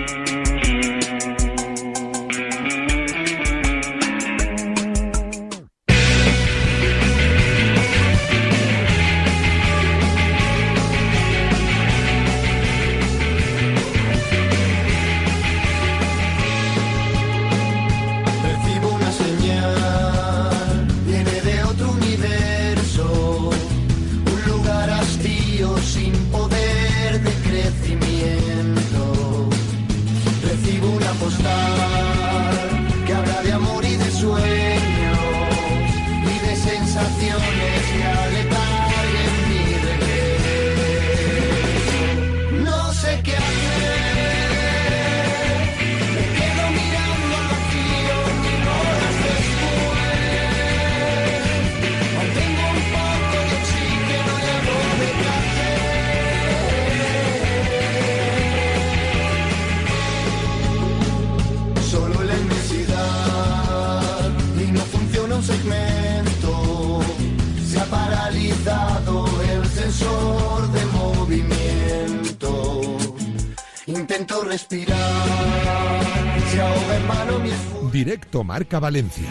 Directo Marca Valencia.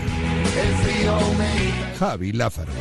Javi Lázaro.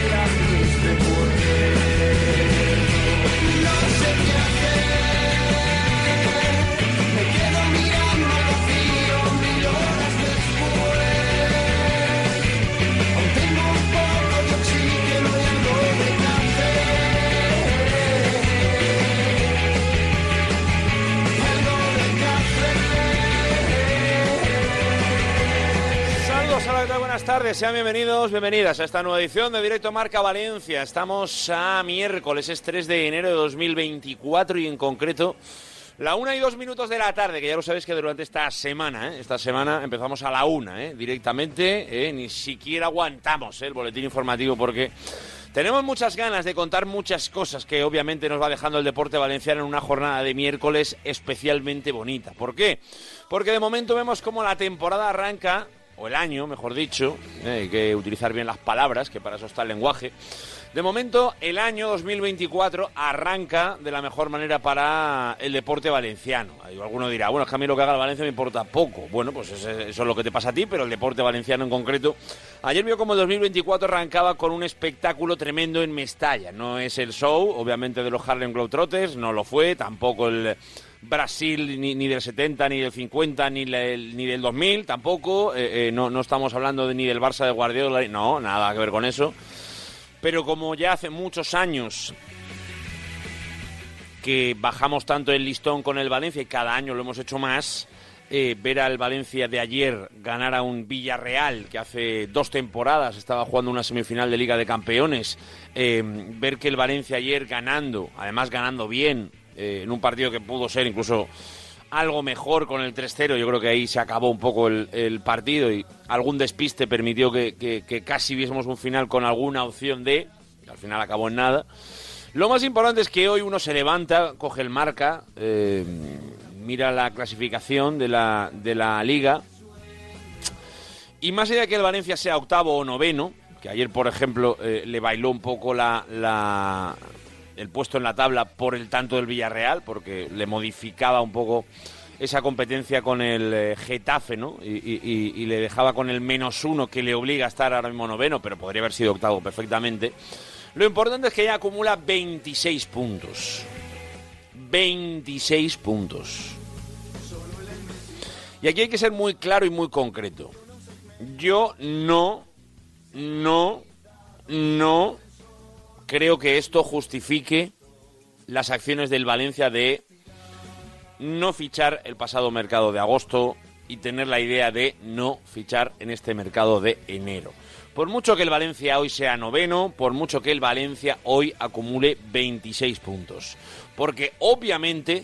Buenas tardes, sean bienvenidos, bienvenidas a esta nueva edición de Directo Marca Valencia. Estamos a miércoles, es 3 de enero de 2024 y en concreto la 1:02 de la tarde, que ya lo sabéis que durante esta semana empezamos a la 1, directamente, ni siquiera aguantamos el boletín informativo porque tenemos muchas ganas de contar muchas cosas que obviamente nos va dejando el deporte valenciano en una jornada de miércoles especialmente bonita. ¿Por qué? Porque de momento vemos cómo la temporada arranca, o el año, mejor dicho, hay que utilizar bien las palabras, que para eso está el lenguaje. De momento, el año 2024 arranca de la mejor manera para el deporte valenciano. Alguno dirá, bueno, es que a mí lo que haga el Valencia me importa poco. Bueno, pues eso es lo que te pasa a ti, pero el deporte valenciano en concreto. Ayer vio como el 2024 arrancaba con un espectáculo tremendo en Mestalla. No es el show, obviamente, de los Harlem Globetrotters, no lo fue, tampoco el Brasil ni del 70, ni del 50, ni del 2000, tampoco. No estamos hablando ni del Barça de Guardiola, no, nada que ver con eso. Pero como ya hace muchos años que bajamos tanto el listón con el Valencia y cada año lo hemos hecho más, ver al Valencia de ayer ganar a un Villarreal que hace 2 temporadas estaba jugando una semifinal de Liga de Campeones, ver que el Valencia ayer ganando, además ganando bien, en un partido que pudo ser incluso algo mejor con el 3-0, yo creo que ahí se acabó un poco el partido y algún despiste permitió que casi viésemos un final con alguna opción de, al final acabó en nada. Lo más importante es que hoy uno se levanta, coge el Marca, mira la clasificación de la Liga y más allá de que el Valencia sea octavo o noveno, que ayer por ejemplo le bailó un poco el puesto en la tabla por el tanto del Villarreal, porque le modificaba un poco esa competencia con el Getafe, ¿no? Y le dejaba con el -1 que le obliga a estar ahora mismo noveno, pero podría haber sido octavo perfectamente. Lo importante es que ya acumula 26 puntos. 26 puntos. Y aquí hay que ser muy claro y muy concreto. Yo no creo que esto justifique las acciones del Valencia de no fichar el pasado mercado de agosto y tener la idea de no fichar en este mercado de enero. Por mucho que el Valencia hoy sea noveno, por mucho que el Valencia hoy acumule 26 puntos. Porque obviamente,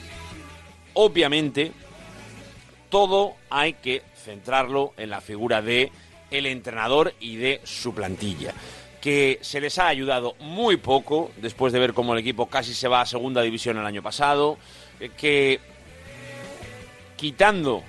todo hay que centrarlo en la figura de el entrenador y de su plantilla, que se les ha ayudado muy poco después de ver cómo el equipo casi se va a segunda división el año pasado, que quitando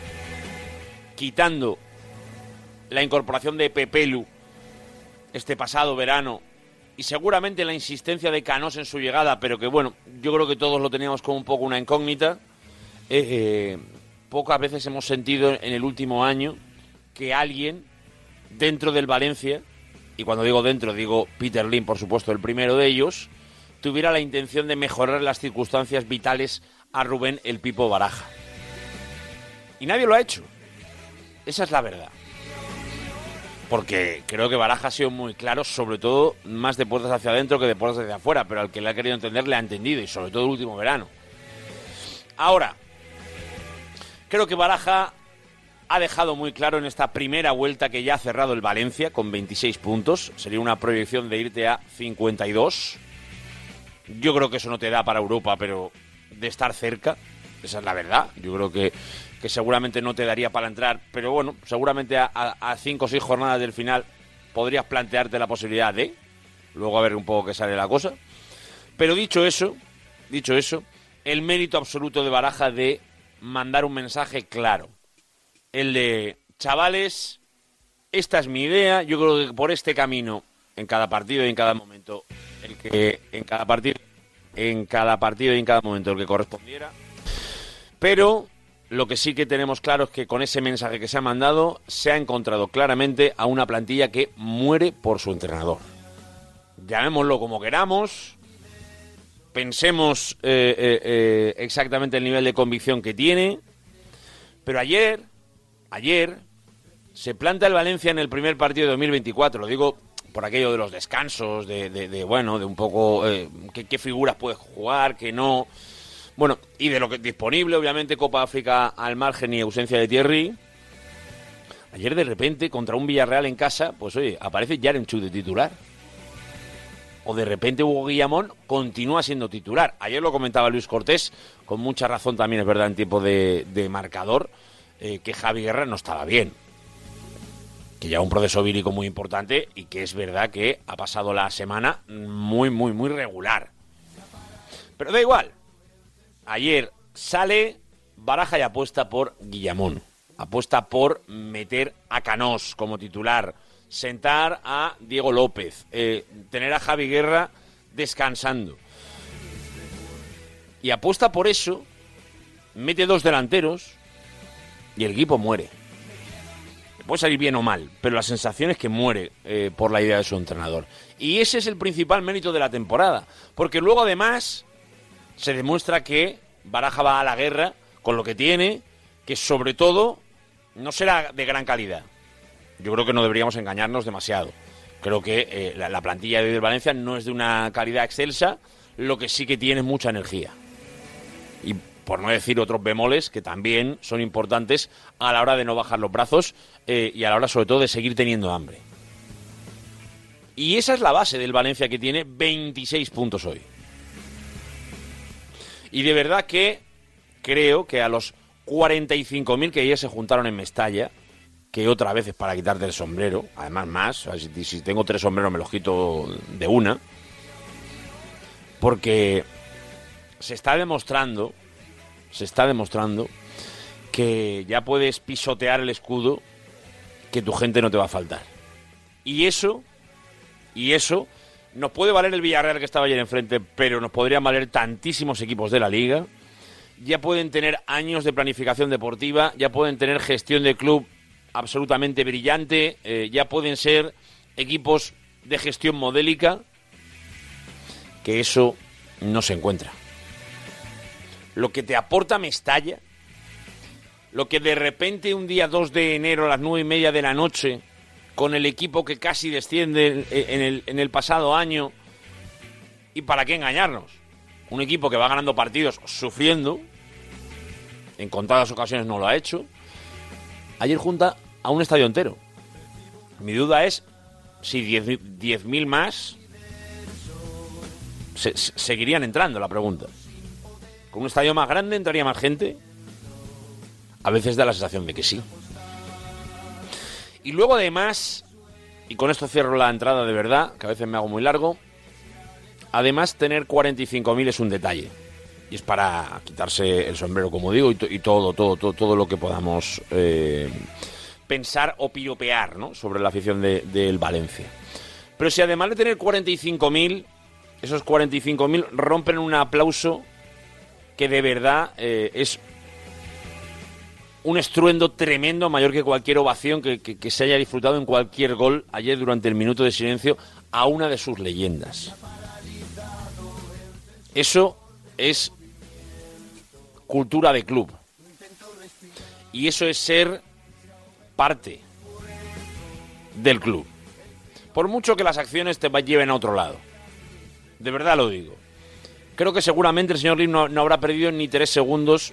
la incorporación de Pepelu este pasado verano y seguramente la insistencia de Canós en su llegada, pero que bueno, yo creo que todos lo teníamos como un poco una incógnita, pocas veces hemos sentido en el último año que alguien dentro del Valencia, y cuando digo dentro digo Peter Lim, por supuesto, el primero de ellos, tuviera la intención de mejorar las circunstancias vitales a Rubén el Pipo Baraja. Y nadie lo ha hecho. Esa es la verdad. Porque creo que Baraja ha sido muy claro, sobre todo más de puertas hacia adentro que de puertas hacia afuera, pero al que le ha querido entender le ha entendido, y sobre todo el último verano. Ahora, creo que Baraja ha dejado muy claro en esta primera vuelta que ya ha cerrado el Valencia con 26 puntos. Sería una proyección de irte a 52. Yo creo que eso no te da para Europa, pero de estar cerca, esa es la verdad. Yo creo que seguramente no te daría para entrar, pero bueno, seguramente a 5 o 6 jornadas del final podrías plantearte la posibilidad de, luego a ver un poco qué sale la cosa. Pero dicho eso, el mérito absoluto de Baraja de mandar un mensaje claro, el de, chavales, esta es mi idea, yo creo que por este camino, en cada partido y en cada momento, en cada partido y en cada momento el que correspondiera, pero lo que sí que tenemos claro es que con ese mensaje que se ha mandado se ha encontrado claramente a una plantilla que muere por su entrenador. Llamémoslo como queramos, pensemos exactamente el nivel de convicción que tiene, pero ayer se planta el Valencia en el primer partido de 2024, lo digo por aquello de los descansos, de un poco qué figuras puedes jugar, qué no. Bueno, y de lo que es disponible, obviamente, Copa África al margen y ausencia de Thierry. Ayer, de repente, contra un Villarreal en casa, pues oye, aparece Yaremchuk de titular. O de repente Hugo Guillamón continúa siendo titular. Ayer lo comentaba Luis Cortés, con mucha razón también, es verdad, en tiempo de marcador, que Javi Guerra no estaba bien. Que lleva un proceso vírico muy importante y que es verdad que ha pasado la semana muy, muy, muy regular. Pero da igual. Ayer sale Baraja y apuesta por Guillamón. Apuesta por meter a Canós como titular, sentar a Diego López, tener a Javi Guerra descansando. Y apuesta por eso, mete 2 delanteros y el equipo muere. Puede salir bien o mal, pero la sensación es que muere por la idea de su entrenador. Y ese es el principal mérito de la temporada, porque luego además se demuestra que Baraja va a la guerra con lo que tiene, que sobre todo no será de gran calidad. Yo creo que no deberíamos engañarnos demasiado. Creo que la plantilla de Valencia no es de una calidad excelsa, lo que sí que tiene es mucha energía. Y por no decir otros bemoles que también son importantes a la hora de no bajar los brazos y a la hora sobre todo de seguir teniendo hambre. Y esa es la base del Valencia, que tiene 26 puntos hoy. Y de verdad que creo que a los 45.000 que ayer se juntaron en Mestalla, que otra vez es para quitarte el sombrero, además más, o sea, si tengo 3 sombreros me los quito de una, porque se está demostrando que ya puedes pisotear el escudo, que tu gente no te va a faltar. Y eso nos puede valer el Villarreal, que estaba ayer enfrente, pero nos podrían valer tantísimos equipos de la Liga. Ya pueden tener años de planificación deportiva, ya pueden tener gestión de club absolutamente brillante, ya pueden ser equipos de gestión modélica, que eso no se encuentra. Lo que te aporta Mestalla, lo que de repente un día 2 de enero a las 9:30 de la noche, con el equipo que casi desciende en el pasado año, y para qué engañarnos, un equipo que va ganando partidos sufriendo, en contadas ocasiones no lo ha hecho, ayer junta a un estadio entero. Mi duda es si 10.000 más seguirían entrando, la pregunta. ¿Con un estadio más grande entraría más gente? A veces da la sensación de que sí. Y luego además, y con esto cierro la entrada de verdad, que a veces me hago muy largo, además tener 45.000 es un detalle. Y es para quitarse el sombrero, como digo, y todo lo que podamos pensar o piropear, ¿no?, sobre la afición del Valencia. Pero si además de tener 45.000, esos 45.000 rompen un aplauso que de verdad es un estruendo tremendo, mayor que cualquier ovación que se haya disfrutado en cualquier gol ayer durante el minuto de silencio a una de sus leyendas. Eso es cultura de club. Y eso es ser parte del club. Por mucho que las acciones te lleven a otro lado. De verdad lo digo. Creo que seguramente el señor Lim no habrá perdido ni 3 segundos.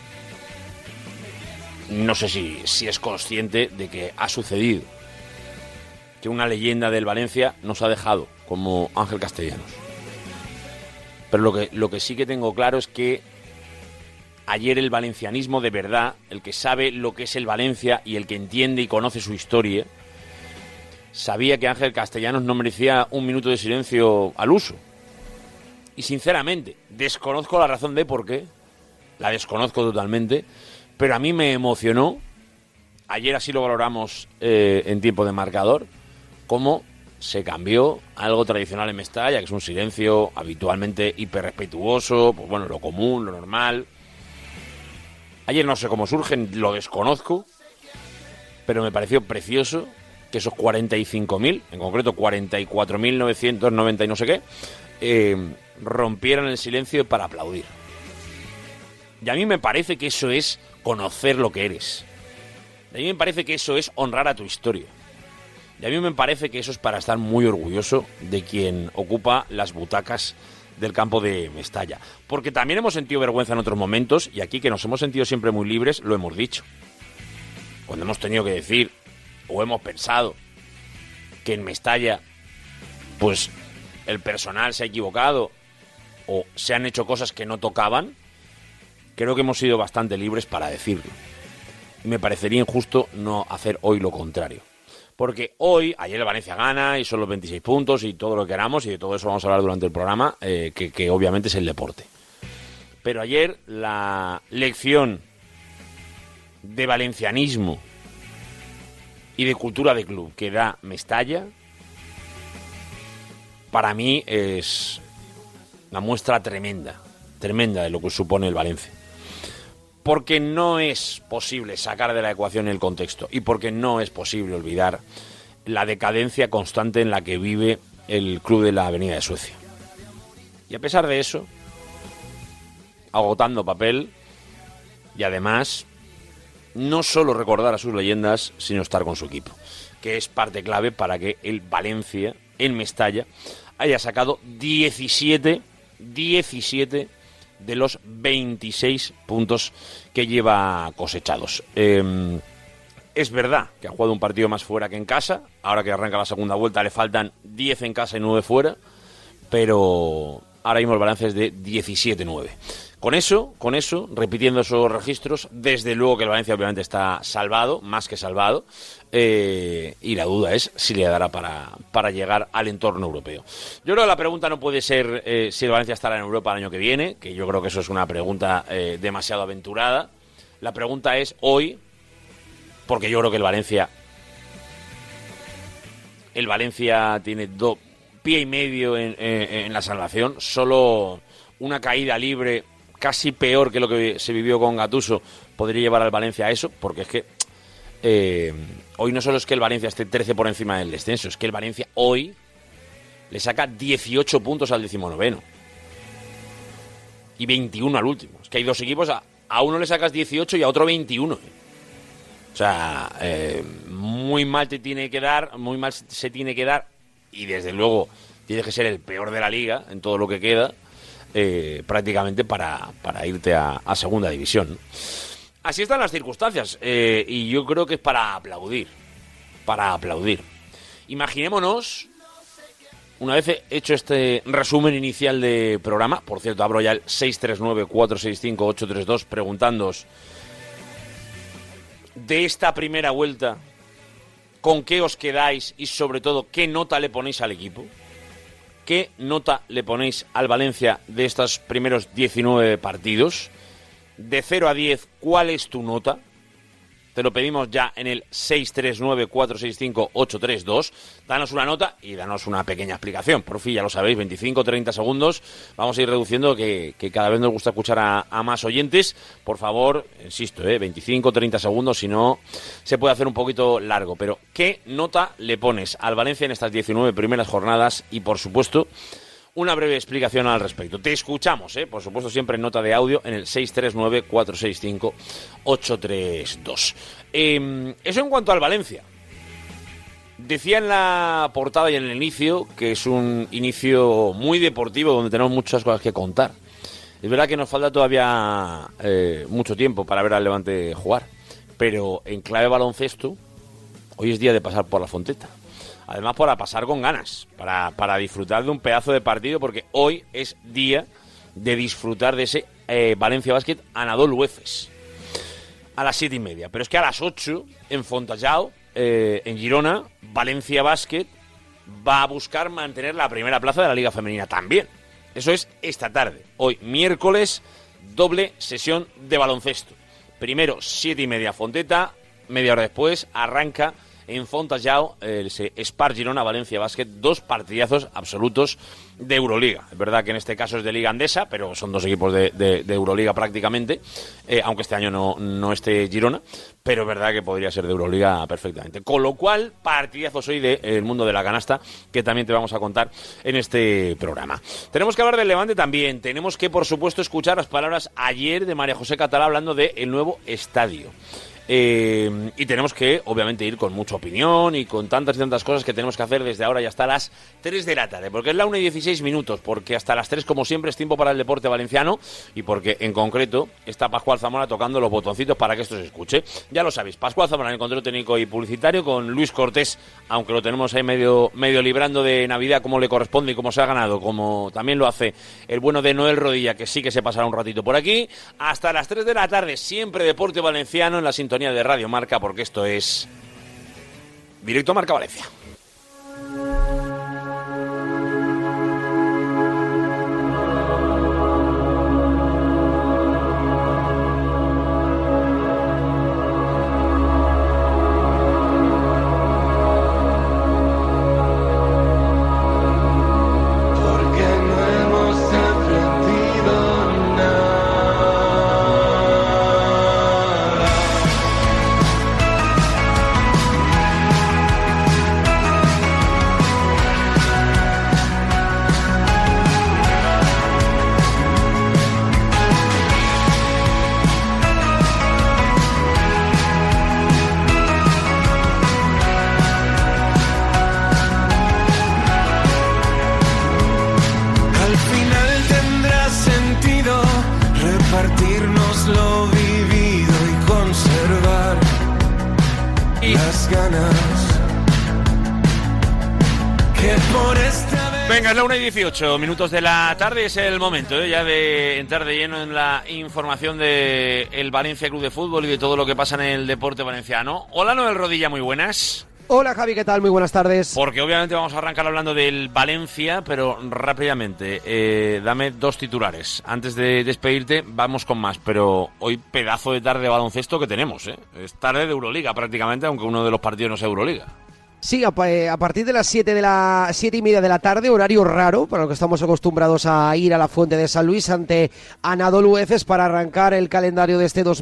No sé si es consciente de que ha sucedido. Que una leyenda del Valencia nos ha dejado, como Ángel Castellanos. Pero lo que sí que tengo claro es que ayer el valencianismo de verdad, el que sabe lo que es el Valencia y el que entiende y conoce su historia, sabía que Ángel Castellanos no merecía un minuto de silencio al uso. Y sinceramente, desconozco la razón de por qué, la desconozco totalmente, pero a mí me emocionó, ayer así lo valoramos en tiempo de marcador, cómo se cambió algo tradicional en Mestalla, que es un silencio habitualmente hiperrespetuoso, pues bueno, lo común, lo normal. Ayer no sé cómo surgen, lo desconozco, pero me pareció precioso que esos 45.000, en concreto 44.990 y no sé qué, rompieran el silencio para aplaudir. Y a mí me parece que eso es conocer lo que eres. A mí me parece que eso es honrar a tu historia. Y a mí me parece que eso es para estar muy orgulloso de quien ocupa las butacas del campo de Mestalla. Porque también hemos sentido vergüenza en otros momentos, y aquí que nos hemos sentido siempre muy libres, lo hemos dicho. Cuando hemos tenido que decir, o hemos pensado, que en Mestalla, pues, el personal se ha equivocado, o se han hecho cosas que no tocaban, creo que hemos sido bastante libres para decirlo. Y me parecería injusto no hacer hoy lo contrario. Porque hoy, ayer el Valencia gana y son los 26 puntos y todo lo que queramos, y de todo eso vamos a hablar durante el programa, que obviamente es el deporte. Pero ayer la lección de valencianismo y de cultura de club que da Mestalla, para mí es una muestra tremenda de lo que supone el Valencia. Porque no es posible sacar de la ecuación el contexto y porque no es posible olvidar la decadencia constante en la que vive el club de la Avenida de Suecia. Y a pesar de eso, agotando papel y además no solo recordar a sus leyendas, sino estar con su equipo, que es parte clave para que el Valencia en Mestalla haya sacado 17 de los 26 puntos que lleva cosechados. Es verdad que ha jugado un partido más fuera que en casa. Ahora que arranca la segunda vuelta le faltan 10 en casa y 9 fuera, pero ahora mismo el balance es de 17-9. Con eso, repitiendo esos registros, desde luego que el Valencia obviamente está salvado, más que salvado, y la duda es si le dará para llegar al entorno europeo. Yo creo que la pregunta no puede ser si el Valencia estará en Europa el año que viene, que yo creo que eso es una pregunta demasiado aventurada. La pregunta es hoy, porque yo creo que el Valencia tiene pie y medio en la salvación, solo una caída libre casi peor que lo que se vivió con Gattuso podría llevar al Valencia a eso, porque es que hoy no solo es que el Valencia esté 13 por encima del descenso, es que el Valencia hoy le saca 18 puntos al 19º y 21 al último. Es que hay dos equipos, a uno le sacas 18 y a otro 21. O sea, muy mal te tiene que dar, muy mal se tiene que dar, y desde luego tiene que ser el peor de la liga en todo lo que queda, prácticamente para irte a segunda división, ¿no? Así están las circunstancias, y yo creo que es para aplaudir. Imaginémonos, una vez hecho este resumen inicial de programa, por cierto, abro ya el 639-465-832 preguntándoos de esta primera vuelta, ¿con qué os quedáis? Y sobre todo, ¿qué nota le ponéis al equipo? ¿Qué nota le ponéis al Valencia de estos primeros 19 partidos? De 0 a 10, ¿cuál es tu nota? te lo pedimos ya en el 639-465-832. Danos una nota y danos una pequeña explicación. Por fin, ya lo sabéis, 25-30 segundos. Vamos a ir reduciendo, que cada vez nos gusta escuchar a más oyentes. Por favor, insisto, 25-30 segundos, si no se puede hacer un poquito largo. Pero, ¿qué nota le pones al Valencia en estas 19 primeras jornadas? Y, por supuesto, una breve explicación al respecto. Te escuchamos, por supuesto, siempre en nota de audio en el 639-465-832. Eso en cuanto al Valencia. Decía en la portada y en el inicio que es un inicio muy deportivo donde tenemos muchas cosas que contar. Es verdad que nos falta todavía mucho tiempo para ver al Levante jugar, pero en clave baloncesto, hoy es día de pasar por la Fonteta. Además, para pasar con ganas, para disfrutar de un pedazo de partido, porque hoy es día de disfrutar de ese Valencia Basket Anadolu Efes a las 7:30. Pero es que a las 8, en Fontallao, en Girona, Valencia Basket va a buscar mantener la primera plaza de la Liga Femenina también. Eso es esta tarde. Hoy, miércoles, doble sesión de baloncesto. Primero, 7:30 Fonteta, media hora después arranca en Fontallao el Spar Girona Valencia Basket, 2 partidazos absolutos de Euroliga. Es verdad que en este caso es de Liga Andesa, pero son 2 equipos de Euroliga prácticamente, aunque este año no esté Girona, pero es verdad que podría ser de Euroliga perfectamente. Con lo cual, partidazos hoy del mundo de la canasta, que también te vamos a contar en este programa. Tenemos que hablar del Levante también, tenemos que, por supuesto, escuchar las palabras ayer de María José Catalá hablando del nuevo estadio. Y tenemos que, obviamente, ir con mucha opinión y con tantas y tantas cosas que tenemos que hacer desde ahora y hasta las 3 de la tarde, porque es la 1:16, porque hasta las 3, como siempre, es tiempo para el deporte valenciano y porque, en concreto, está Pascual Zamora tocando los botoncitos para que esto se escuche. Ya lo sabéis, Pascual Zamora en el control técnico y publicitario, con Luis Cortés, aunque lo tenemos ahí medio librando de Navidad como le corresponde y como se ha ganado, como también lo hace el bueno de Noel Rodilla, que sí que se pasará un ratito por aquí. Hasta las 3 de la tarde, siempre deporte valenciano en la sintonía de Radio Marca, porque esto es Directo Marca Valencia. Venga, es la 1:18 minutos de la tarde, es el momento ya de entrar de lleno en la información de el Valencia Club de Fútbol y de todo lo que pasa en el deporte valenciano. Hola, Noel Rodilla, muy buenas. Hola, Javi, ¿qué tal? Muy buenas tardes. Porque obviamente vamos a arrancar hablando del Valencia, pero rápidamente, dame 2 titulares. Antes de despedirte, vamos con más, pero hoy pedazo de tarde de baloncesto que tenemos, Es tarde de Euroliga prácticamente, aunque uno de los partidos no sea Euroliga. Sí, a partir de las 7:30 de la tarde, horario raro, para lo que estamos acostumbrados a ir a la Fuente de San Luis ante Anadolu Efes para arrancar el calendario de este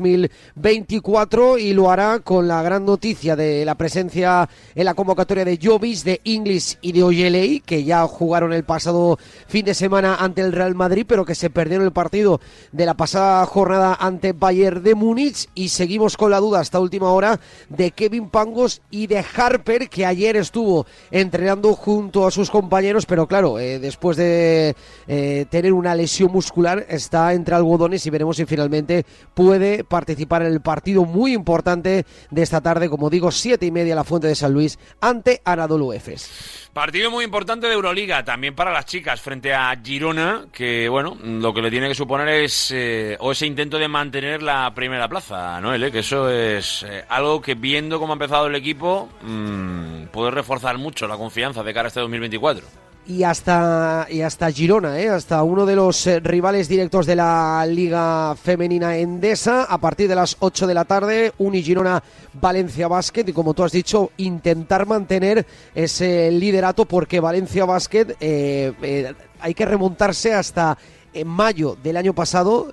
2024, y lo hará con la gran noticia de la presencia en la convocatoria de Jovic, de Inglis y de Ojeley, que ya jugaron el pasado fin de semana ante el Real Madrid, pero que se perdieron el partido de la pasada jornada ante Bayern de Múnich, y seguimos con la duda hasta última hora de Kevin Pangos y de Harper, que ayer estuvo entrenando junto a sus compañeros, pero claro, después de tener una lesión muscular, está entre algodones y veremos si finalmente puede participar en el partido muy importante de esta tarde, como digo, 7:30 la Fuente de San Luis ante Anadolu Efes. Partido muy importante de Euroliga, también para las chicas, frente a Girona, que bueno, lo que le tiene que suponer es ese intento de mantener la primera plaza, Noel, que eso es algo que, viendo cómo ha empezado el equipo, puede reforzar mucho la confianza de cara a este 2024. y hasta Girona, hasta uno de los rivales directos de la Liga Femenina Endesa, a partir de las 8 de la tarde, Girona Valencia Basket, y como tú has dicho, intentar mantener ese liderato, porque Valencia Basket hay que remontarse hasta en mayo del año pasado,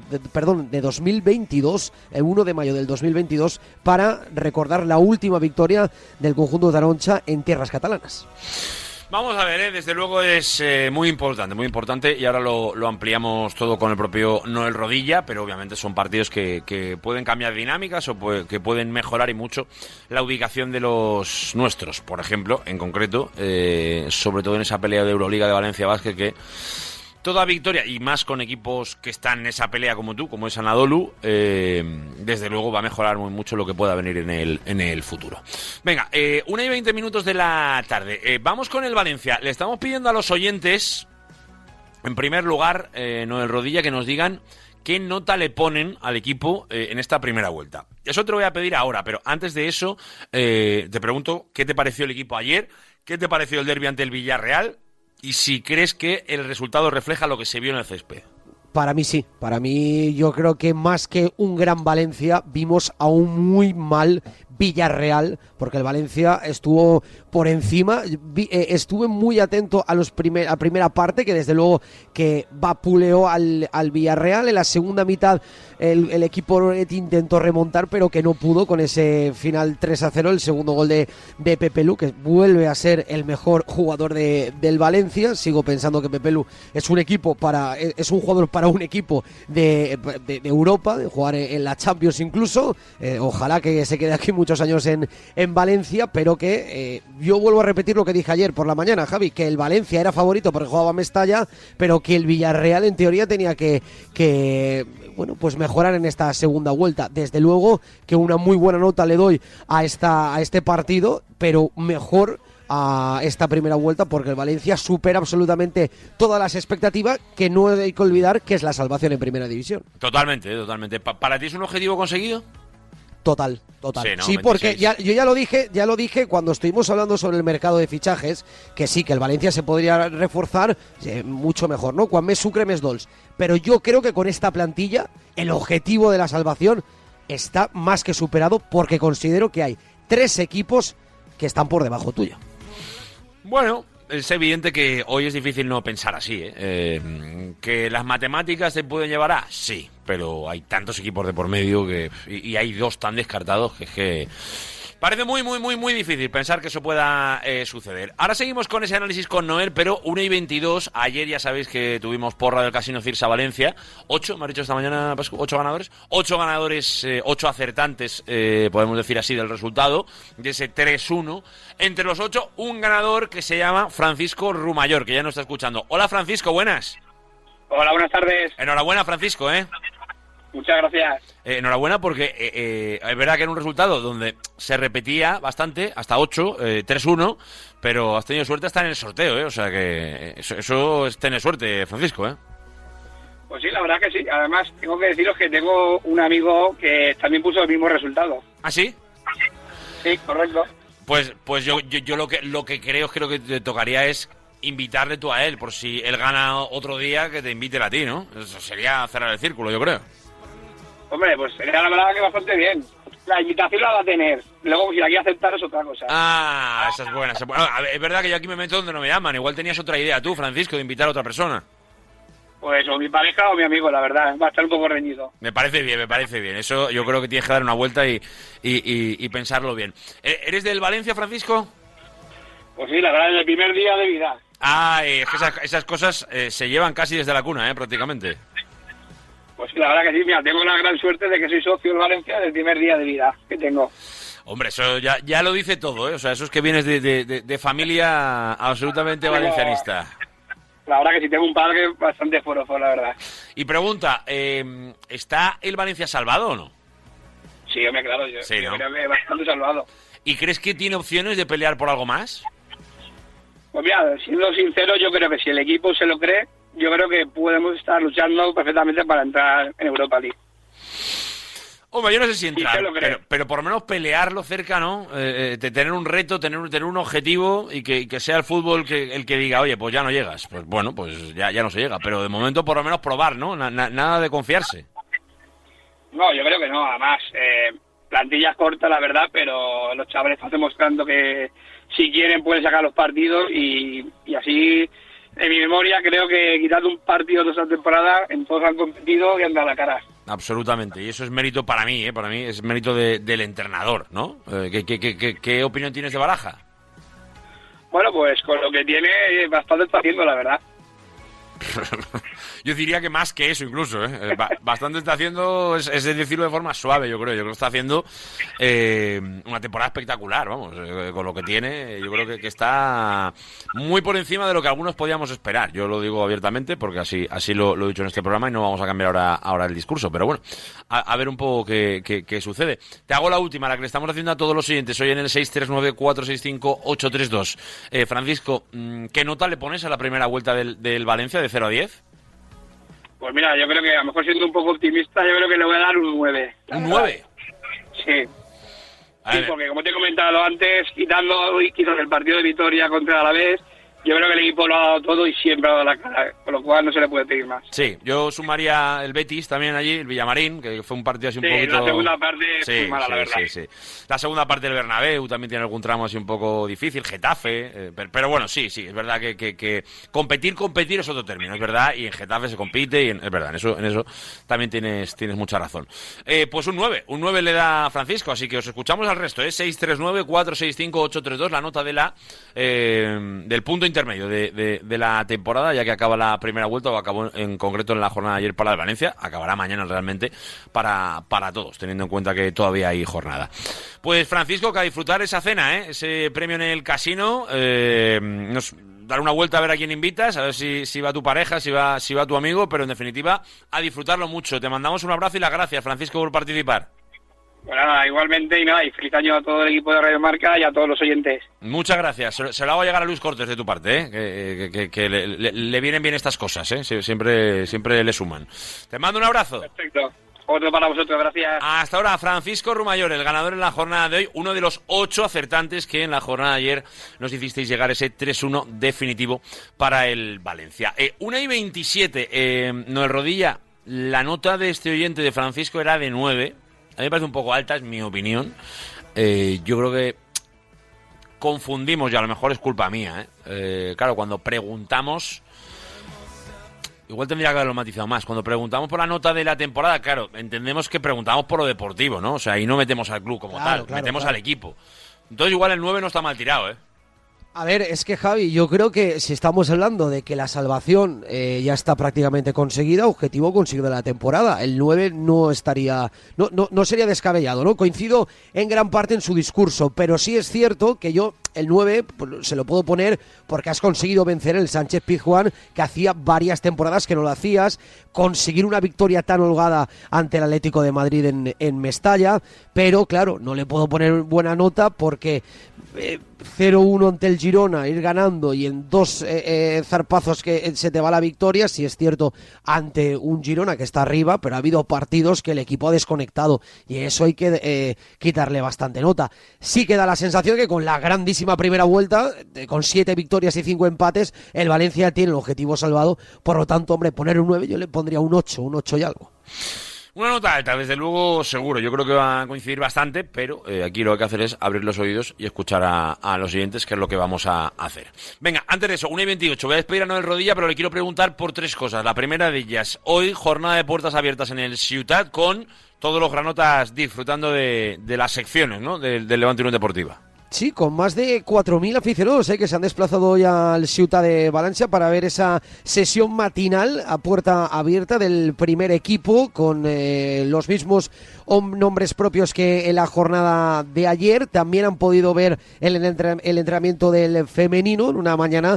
de 2022, el 1 de mayo del 2022, para recordar la última victoria del conjunto de Aroncha en tierras catalanas. Vamos a ver, desde luego es muy importante, y ahora lo ampliamos todo con el propio Noel Rodilla, pero obviamente son partidos que pueden cambiar dinámicas o que pueden mejorar y mucho la ubicación de los nuestros, por ejemplo, en concreto, sobre todo en esa pelea de Euroliga de Valencia Basket, que toda victoria, y más con equipos que están en esa pelea como tú, como es Anadolu, desde luego va a mejorar muy mucho lo que pueda venir en el futuro. Venga, 1:20 de la tarde. Vamos con el Valencia. Le estamos pidiendo a los oyentes, en primer lugar, Noel Rodilla, que nos digan qué nota le ponen al equipo en esta primera vuelta. Eso te lo voy a pedir ahora, pero antes de eso, te pregunto qué te pareció el equipo ayer, qué te pareció el derbi ante el Villarreal, y si crees que el resultado refleja lo que se vio en el césped. Para mí sí, para mí yo creo que más que un gran Valencia, vimos a un muy mal Villarreal, porque el Valencia estuvo por encima. Estuve muy atento a a primera parte, que desde luego que vapuleó al Villarreal. En la segunda mitad el equipo Loretti intentó remontar, pero que no pudo, con ese final 3-0, el segundo gol de Pepe Lu, que vuelve a ser el mejor jugador del Valencia. Sigo pensando que Pepe Lu es un jugador para un equipo de Europa, de jugar en la Champions incluso. Ojalá que se quede aquí muchos años en Valencia, pero que yo vuelvo a repetir lo que dije ayer por la mañana, Javi, que el Valencia era favorito porque jugaba a Mestalla, pero que el Villarreal en teoría tenía que pues mejorar en esta segunda vuelta. Desde luego que una muy buena nota le doy a este partido, pero mejor a esta primera vuelta, porque el Valencia supera absolutamente todas las expectativas, que no hay que olvidar que es la salvación en primera división. Totalmente. ¿Para ti es un objetivo conseguido? Total. Sí, ¿no? Sí, porque yo ya lo dije cuando estuvimos hablando sobre el mercado de fichajes, que sí, que el Valencia se podría reforzar mucho mejor, ¿no? Quan més sucre, més dolç. Pero yo creo que con esta plantilla el objetivo de la salvación está más que superado, porque considero que hay 3 equipos que están por debajo tuyo. Bueno, es evidente que hoy es difícil no pensar así, que las matemáticas te pueden llevar a... Sí, pero hay tantos equipos de por medio y hay 2 tan descartados que parece muy difícil pensar que eso pueda suceder. Ahora seguimos con ese análisis con Noel, pero 1:22. Ayer ya sabéis que tuvimos porra del Casino Cirsa Valencia. 8, me has dicho esta mañana, 8 ganadores. 8 ganadores, 8 acertantes, podemos decir así, del resultado, de ese 3-1. Entre los 8, un ganador que se llama Francisco Rumayor, que ya nos está escuchando. Hola, Francisco, buenas. Hola, buenas tardes. Enhorabuena, Francisco, Muchas gracias. Enhorabuena, porque es verdad que era un resultado donde se repetía bastante, hasta 8, 3-1, pero has tenido suerte hasta en el sorteo, o sea que eso es tener suerte, Francisco, Pues sí, la verdad que sí. Además, tengo que deciros que tengo un amigo que también puso el mismo resultado. ¿Ah, sí? Sí, correcto. Pues yo lo que creo que te tocaría es invitarle tú a él, por si él gana otro día, que te invite a ti, ¿no? Eso sería cerrar el círculo, yo creo. Hombre, pues sería la verdad que bastante bien. La invitación la va a tener. Luego, si la quiere aceptar, es otra cosa. Ah, esa es buena. Es verdad que yo aquí me meto donde no me llaman. Igual tenías otra idea tú, Francisco, de invitar a otra persona. Pues o mi pareja o mi amigo, la verdad. Va a estar un poco reñido. Me parece bien. Eso yo creo que tienes que dar una vuelta y pensarlo bien. ¿Eres del Valencia, Francisco? Pues sí, la verdad, en el primer día de vida. Ah, es que esas cosas se llevan casi desde la cuna, prácticamente. Pues sí, la verdad que sí, mira, tengo la gran suerte de que soy socio del Valencia del primer día de vida que tengo. Hombre, eso ya lo dice todo, O sea, eso es que vienes de familia absolutamente valencianista. La verdad que sí, tengo un padre bastante forofo, la verdad. Y pregunta, ¿está el Valencia salvado o no? Sí, hombre, claro, yo creo que bastante salvado. ¿Y crees que tiene opciones de pelear por algo más? Pues mira, siendo sincero, yo creo que si el equipo se lo cree, yo creo que podemos estar luchando perfectamente para entrar en Europa League. Hombre, yo no sé si entrar, Sí, pero por lo menos pelearlo cerca, ¿no? Tener un reto, tener un objetivo y que sea el fútbol el que diga, oye, pues ya no llegas. Pues bueno, pues ya no se llega. Pero de momento por lo menos probar, ¿no? Nada de confiarse. No, yo creo que no. Además, plantilla corta, la verdad, pero los chavales están demostrando que si quieren pueden sacar los partidos y así, en mi memoria, creo que quitando un partido de esa temporada, en todos han competido y han dado la cara. Absolutamente, y eso es mérito para mí es mérito del entrenador, ¿no? ¿Qué opinión tienes de Baraja? Bueno, pues con lo que tiene, bastante está haciendo, la verdad. Yo diría que más que eso incluso, ¿eh? Bastante está haciendo, es decirlo de forma suave, yo creo que está haciendo una temporada espectacular, vamos, con lo que tiene, yo creo que está muy por encima de lo que algunos podíamos esperar. Yo lo digo abiertamente porque así lo he dicho en este programa y no vamos a cambiar ahora el discurso, pero bueno, a ver un poco qué sucede. Te hago la última, la que le estamos haciendo a todos los siguientes hoy en el 639-465-832. Francisco, ¿qué nota le pones a la primera vuelta del Valencia de 0 a 10? Pues mira, yo creo que a lo mejor siendo un poco optimista, yo creo que le voy a dar un 9. ¿Un 9? Sí. Sí, porque como te he comentado antes, quitando el partido de Vitoria contra Alavés, yo creo que el equipo lo ha dado todo y siempre ha dado la cara, con lo cual no se le puede pedir más. Sí, yo sumaría el Betis también allí, el Villamarín, que fue un partido así un poquito... la segunda parte fue mala, la verdad. Sí. La segunda parte del Bernabéu también tiene algún tramo así un poco difícil, Getafe, pero bueno, sí, es verdad que competir es otro término, es verdad, y en Getafe se compite, es verdad, en eso también tienes mucha razón. Pues un 9 le da Francisco, así que os escuchamos al resto, 639-465-832, la nota del punto intermedio de la temporada, ya que acaba la primera vuelta, o acabó en concreto en la jornada de ayer para el Valencia, acabará mañana realmente para todos, teniendo en cuenta que todavía hay jornada. Pues Francisco, que a disfrutar esa cena, ese premio en el casino, nos dar una vuelta a ver a quién invitas, a ver si va tu pareja, si va tu amigo, pero en definitiva a disfrutarlo mucho. Te mandamos un abrazo y las gracias, Francisco, por participar. Pues nada, igualmente, y feliz año a todo el equipo de Radio Marca y a todos los oyentes. Muchas gracias. Se lo hago llegar a Luis Cortés de tu parte, que le vienen bien estas cosas, siempre le suman. Te mando un abrazo. Perfecto. Otro para vosotros, gracias. Hasta ahora, Francisco Rumayor, el ganador en la jornada de hoy, uno de los 8 acertantes que en la jornada de ayer nos hicisteis llegar ese 3-1 definitivo para el Valencia. 1:27, Noel Rodilla, la nota de este oyente de Francisco era de 9. A mí me parece un poco alta, es mi opinión. Yo creo que confundimos, y a lo mejor es culpa mía. Claro, cuando preguntamos, igual tendría que haberlo matizado más. Cuando preguntamos por la nota de la temporada, claro, entendemos que preguntamos por lo deportivo, ¿no? O sea, ahí no metemos al club como tal, metemos al equipo. Entonces igual el 9 no está mal tirado, A ver, es que Javi, yo creo que si estamos hablando de que la salvación ya está prácticamente conseguida, objetivo conseguido de la temporada, el 9 no sería descabellado, ¿no? Coincido en gran parte en su discurso, pero sí es cierto que yo el 9 pues, se lo puedo poner porque has conseguido vencer el Sánchez Pizjuán, que hacía varias temporadas que no lo hacías, conseguir una victoria tan holgada ante el Atlético de Madrid en Mestalla, pero claro, no le puedo poner buena nota porque 0-1 ante el Girona, ir ganando y en 2 zarpazos que se te va la victoria, sí es cierto, ante un Girona que está arriba, pero ha habido partidos que el equipo ha desconectado y eso hay que quitarle bastante nota. Sí que da la sensación que con la grandísima primera vuelta, con 7 victorias y 5 empates, el Valencia tiene el objetivo salvado, por lo tanto, hombre, poner un 9 yo le pondría un 8 y algo. Una nota alta, desde luego, seguro. Yo creo que va a coincidir bastante, pero aquí lo que hay que hacer es abrir los oídos y escuchar a los siguientes, que es lo que vamos a hacer. Venga, antes de eso, 1:28. Voy a despedir a Noel Rodilla, pero le quiero preguntar por 3 cosas. La primera de ellas, hoy jornada de puertas abiertas en el Ciutat con todos los granotas disfrutando de las secciones, ¿no? del Levante Unión Deportiva. Sí, con más de 4.000 aficionados que se han desplazado hoy al Ciutat de Valencia para ver esa sesión matinal a puerta abierta del primer equipo con los mismos nombres propios que en la jornada de ayer. También han podido ver el entrenamiento del femenino en una mañana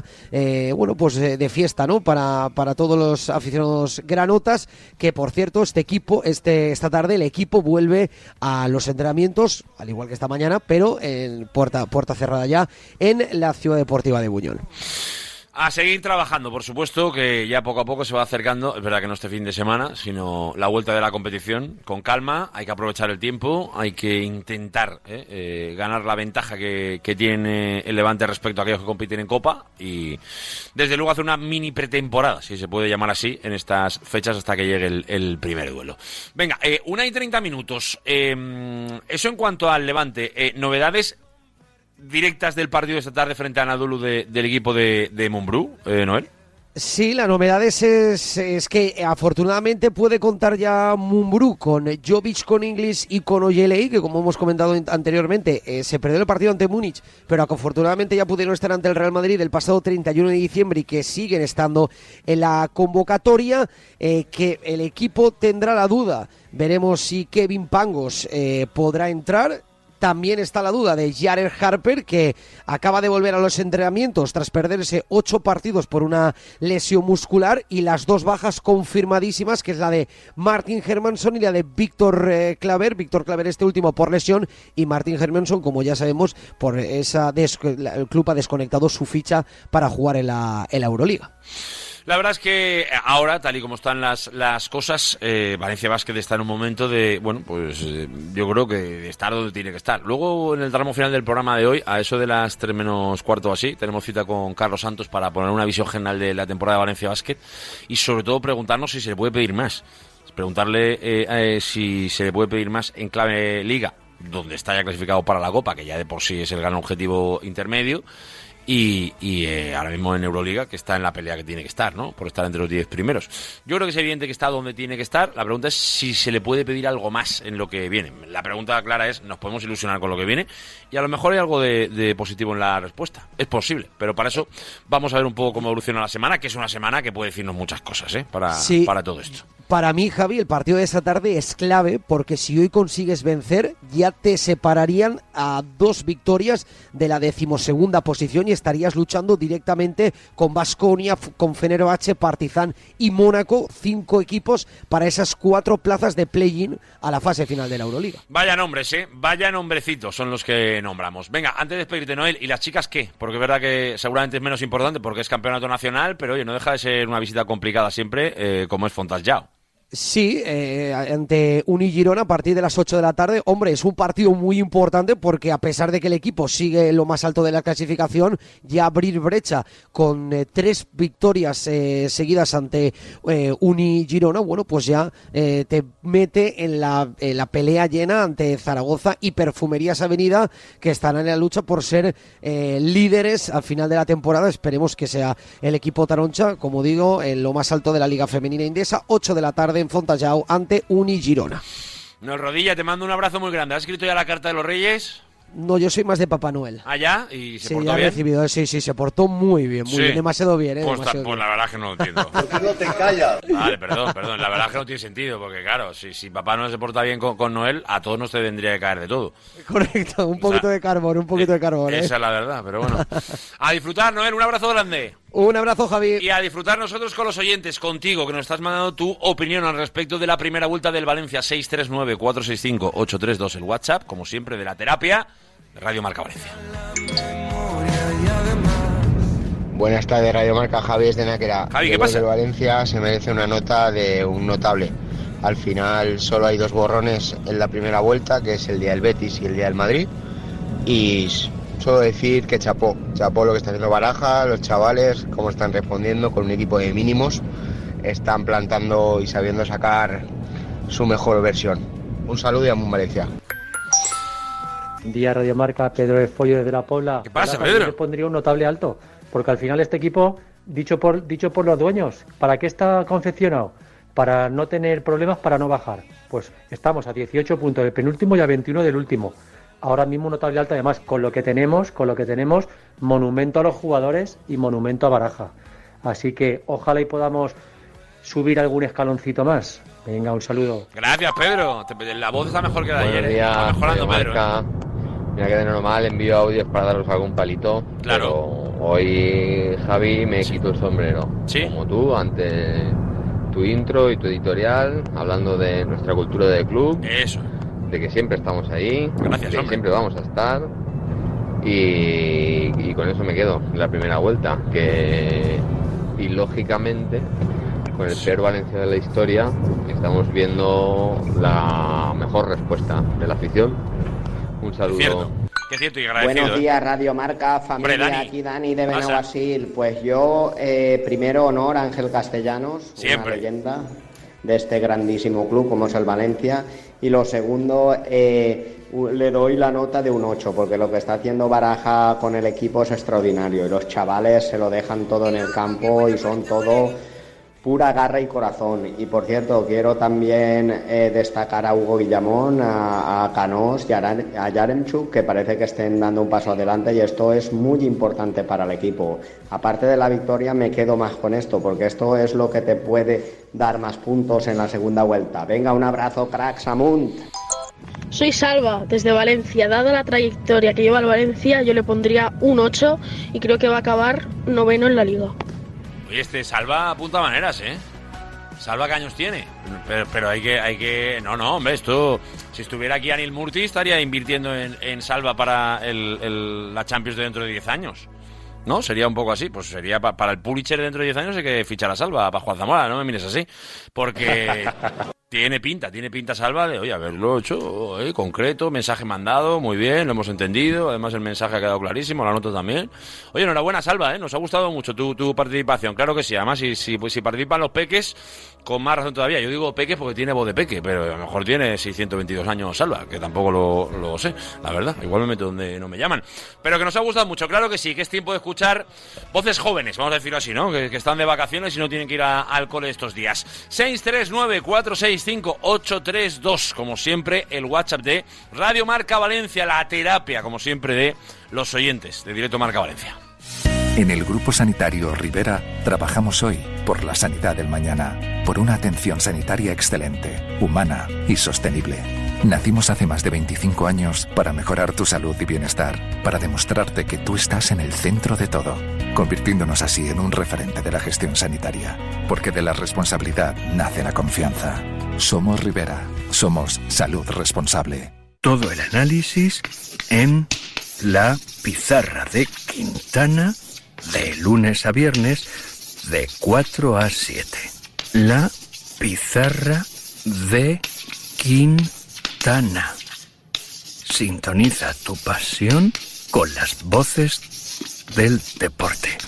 de fiesta, ¿no? Para todos los aficionados granotas, que por cierto esta tarde el equipo vuelve a los entrenamientos, al igual que esta mañana, pero en puerta cerrada ya en la Ciudad Deportiva de Buñol. A seguir trabajando, por supuesto, que ya poco a poco se va acercando, es verdad que no este fin de semana, sino la vuelta de la competición, con calma, hay que aprovechar el tiempo, hay que intentar ganar la ventaja que tiene el Levante respecto a aquellos que compiten en Copa y desde luego hacer una mini pretemporada, si se puede llamar así, en estas fechas hasta que llegue el primer duelo. Venga, 1:30 minutos, eso en cuanto al Levante, novedades directas del partido de esta tarde frente a Anadolu del equipo de Mumbrú, Noel. Sí, la novedad es que afortunadamente puede contar ya Mumbrú con Jovic, con Inglis y con Oyelei, que como hemos comentado anteriormente, se perdió el partido ante Múnich, pero que afortunadamente ya pudieron estar ante el Real Madrid el pasado 31 de diciembre y que siguen estando en la convocatoria, que el equipo tendrá la duda. Veremos si Kevin Pangos podrá entrar. También está la duda de Jared Harper, que acaba de volver a los entrenamientos tras perderse 8 partidos por una lesión muscular, y las 2 bajas confirmadísimas, que es la de Martin Hermansson y la de Víctor Claver. Víctor Claver este último por lesión, y Martin Hermansson, como ya sabemos, por esa el club ha desconectado su ficha para jugar en la Euroliga. La verdad es que ahora, tal y como están las cosas, Valencia Basket está en un momento de, bueno, pues yo creo que de estar donde tiene que estar. Luego, en el tramo final del programa de hoy, a eso de las 3 menos cuarto o así, tenemos cita con Carlos Santos para poner una visión general de la temporada de Valencia Basket y sobre todo preguntarnos si se le puede pedir más. Preguntarle si se le puede pedir más en clave Liga, donde está ya clasificado para la Copa, que ya de por sí es el gran objetivo intermedio. Y ahora mismo en Euroliga, que está en la pelea que tiene que estar, ¿no? Por estar entre los 10 primeros. Yo creo que es evidente que está donde tiene que estar. La pregunta es si se le puede pedir algo más en lo que viene. La pregunta clara es, ¿nos podemos ilusionar con lo que viene? Y a lo mejor hay algo de positivo en la respuesta. Es posible, pero para eso vamos a ver un poco cómo evoluciona la semana, que es una semana que puede decirnos muchas cosas, para todo esto. Para mí, Javi, el partido de esta tarde es clave, porque si hoy consigues vencer, ya te separarían a 2 victorias de la 12ª posición y estarías luchando directamente con Baskonia, con Fenerbahce, Partizan y Mónaco, 5 equipos para esas 4 plazas de play-in a la fase final de la Euroliga. Vaya nombres, vaya nombrecitos son los que nombramos. Venga, antes de despedirte, Noel, ¿y las chicas qué? Porque es verdad que seguramente es menos importante porque es campeonato nacional, pero oye, no deja de ser una visita complicada siempre, como es Fontajau. Sí, ante Uni Girona a partir de las 8 de la tarde. Hombre, es un partido muy importante porque a pesar de que el equipo sigue en lo más alto de la clasificación, ya abrir brecha con 3 victorias seguidas ante Uni Girona, bueno, pues ya te mete en la pelea llena ante Zaragoza y Perfumerías Avenida, que estarán en la lucha por ser líderes al final de la temporada. Esperemos que sea el equipo taroncha, como digo, en lo más alto de la Liga Femenina Indesa. 8 de la tarde en Fontajau ante Uni Girona. No, Rodilla, te mando un abrazo muy grande. ¿Has escrito ya la carta de los Reyes? No, yo soy más de Papá Noel. ¿Ah, ya? ¿Y se portó ya bien? Recibido, sí, se portó muy bien, demasiado bien. Pues demasiado bien. La verdad es que no lo entiendo. ¿Por qué no te callas? Vale, perdón, la verdad es que no tiene sentido, porque claro, si Papá Noel se porta bien con Noel, a todos nos tendría que caer de todo. Correcto, un poquito de carbón, Esa es la verdad, pero bueno. A disfrutar, Noel, un abrazo grande. Un abrazo, Javi. Y a disfrutar nosotros con los oyentes, contigo, que nos estás mandando tu opinión al respecto de la primera vuelta del Valencia. 639-465-832, el WhatsApp, como siempre, de la terapia de Radio Marca Valencia. Buenas tardes, Radio Marca. Javi es de Náquera. Javi, ¿qué pasa? El Valencia se merece una nota de un notable. Al final solo hay 2 borrones en la primera vuelta, que es el día del Betis y el día del Madrid. Y solo decir que chapó lo que está haciendo Baraja, los chavales, cómo están respondiendo con un equipo de mínimos. Están plantando y sabiendo sacar su mejor versión. Un saludo y ¡Amun Valencia! Día Radio Marca, Pedro de Follo desde La Pobla. ¿Qué pasa, Pedro? Yo le pondría un notable alto, porque al final este equipo, dicho por los dueños, ¿para qué está confeccionado? Para no tener problemas, para no bajar. Pues estamos a 18 puntos del penúltimo y a 21 del último. Ahora mismo un notable alto, además, con lo que tenemos, monumento a los jugadores y monumento a Baraja. Así que ojalá y podamos subir algún escaloncito más. Venga, un saludo. Gracias, Pedro. La voz está mejor que la de ayer. Días, está mejorando, Pedro. Marca. Mira que de normal envío audios para daros algún palito. Claro. Pero hoy, Javi, me quito el sombrero. ¿Sí? Como tú, ante tu intro y tu editorial, hablando de nuestra cultura de club. Eso. De que siempre estamos ahí. Gracias, de que hombre. siempre vamos a estar. y con eso me quedo en la primera vuelta, y lógicamente con el peor Valencia de la historia estamos viendo la mejor respuesta de la afición. Un saludo. Qué cierto y agradecido. Buenos días, Radio Marca, familia. Hombre, Dani. Aquí Dani de Benaguasil. Pues yo, primero honor a Ángel Castellanos, siempre. una leyenda de este grandísimo club como es el Valencia. Y lo segundo, le doy la nota de un 8, porque lo que está haciendo Baraja con el equipo es extraordinario. Y los chavales se lo dejan todo en el campo y son todo pura garra y corazón. Y por cierto, quiero también destacar a Hugo Guillamón, a Canós y a Yaremchuk, que parece que estén dando un paso adelante, y esto es muy importante para el equipo. Aparte de la victoria, me quedo más con esto, porque esto es lo que te puede dar más puntos en la segunda vuelta. Venga, un abrazo, cracks, amunt. Soy Salva, desde Valencia. Dada la trayectoria que lleva el Valencia, yo le pondría un 8 y creo que va a acabar 9º en la Liga. Oye, Salva apunta maneras, ¿eh? Salva, ¿qué años tiene? Pero hay que... No, hombre, esto... Si estuviera aquí Anil Murti, estaría invirtiendo en Salva para la Champions de dentro de 10 años. ¿No? Sería un poco así. Pues sería para el Pulitzer dentro de 10 años hay que fichar a Salva, para Juan Zamora, no me mires así. Porque... Tiene pinta Salva de, oye, haberlo hecho, concreto, mensaje mandado, muy bien, lo hemos entendido, además el mensaje ha quedado clarísimo, la nota también. Oye, enhorabuena Salva, nos ha gustado mucho tu participación, claro que sí, además si participan los peques, con más razón todavía. Yo digo peques porque tiene voz de peque, pero a lo mejor tiene 622 años Salva, que tampoco lo sé, la verdad, igual me meto donde no me llaman. Pero que nos ha gustado mucho, claro que sí, que es tiempo de escuchar voces jóvenes, vamos a decirlo así, ¿no? Que están de vacaciones y no tienen que ir al cole estos días. 639-465-832, como siempre, el WhatsApp de Radio Marca Valencia, la terapia, como siempre, de los oyentes de Directo Marca Valencia. En el Grupo Sanitario Rivera trabajamos hoy por la sanidad del mañana, por una atención sanitaria excelente, humana y sostenible. Nacimos hace más de 25 años para mejorar tu salud y bienestar, para demostrarte que tú estás en el centro de todo, convirtiéndonos así en un referente de la gestión sanitaria, porque de la responsabilidad nace la confianza. Somos Rivera, somos salud responsable. Todo el análisis en La Pizarra de Quintana, de lunes a viernes, de 4 a 7. La Pizarra de Quintana. Sintoniza tu pasión con las voces del deporte.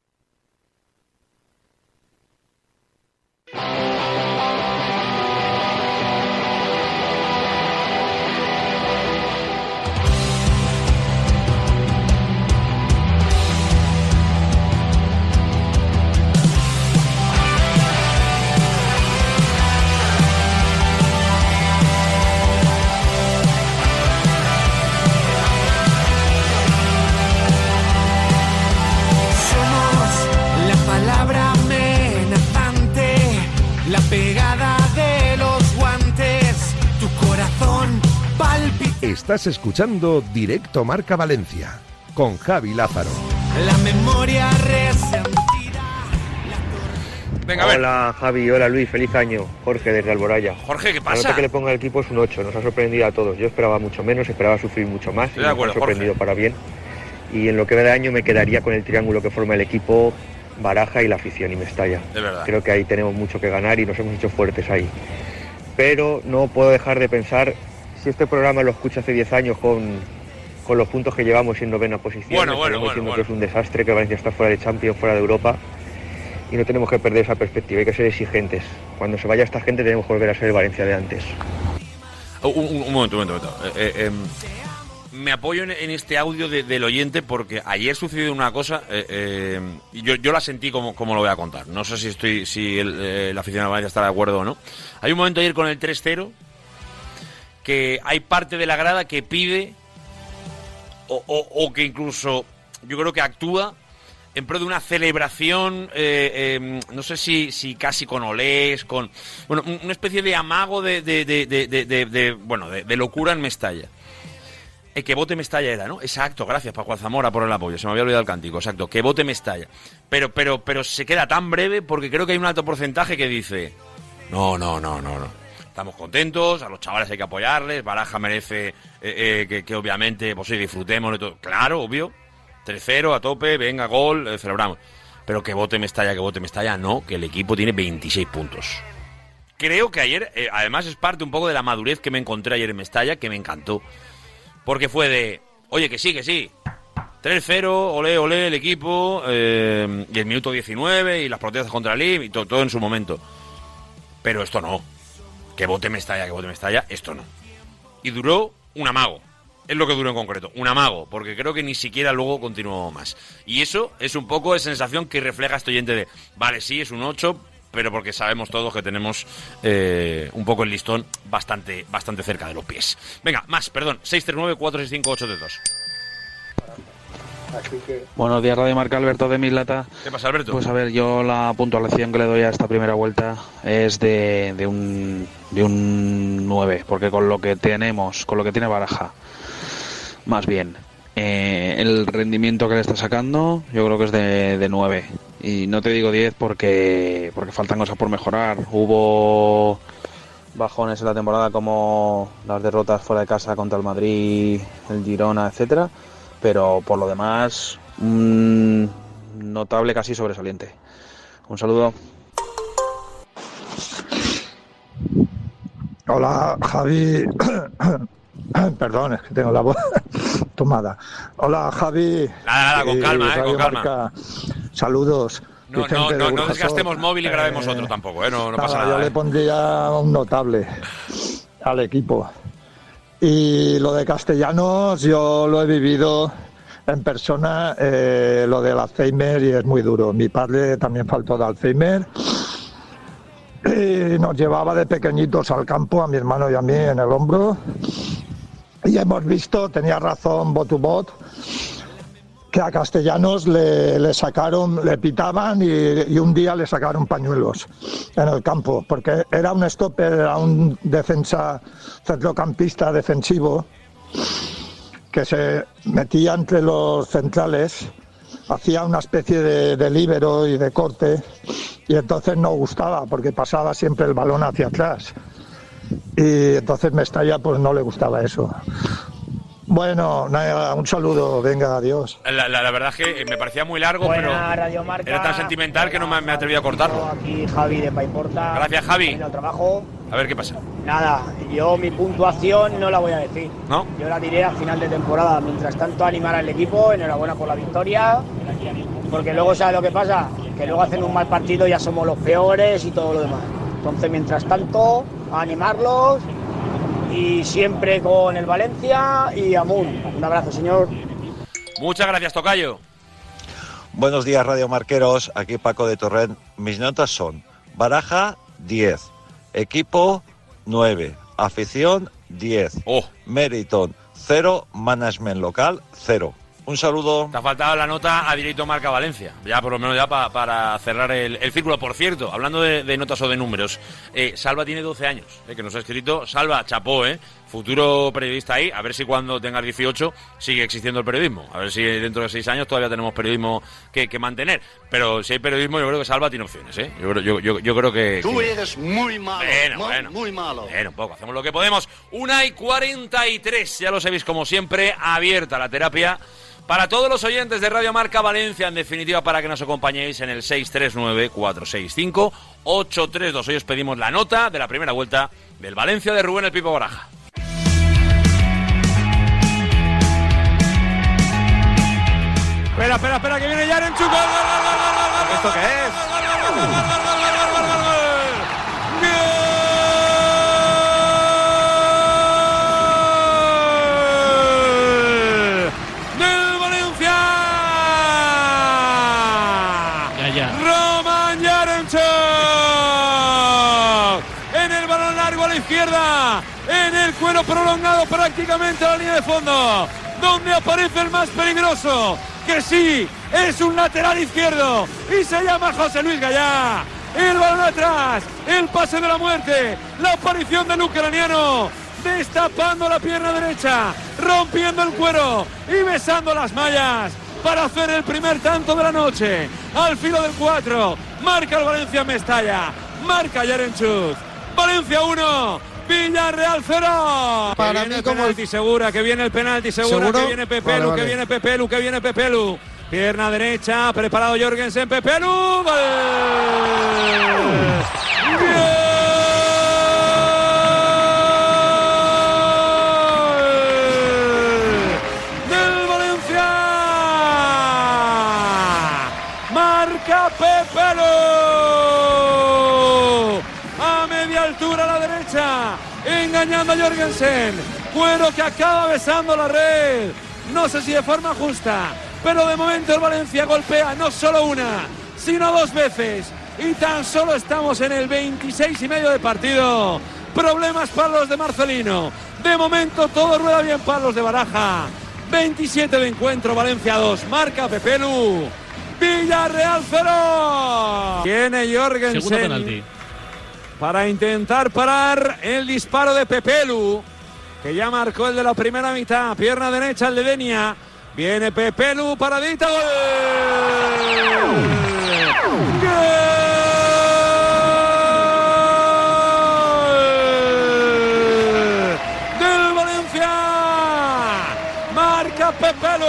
Estás escuchando Directo Marca Valencia con Javi Lázaro. La memoria resentida. Venga, a ver. Hola Javi, hola Luis, feliz año. Jorge desde Alboraya. Jorge, ¿qué pasa? La nota que le ponga al equipo es un 8, nos ha sorprendido a todos. Yo esperaba mucho menos, esperaba sufrir mucho más. Estoy de acuerdo, nos ha sorprendido Jorge. para bien. Y en lo que va de año me quedaría con el triángulo que forma el equipo, Baraja y la afición y Mestalla. De verdad. Creo que ahí tenemos mucho que ganar y nos hemos hecho fuertes ahí. Pero no puedo dejar de pensar, si este programa lo escucho hace 10 años con los puntos que llevamos en novena posición, diciendo que es un desastre, que Valencia está fuera de Champions, fuera de Europa, y no tenemos que perder esa perspectiva, hay que ser exigentes. Cuando se vaya esta gente tenemos que volver a ser el Valencia de antes. Un momento. Me apoyo en este audio del oyente porque ayer sucedió una cosa y yo la sentí como lo voy a contar. No sé si el aficionado de Valencia está de acuerdo o no. Hay un momento ayer con el 3-0 que hay parte de la grada que pide o que incluso yo creo que actúa en pro de una celebración, no sé si casi con olés, con una especie de amago de locura en Mestalla. Que vote Mestalla era, ¿no? Exacto, gracias Paco Zamora por el apoyo, se me había olvidado el cántico, exacto, que vote Mestalla. Pero se queda tan breve porque creo que hay un alto porcentaje que dice no. estamos contentos, a los chavales hay que apoyarles, Baraja merece que obviamente pues sí, disfrutemos de todo. Claro, obvio, 3-0 a tope, venga, gol, celebramos. Pero que vote Mestalla, no, que el equipo tiene 26 puntos. Creo que ayer, además es parte un poco de la madurez que me encontré ayer en Mestalla, que me encantó. Porque fue de, oye, que sí, 3-0, olé el equipo, y el minuto 19, y las protestas contra el IM, y todo en su momento. Pero esto no. Que vote Mestalla, esto no. Y duró un amago. Es lo que duró en concreto, un amago, porque creo que ni siquiera luego continuó más. Y eso es un poco de sensación que refleja este oyente de, vale, sí, es un 8, pero porque sabemos todos que tenemos un poco el listón bastante cerca de los pies. Venga, más, perdón, 639-465-832. Buenos días, Radio Marca, Alberto de Mislata. ¿Qué pasa, Alberto? Pues a ver, yo la puntuación que le doy a esta primera vuelta es de un 9, porque con lo que tiene Baraja, más bien, el rendimiento que le está sacando, yo creo que es de 9. Y no te digo 10 porque faltan cosas por mejorar. Hubo bajones en la temporada como las derrotas fuera de casa contra el Madrid, el Girona, etcétera. Pero por lo demás, notable, casi sobresaliente. Un saludo. Hola, Javi. Perdón, es que tengo la voz tomada. Hola, Javi. Nada, con calma, con calma. Marca. Saludos. No desgastemos móvil y grabemos otro tampoco, no pasa nada. Yo le pondría un notable al equipo. Y lo de Castellanos, yo lo he vivido en persona, lo del Alzheimer, y es muy duro. Mi padre también faltó de Alzheimer. Y nos llevaba de pequeñitos al campo, a mi hermano y a mí, en el hombro. Y hemos visto, tenía razón Botubot, que a Castellanos le sacaron, le pitaban y un día le sacaron pañuelos en el campo, porque era un stopper, era un centrocampista defensivo que se metía entre los centrales, hacía una especie de líbero y de corte, y entonces no gustaba porque pasaba siempre el balón hacia atrás. Y entonces Mestalla pues no le gustaba eso. Bueno, nada, un saludo, venga, adiós. La verdad es que me parecía muy largo, Buena, pero Radio Marca. Era tan sentimental que no me atreví a cortarlo. Aquí Javi de Paiporta. Gracias, Javi. Trabajo. A ver qué pasa. Nada, yo mi puntuación no la voy a decir. ¿No? Yo la diré al final de temporada. Mientras tanto, animar al equipo, enhorabuena por la victoria. Porque luego, ¿sabes lo que pasa? Que luego hacen un mal partido, ya somos los peores y todo lo demás. Entonces, mientras tanto, a animarlos. Y siempre con el Valencia y Amun. Un abrazo, señor. Muchas gracias, tocayo. Buenos días, Radio Marqueros. Aquí Paco de Torrent. Mis notas son: Baraja, 10. Equipo, 9. Afición, 10. Meriton, 0. Management local, 0. Un saludo. Te ha faltado la nota a Directo Marca Valencia. Ya, por lo menos ya para cerrar el círculo. Por cierto, hablando de notas o de números, Salva tiene 12 años, que nos ha escrito. Salva, chapó, futuro periodista ahí. A ver si cuando tengas 18 sigue existiendo el periodismo. A ver si dentro de 6 años todavía tenemos periodismo que mantener. Pero si hay periodismo, yo creo que Salva tiene opciones, Yo creo que... Tú eres muy malo. Bueno. Muy malo. Bueno, un poco. Hacemos lo que podemos. 1:43. Ya lo sabéis, como siempre, abierta la terapia para todos los oyentes de Radio Marca Valencia, en definitiva, para que nos acompañéis en el 639-465-832. Hoy os pedimos la nota de la primera vuelta del Valencia de Rubén el Pipo Baraja. Espera, que viene Yarenchuk. ¿Esto qué es? Izquierda, en el cuero prolongado prácticamente a la línea de fondo, donde aparece el más peligroso, que sí, es un lateral izquierdo y se llama José Luis Gallá. El balón atrás, el pase de la muerte, la aparición del ucraniano, destapando la pierna derecha, rompiendo el cuero y besando las mallas para hacer el primer tanto de la noche. Al filo del 4, marca el Valencia Mestalla, marca Yarenchuk. Valencia 1, Villarreal 0. Para que viene mí el como penalti segura, que viene el penalti segura, ¿Seguro? que viene Pepelu, Vale. que viene Pepelu, que viene Pepelu. Pierna derecha, preparado Jorgensen, Pepelu. ¡Gol! ¡Del Valencia! Marca Pepelu. A media altura a la derecha, engañando a Jorgensen. Cuero que acaba besando la red. No sé si de forma justa, pero de momento el Valencia golpea no solo una, sino dos veces. Y tan solo estamos en el 26,5 de partido. Problemas para los de Marcelino. De momento todo rueda bien para los de Baraja. 27 de encuentro, Valencia 2. Marca Pepelu. Villarreal 0. Tiene Segundo Jorgensen penalti. para intentar parar el disparo de Pepelu, que ya marcó el de la primera mitad. Pierna derecha el de Denia. Viene Pepelu, paradita, gol. ¡Gol! Del Valencia. Marca Pepelu.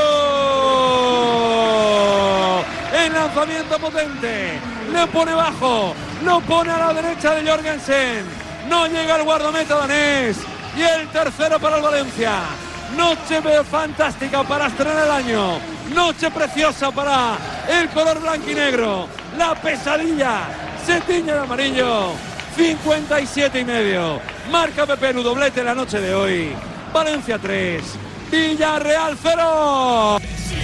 El lanzamiento potente. Le pone bajo. Lo pone a la derecha de Jorgensen. No llega el guardameta danés. Y el tercero para el Valencia. Noche fantástica para estrenar el año. Noche preciosa para el color blanquinegro. La pesadilla se tiñe de amarillo. 57,5. Marca Pepelu, doblete la noche de hoy. Valencia 3, Villarreal 0.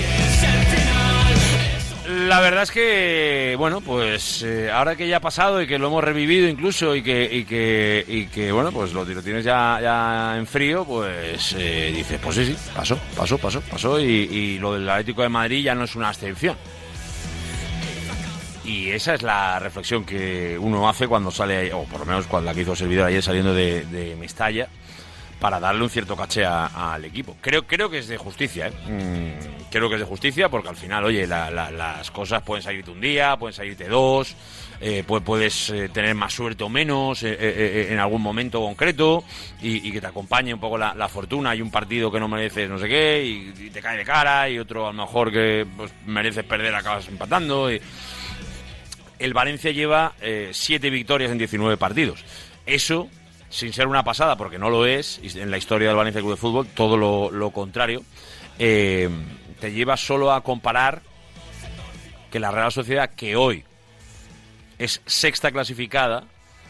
La verdad es que, bueno, pues ahora que ya ha pasado y que lo hemos revivido incluso y que bueno, pues lo tienes ya en frío, pues dices, pues sí, pasó y lo del Atlético de Madrid ya no es una excepción. Y esa es la reflexión que uno hace cuando sale, o por lo menos cuando la que hizo el servidor ayer saliendo de Mestalla, para darle un cierto caché al equipo. Creo que es de justicia, Creo que es de justicia porque al final, oye, las cosas pueden salirte un día, pueden salirte dos, puedes tener más suerte o menos en algún momento concreto y que te acompañe un poco la fortuna. Hay un partido que no mereces no sé qué y te cae de cara y otro a lo mejor que pues, mereces perder, acabas empatando. El Valencia lleva 7 victorias en 19 partidos. Eso, sin ser una pasada, porque no lo es, y en la historia del Valencia Club de Fútbol, todo lo contrario, te lleva solo a comparar que la Real Sociedad, que hoy es sexta clasificada,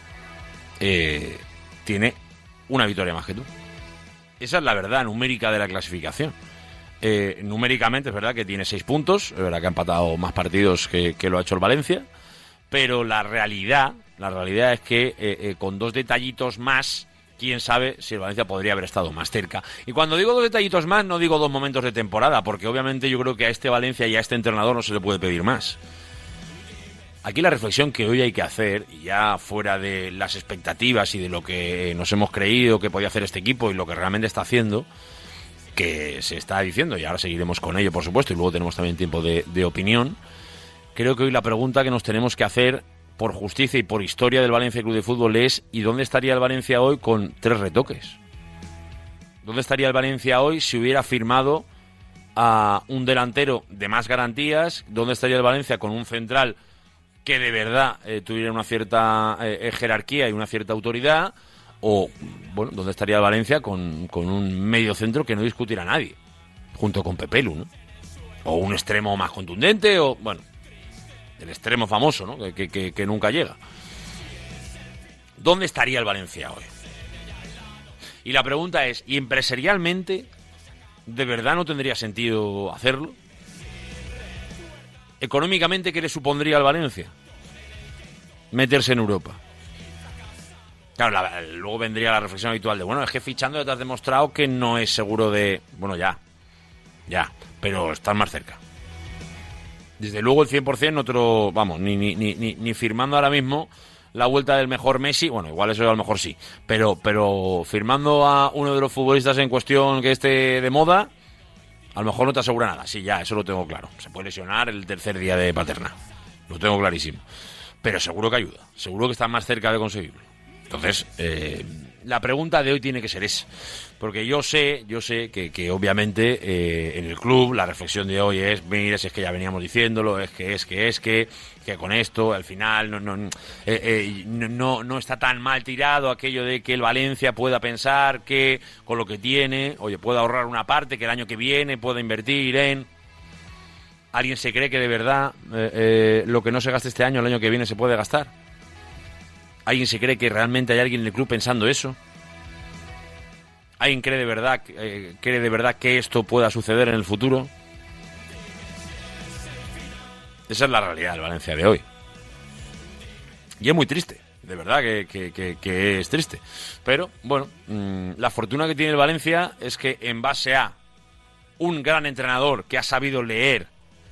tiene una victoria más que tú. Esa es la verdad numérica de la clasificación. Numéricamente es verdad que tiene 6 puntos, es verdad que ha empatado más partidos que lo ha hecho el Valencia, pero la realidad es que con 2 detallitos más, quién sabe si el Valencia podría haber estado más cerca. Y cuando digo 2 detallitos más, no digo 2 momentos de temporada, porque obviamente yo creo que a este Valencia y a este entrenador no se le puede pedir más. Aquí la reflexión que hoy hay que hacer, y ya fuera de las expectativas y de lo que nos hemos creído que podía hacer este equipo y lo que realmente está haciendo, que se está diciendo, y ahora seguiremos con ello, por supuesto, y luego tenemos también tiempo de opinión, creo que hoy la pregunta que nos tenemos que hacer por justicia y por historia del Valencia Club de Fútbol es ¿y dónde estaría el Valencia hoy con 3 retoques? ¿Dónde estaría el Valencia hoy si hubiera firmado a un delantero de más garantías? ¿Dónde estaría el Valencia con un central que de verdad tuviera una cierta jerarquía y una cierta autoridad? O, bueno, ¿dónde estaría el Valencia con un medio centro que no discutirá a nadie? Junto con Pepelu, ¿no? O un extremo más contundente, o, bueno, el extremo famoso, ¿no? Que nunca llega. ¿Dónde estaría el Valencia hoy? Y la pregunta es, ¿y empresarialmente de verdad no tendría sentido hacerlo? ¿Económicamente qué le supondría al Valencia meterse en Europa? Claro, luego vendría la reflexión habitual de, bueno, es que fichando ya te has demostrado que no es seguro de... Bueno, ya, pero estás más cerca. Desde luego el 100% no te lo... Vamos, ni firmando ahora mismo la vuelta del mejor Messi, bueno, igual eso a lo mejor sí, pero firmando a uno de los futbolistas en cuestión que esté de moda, a lo mejor no te asegura nada. Sí, ya, eso lo tengo claro. Se puede lesionar el tercer día de Paterna. Lo tengo clarísimo. Pero seguro que ayuda. Seguro que está más cerca de conseguirlo. Entonces, la pregunta de hoy tiene que ser esa. Porque yo sé que obviamente en el club la reflexión de hoy es, mira, si es que ya veníamos diciéndolo, es que con esto al final no está tan mal tirado aquello de que el Valencia pueda pensar que con lo que tiene, oye, pueda ahorrar una parte, que el año que viene pueda invertir en... ¿Alguien se cree que de verdad lo que no se gaste este año, el año que viene se puede gastar? ¿Alguien se cree que realmente hay alguien en el club pensando eso? ¿Alguien cree de verdad que esto pueda suceder en el futuro? Esa es la realidad del Valencia de hoy. Y es muy triste, de verdad que es triste. Pero, bueno, la fortuna que tiene el Valencia es que en base a un gran entrenador que ha sabido leer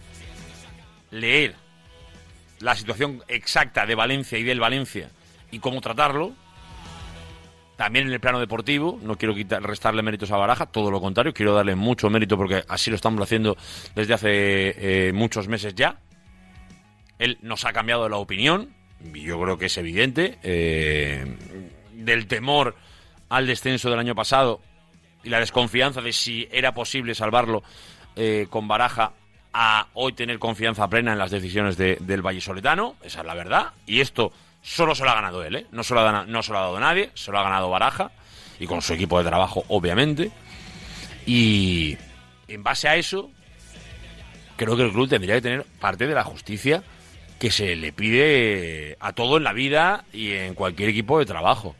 la situación exacta de Valencia y del Valencia y cómo tratarlo, también en el plano deportivo, no quiero restarle méritos a Baraja, todo lo contrario, quiero darle mucho mérito porque así lo estamos haciendo desde hace muchos meses ya. Él nos ha cambiado la opinión, y yo creo que es evidente, del temor al descenso del año pasado y la desconfianza de si era posible salvarlo con Baraja, a hoy tener confianza plena en las decisiones del vallisoletano, esa es la verdad, y esto solo se lo ha ganado él, no se lo ha dado nadie, se lo ha ganado Baraja, y con su equipo de trabajo, obviamente, y en base a eso, creo que el club tendría que tener parte de la justicia que se le pide a todo en la vida y en cualquier equipo de trabajo,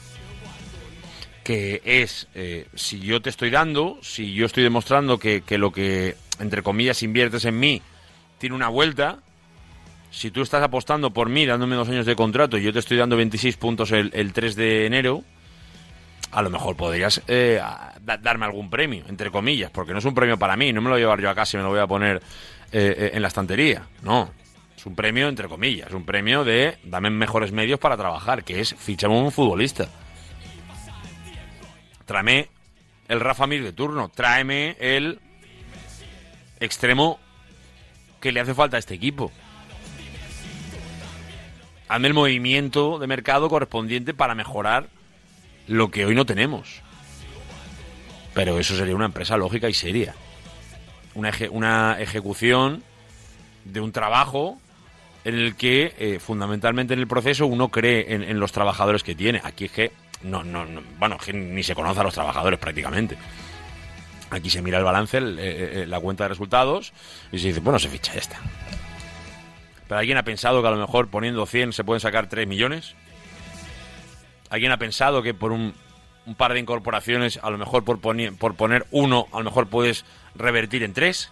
que es, si yo estoy demostrando que lo que, entre comillas, inviertes en mí tiene una vuelta. Si tú estás apostando por mí, dándome 2 años de contrato, y yo te estoy dando 26 puntos el 3 de enero, a lo mejor podrías darme algún premio, entre comillas, porque no es un premio para mí, no me lo voy a llevar yo a casa y me lo voy a poner en la estantería. No, es un premio, entre comillas, es un premio de dame mejores medios para trabajar, que es fichame un futbolista. Tráeme el Rafa Mir de turno, tráeme el extremo que le hace falta a este equipo. Hazme el movimiento de mercado correspondiente para mejorar lo que hoy no tenemos. Pero eso sería una empresa lógica y seria. Una ejecución de un trabajo en el que, fundamentalmente en el proceso, uno cree en los trabajadores que tiene. Aquí es que, que ni se conoce a los trabajadores prácticamente. Aquí se mira el balance, la cuenta de resultados, y se dice, bueno, se ficha, ya está. ¿Pero alguien ha pensado que a lo mejor poniendo 100 se pueden sacar 3 millones? ¿Alguien ha pensado que por un par de incorporaciones, a lo mejor por poner 1, a lo mejor puedes revertir en 3?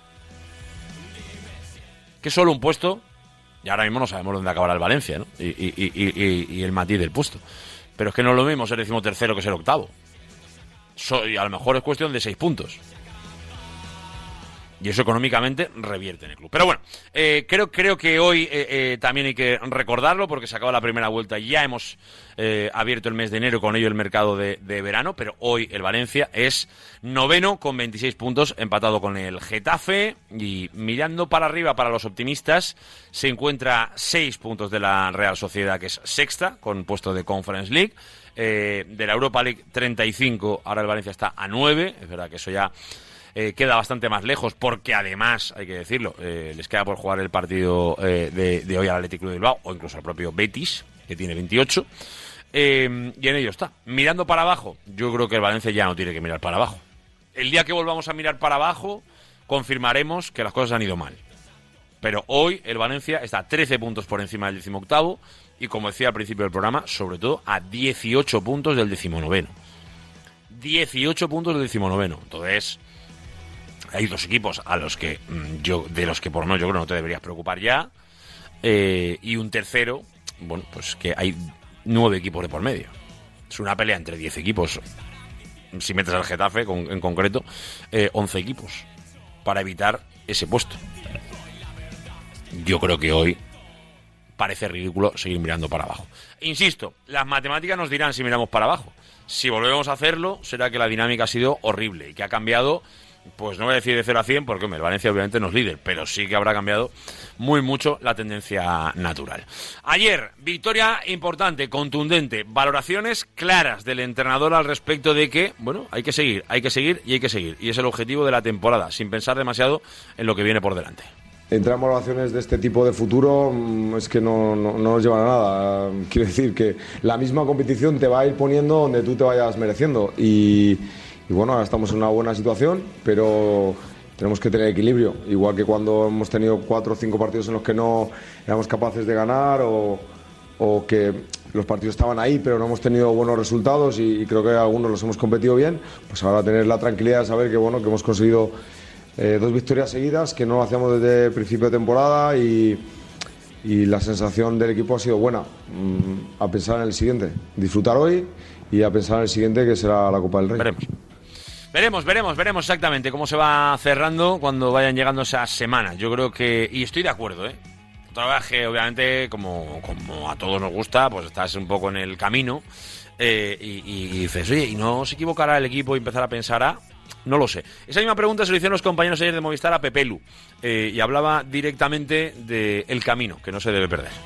Que solo un puesto, y ahora mismo no sabemos dónde acabará el Valencia, ¿no? Y el matiz del puesto. Pero es que no es lo mismo ser 13º que ser 8º. Y a lo mejor es cuestión de 6 puntos. Y eso económicamente revierte en el club. Pero bueno, creo que hoy también hay que recordarlo porque se acaba la primera vuelta. Ya hemos abierto el mes de enero, con ello el mercado de verano. Pero hoy el Valencia es 9º con 26 puntos, empatado con el Getafe. Y mirando para arriba, para los optimistas, se encuentra 6 puntos de la Real Sociedad, que es sexta, con puesto de Conference League. De la Europa League 35, ahora el Valencia está a 9. Es verdad que eso ya queda bastante más lejos, porque además, hay que decirlo, les queda por jugar el partido de hoy al Athletic Club de Bilbao, o incluso al propio Betis, que tiene 28, y en ello está. Mirando para abajo, yo creo que el Valencia ya no tiene que mirar para abajo. El día que volvamos a mirar para abajo, confirmaremos que las cosas han ido mal. Pero hoy el Valencia está 13 puntos por encima del 18º, y como decía al principio del programa, sobre todo a 18 puntos del 19º. 18 puntos del 19º. Entonces, hay 2 equipos a los que de los que por lo menos yo creo no te deberías preocupar ya, y un tercero, bueno, pues que hay 9 equipos de por medio. Es una pelea entre 10 equipos. Si metes al Getafe en concreto, 11 equipos para evitar ese puesto. Yo creo que hoy parece ridículo seguir mirando para abajo. Insisto, las matemáticas nos dirán si miramos para abajo. Si volvemos a hacerlo, será que la dinámica ha sido horrible y que ha cambiado pues no voy a decir de 0 a 100 porque, hombre, el Valencia obviamente no es líder, pero sí que habrá cambiado muy mucho la tendencia natural. Ayer, victoria importante, contundente, valoraciones claras del entrenador al respecto de que, bueno, hay que seguir y hay que seguir. Y es el objetivo de la temporada, sin pensar demasiado en lo que viene por delante. Entrar en valoraciones de este tipo de futuro es que no nos llevan a nada. Quiero decir que la misma competición te va a ir poniendo donde tú te vayas mereciendo. Y bueno, ahora estamos en una buena situación, pero tenemos que tener equilibrio. Igual que cuando hemos tenido 4 o 5 partidos en los que no éramos capaces de ganar o que los partidos estaban ahí pero no hemos tenido buenos resultados y creo que algunos los hemos competido bien, pues ahora tener la tranquilidad de saber que, bueno, que hemos conseguido 2 victorias seguidas, que no lo hacíamos desde el principio de temporada y la sensación del equipo ha sido buena. A pensar en el siguiente, disfrutar hoy y a pensar en el siguiente, que será la Copa del Rey. Veremos exactamente cómo se va cerrando cuando vayan llegando esas semanas. Yo creo que, y estoy de acuerdo, trabaje, obviamente, como a todos nos gusta, pues estás un poco en el camino y dices, oye, ¿y no se equivocará el equipo y empezar a pensar No lo sé. Esa misma pregunta se lo hicieron los compañeros ayer de Movistar a Pepelu y hablaba directamente del camino, que no se debe perder.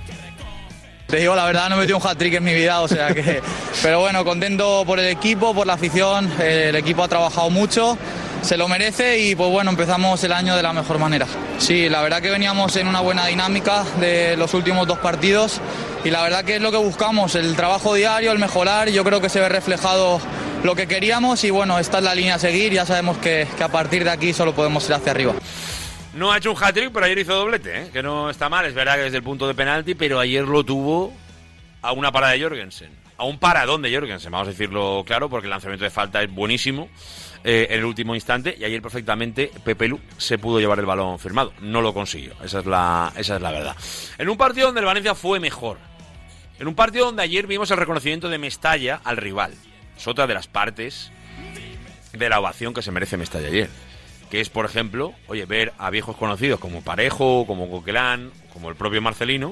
Te digo la verdad, no he metido un hat-trick en mi vida, o sea que... Pero bueno, contento por el equipo, por la afición, el equipo ha trabajado mucho, se lo merece y pues bueno, empezamos el año de la mejor manera. Sí, la verdad que veníamos en una buena dinámica de los últimos 2 partidos y la verdad que es lo que buscamos, el trabajo diario, el mejorar, yo creo que se ve reflejado lo que queríamos y bueno, esta es la línea a seguir, ya sabemos que a partir de aquí solo podemos ir hacia arriba. No ha hecho un hat-trick, pero ayer hizo doblete, que no está mal. Es verdad que desde el punto de penalti, pero ayer lo tuvo a una parada de Jorgensen. A un paradón de Jorgensen, vamos a decirlo claro, porque el lanzamiento de falta es buenísimo en el último instante. Y ayer perfectamente Pepelu se pudo llevar el balón firmado. No lo consiguió, esa es la verdad. En un partido donde el Valencia fue mejor. En un partido donde ayer vimos el reconocimiento de Mestalla al rival. Es otra de las partes de la ovación que se merece Mestalla ayer. Que es, por ejemplo, oye, ver a viejos conocidos como Parejo, como Coquelin, como el propio Marcelino,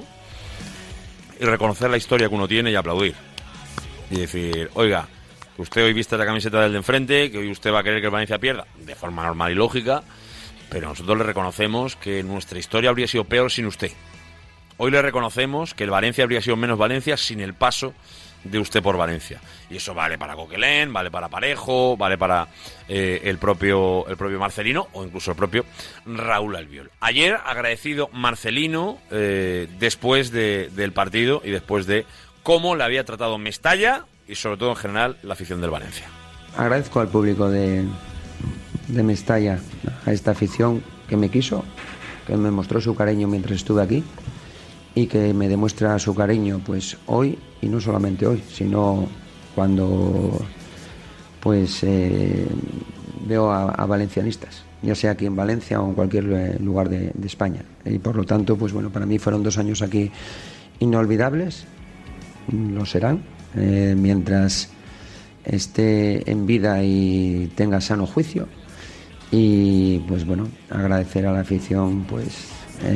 y reconocer la historia que uno tiene y aplaudir. Y decir, oiga, que usted hoy viste la camiseta del de enfrente, que hoy usted va a querer que el Valencia pierda, de forma normal y lógica, pero nosotros le reconocemos que nuestra historia habría sido peor sin usted. Hoy le reconocemos que el Valencia habría sido menos Valencia sin el paso de usted por Valencia. Y eso vale para Coquelin, vale para Parejo, vale para el propio Marcelino o incluso el propio Raúl Albiol. Ayer agradecido Marcelino después del partido y después de cómo le había tratado Mestalla y sobre todo en general la afición del Valencia. Agradezco al público de Mestalla, a esta afición que me quiso, que me mostró su cariño mientras estuve aquí y que me demuestra su cariño pues hoy, y no solamente hoy, sino cuando pues veo a valencianistas, ya sea aquí en Valencia o en cualquier lugar de España. Y por lo tanto, pues bueno, para mí fueron 2 años aquí inolvidables, lo serán, mientras esté en vida y tenga sano juicio. Y pues bueno, agradecer a la afición pues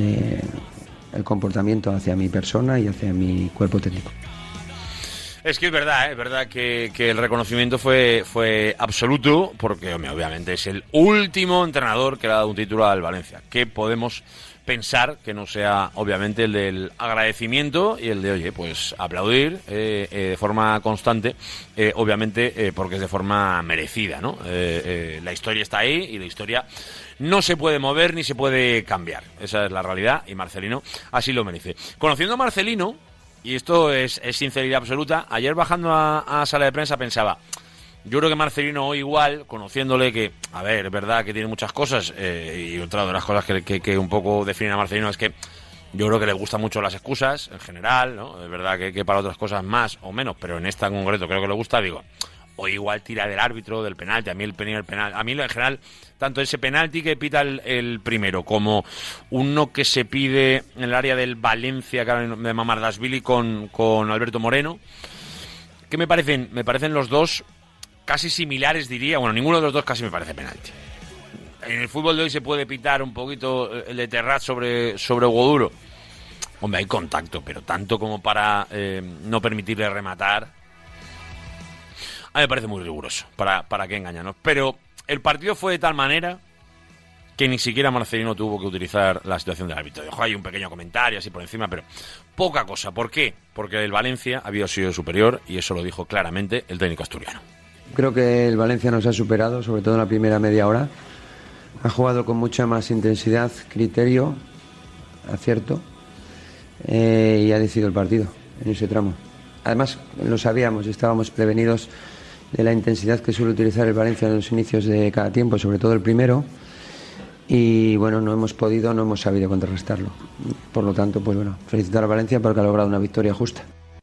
el comportamiento hacia mi persona y hacia mi cuerpo técnico. Es que es verdad que el reconocimiento fue absoluto, porque obviamente es el último entrenador que le ha dado un título al Valencia. ¿Qué podemos pensar que no sea obviamente el del agradecimiento y el de, oye, pues aplaudir de forma constante, obviamente porque es de forma merecida, ¿no? La historia está ahí y la historia no se puede mover ni se puede cambiar. Esa es la realidad y Marcelino así lo merece. Conociendo a Marcelino, y esto es sinceridad absoluta, ayer bajando a sala de prensa pensaba, yo creo que Marcelino hoy igual, conociéndole que, a ver, es verdad que tiene muchas cosas, y otra de las cosas que un poco definen a Marcelino es que yo creo que le gustan mucho las excusas, en general, ¿no? Es verdad que para otras cosas más o menos, pero en esta en concreto creo que le gusta, digo, hoy igual tira del árbitro, del penalti, a mí el penal, a mí en general, tanto ese penalti que pita el primero, como uno que se pide en el área del Valencia, de Mamardashvili con Alberto Moreno, que me parecen los dos casi similares, diría. Bueno, ninguno de los dos casi me parece penalti. En el fútbol de hoy se puede pitar un poquito el de Terrat sobre Hugo Duro. Hombre, hay contacto, pero tanto como para no permitirle rematar. A mí me parece muy riguroso, para qué engañarnos. Pero el partido fue de tal manera que ni siquiera Marcelino tuvo que utilizar la situación del árbitro. Dejó ahí un pequeño comentario así por encima, pero poca cosa. ¿Por qué? Porque el Valencia había sido superior y eso lo dijo claramente el técnico asturiano. Creo que el Valencia nos ha superado, sobre todo en la primera media hora. Ha jugado con mucha más intensidad, criterio, acierto, y ha decidido el partido en ese tramo. Además, lo sabíamos, estábamos prevenidos de la intensidad que suele utilizar el Valencia en los inicios de cada tiempo, sobre todo el primero. Y bueno, no hemos sabido contrarrestarlo. Por lo tanto, pues bueno, felicitar a Valencia porque ha logrado una victoria justa.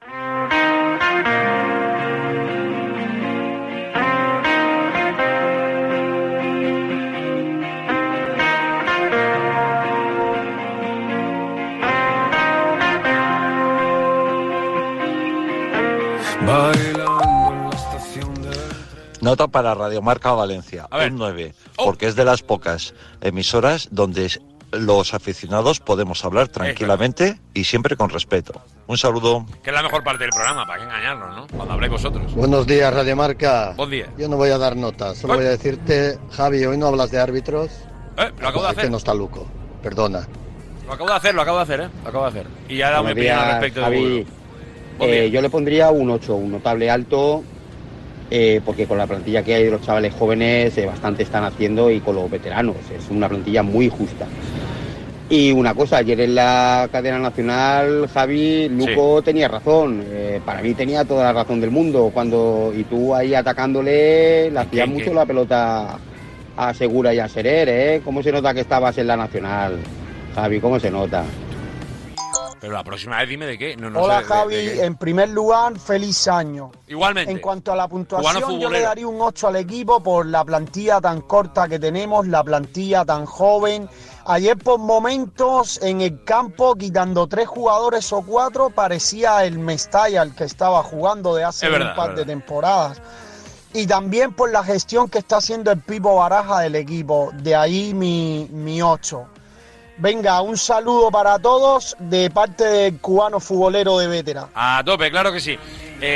Nota para Radio Marca Valencia, un 9, porque es de las pocas emisoras donde los aficionados podemos hablar tranquilamente y siempre con respeto. Un saludo. Que es la mejor parte del programa, para que engañarnos, ¿no? Cuando habléis vosotros. Buenos días, Radio Marca. Buen día. Yo no voy a dar notas, solo voy a decirte, Javi, hoy no hablas de árbitros. Lo acabo de hacer. Que no está Luco, perdona. Lo acabo de hacer, Lo acabo de hacer. Y ya he dado mi opinión al respecto. Javi, yo le pondría un 8, un notable alto. Porque con la plantilla que hay de los chavales jóvenes bastante están haciendo y con los veteranos, es una plantilla muy justa. Y una cosa, ayer en la cadena nacional, Javi, Luco tenía razón, para mí tenía toda la razón del mundo, y tú ahí atacándole, le hacías mucho la pelota a Segura y a Serer, ¿cómo se nota que estabas en la nacional, Javi? ¿Cómo se nota? Pero la próxima vez dime de qué. Hola, sé, Javi, de en primer lugar, feliz año. Igualmente. En cuanto a la puntuación, yo le daría un 8 al equipo por la plantilla tan corta que tenemos, la plantilla tan joven. Ayer por momentos en el campo, quitando 3 jugadores o 4, parecía el Mestalla el que estaba jugando de hace un par de temporadas. Y también por la gestión que está haciendo el Pipo Baraja del equipo. De ahí mi 8. Venga, un saludo para todos de parte del cubano futbolero de Vétera. A tope, claro que sí.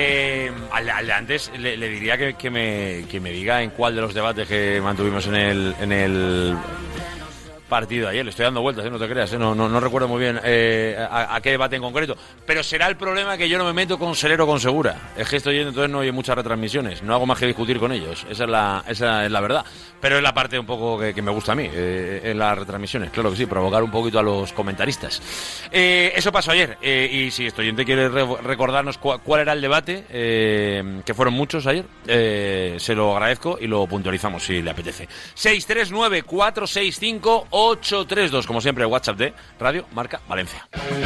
Al de antes le diría que me diga en cuál de los debates que mantuvimos en el partido de ayer. Le estoy dando vueltas, no te creas, no recuerdo muy bien a qué debate en concreto. Pero será el problema que yo no me meto con Serero o con Segura. Es que estoy yendo, entonces no oye muchas retransmisiones. No hago más que discutir con ellos. Esa es la verdad. Pero es la parte un poco que me gusta a mí, en las retransmisiones. Claro que sí, provocar un poquito a los comentaristas. Eso pasó ayer. Y si este oyente quiere recordarnos cuál era el debate, que fueron muchos ayer, se lo agradezco y lo puntualizamos si le apetece. 639-465-832, como siempre, el WhatsApp de Radio Marca Valencia.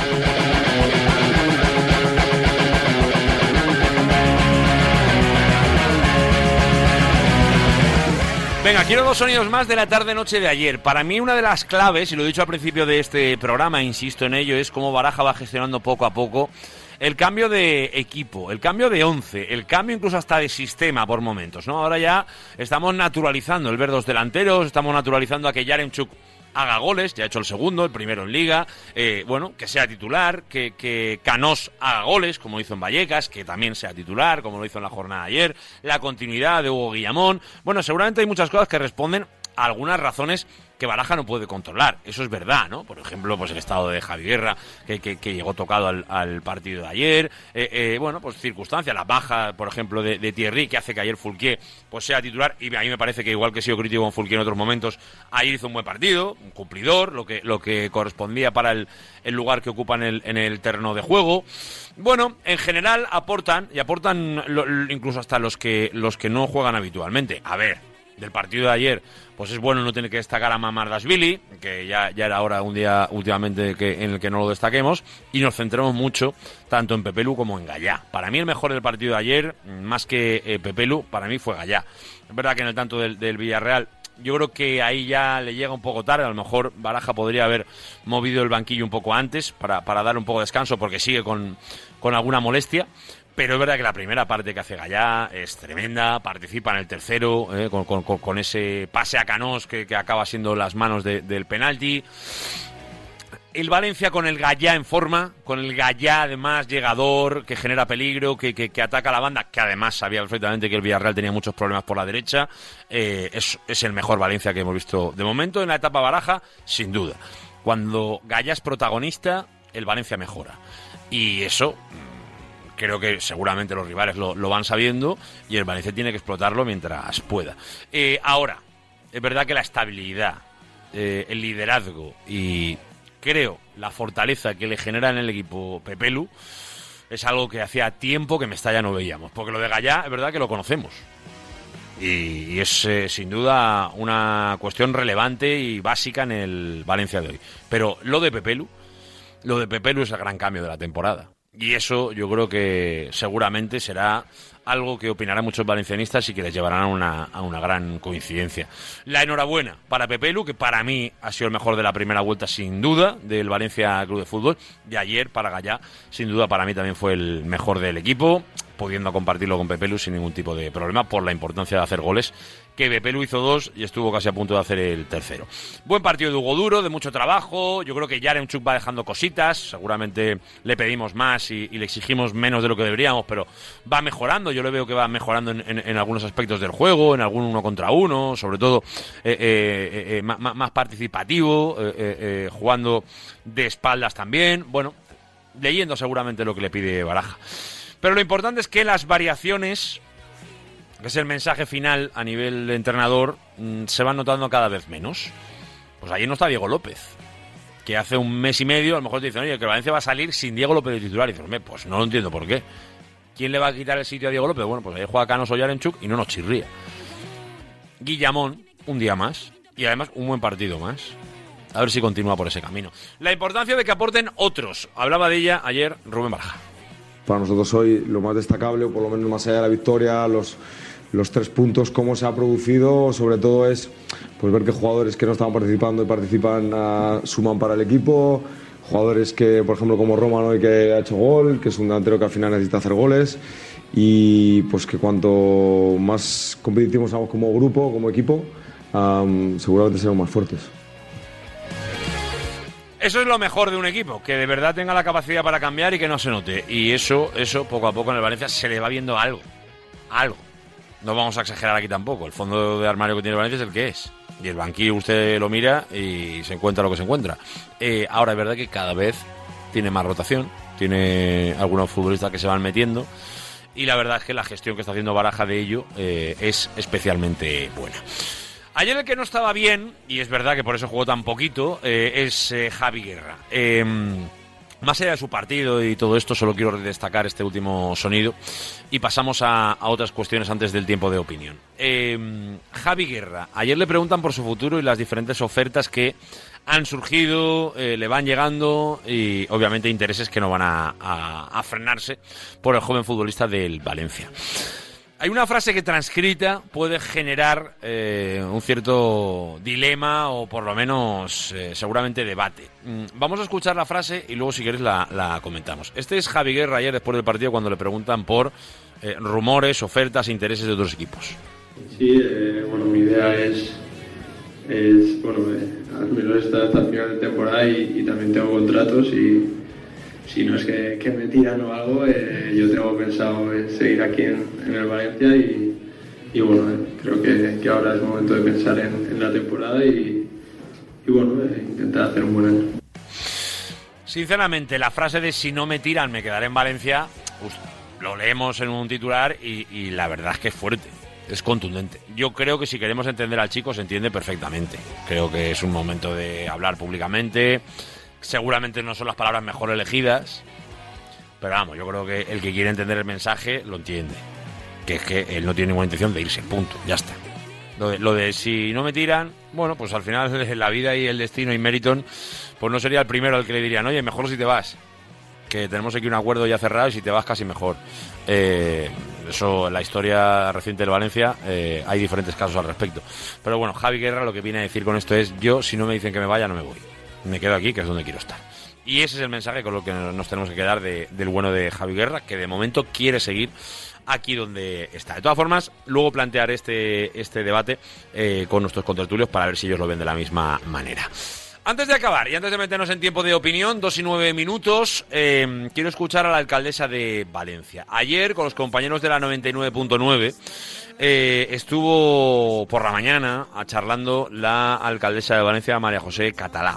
Venga, quiero 2 sonidos más de la tarde-noche de ayer. Para mí una de las claves, y lo he dicho al principio de este programa, insisto en ello, es cómo Baraja va gestionando poco a poco el cambio de equipo, el cambio de 11, el cambio incluso hasta de sistema por momentos, ¿no? Ahora ya estamos naturalizando el ver 2 delanteros, estamos naturalizando a que Yaremchuk haga goles, ya ha hecho el segundo, el primero en Liga, que sea titular, que Canós haga goles, como hizo en Vallecas, que también sea titular, como lo hizo en la jornada de ayer, la continuidad de Hugo Guillamón. Bueno, seguramente hay muchas cosas que responden a algunas razones que Baraja no puede controlar, eso es verdad, ¿no? Por ejemplo, pues el estado de Javi Guerra, que llegó tocado al partido de ayer, pues circunstancias, la baja, por ejemplo, de Thierry, que hace que ayer Foulquier pues sea titular, y a mí me parece que igual que he sido crítico con Foulquier en otros momentos, ayer hizo un buen partido, un cumplidor, lo que correspondía para el lugar que ocupa en el terreno de juego. Bueno, en general aportan incluso hasta los que no juegan habitualmente. A ver, del partido de ayer, pues es bueno no tener que destacar a Mamardashvili, que ya era hora un día últimamente en el que no lo destaquemos, y nos centremos mucho tanto en Pepelu como en Gallá. Para mí el mejor del partido de ayer, más que Pepelu, para mí fue Gallá. Es verdad que en el tanto del Villarreal, yo creo que ahí ya le llega un poco tarde. A lo mejor Baraja podría haber movido el banquillo un poco antes para dar un poco de descanso, porque sigue con alguna molestia. Pero es verdad que la primera parte que hace Gallá es tremenda, participa en el tercero, con ese pase a Canós que acaba siendo las manos del penalti. el Valencia con el Gallá en forma, con el Gallá además llegador, que genera peligro, que ataca a la banda, que además sabía perfectamente que el Villarreal tenía muchos problemas por la derecha, es el mejor Valencia que hemos visto de momento en la etapa Baraja, sin duda. Cuando Gallá es protagonista, el Valencia mejora. Y eso creo que seguramente los rivales lo van sabiendo y el Valencia tiene que explotarlo mientras pueda. Ahora, es verdad que la estabilidad, el liderazgo y creo la fortaleza que le genera en el equipo Pepelu es algo que hacía tiempo que Mestalla no veíamos, porque lo de Gallá es verdad que lo conocemos y es sin duda una cuestión relevante y básica en el Valencia de hoy, pero lo de Pepelu es el gran cambio de la temporada y eso yo creo que seguramente será algo que opinarán muchos valencianistas y que les llevarán a una gran coincidencia. La enhorabuena para Pepelu, que para mí ha sido el mejor de la primera vuelta sin duda del Valencia Club de Fútbol, y ayer para Gallá sin duda para mí también fue el mejor del equipo, pudiendo compartirlo con Pepelu sin ningún tipo de problema por la importancia de hacer goles, que Pepelu hizo 2 y estuvo casi a punto de hacer el tercero. Buen partido de Hugo Duro, de mucho trabajo, yo creo que Yaremchuk va dejando cositas, seguramente le pedimos más y le exigimos menos de lo que deberíamos, pero va mejorando, yo le veo que va mejorando en algunos aspectos del juego, en algún 1 contra 1, sobre todo más participativo, jugando de espaldas también, bueno, leyendo seguramente lo que le pide Baraja. Pero lo importante es que las variaciones, que es el mensaje final a nivel de entrenador, se van notando cada vez menos. Pues ayer no está Diego López, que hace un mes y medio a lo mejor te dicen, oye, que Valencia va a salir sin Diego López de titular. Y dices, pues no lo entiendo por qué. ¿Quién le va a quitar el sitio a Diego López? Bueno, pues ahí juega Canoso Yaremchuk y no nos chirría. Guillamón, un día más, y además un buen partido más. A ver si continúa por ese camino. La importancia de que aporten otros. Hablaba de ella ayer Rubén Baraja. Para nosotros hoy lo más destacable, o por lo menos más allá de la victoria, los 3 puntos, cómo se ha producido, sobre todo es pues ver que jugadores que no estaban participando y participan suman para el equipo, jugadores que, por ejemplo, como Roman hoy que ha hecho gol, que es un delantero que al final necesita hacer goles, y pues que cuanto más competitivos seamos como grupo, como equipo, seguramente seremos más fuertes. Eso es lo mejor de un equipo, que de verdad tenga la capacidad para cambiar y que no se note. Y eso poco a poco en el Valencia se le va viendo algo. No vamos a exagerar aquí tampoco. El fondo de armario que tiene el Valencia es el que es. Y el banquillo usted lo mira y se encuentra lo que se encuentra. Ahora es verdad que cada vez tiene más rotación, tiene algunos futbolistas que se van metiendo. Y la verdad es que la gestión que está haciendo Baraja de ello es especialmente buena. Ayer el que no estaba bien, y es verdad que por eso jugó tan poquito, es Javi Guerra. Más allá de su partido y todo esto, solo quiero destacar este último sonido y pasamos a otras cuestiones antes del tiempo de opinión. Javi Guerra, ayer le preguntan por su futuro y las diferentes ofertas que han surgido, le van llegando y obviamente intereses que no van a frenarse por el joven futbolista del Valencia. Hay una frase que transcrita puede generar un cierto dilema o por lo menos seguramente debate. Vamos a escuchar la frase y luego si queréis la comentamos. Este es Javi Guerra ayer después del partido cuando le preguntan por rumores, ofertas e intereses de otros equipos. Sí, bueno, mi idea es al menos hasta el final de temporada y también tengo contratos y si no es que me tiran o algo, yo tengo pensado seguir aquí en el Valencia y bueno, creo que ahora es momento de pensar en la temporada y bueno, intentar hacer un buen año. Sinceramente, la frase de si no me tiran me quedaré en Valencia, lo leemos en un titular y la verdad es que es fuerte, es contundente. Yo creo que si queremos entender al chico se entiende perfectamente. Creo que es un momento de hablar públicamente. Seguramente no son las palabras mejor elegidas, pero vamos, yo creo que el que quiere entender el mensaje lo entiende. Que es que él no tiene ninguna intención de irse, punto, ya está. Lo de si no me tiran, bueno, pues al final la vida y el destino y Meriton, pues no sería el primero al que le dirían, oye, mejor si te vas, que tenemos aquí un acuerdo ya cerrado y si te vas casi mejor. Eso, en la historia reciente del Valencia, hay diferentes casos al respecto. Pero bueno, Javi Guerra lo que viene a decir con esto es, yo si no me dicen que me vaya, no me voy. Me quedo aquí, que es donde quiero estar. Y ese es el mensaje con lo que nos tenemos que quedar del bueno de Javi Guerra, que de momento quiere seguir aquí donde está. De todas formas, luego plantear este debate con nuestros contertulios para ver si ellos lo ven de la misma manera. Antes de acabar y antes de meternos en tiempo de opinión, 2 y 9 minutos, quiero escuchar a la alcaldesa de Valencia. Ayer, con los compañeros de la 99.9, estuvo por la mañana charlando la alcaldesa de Valencia, María José Catalá.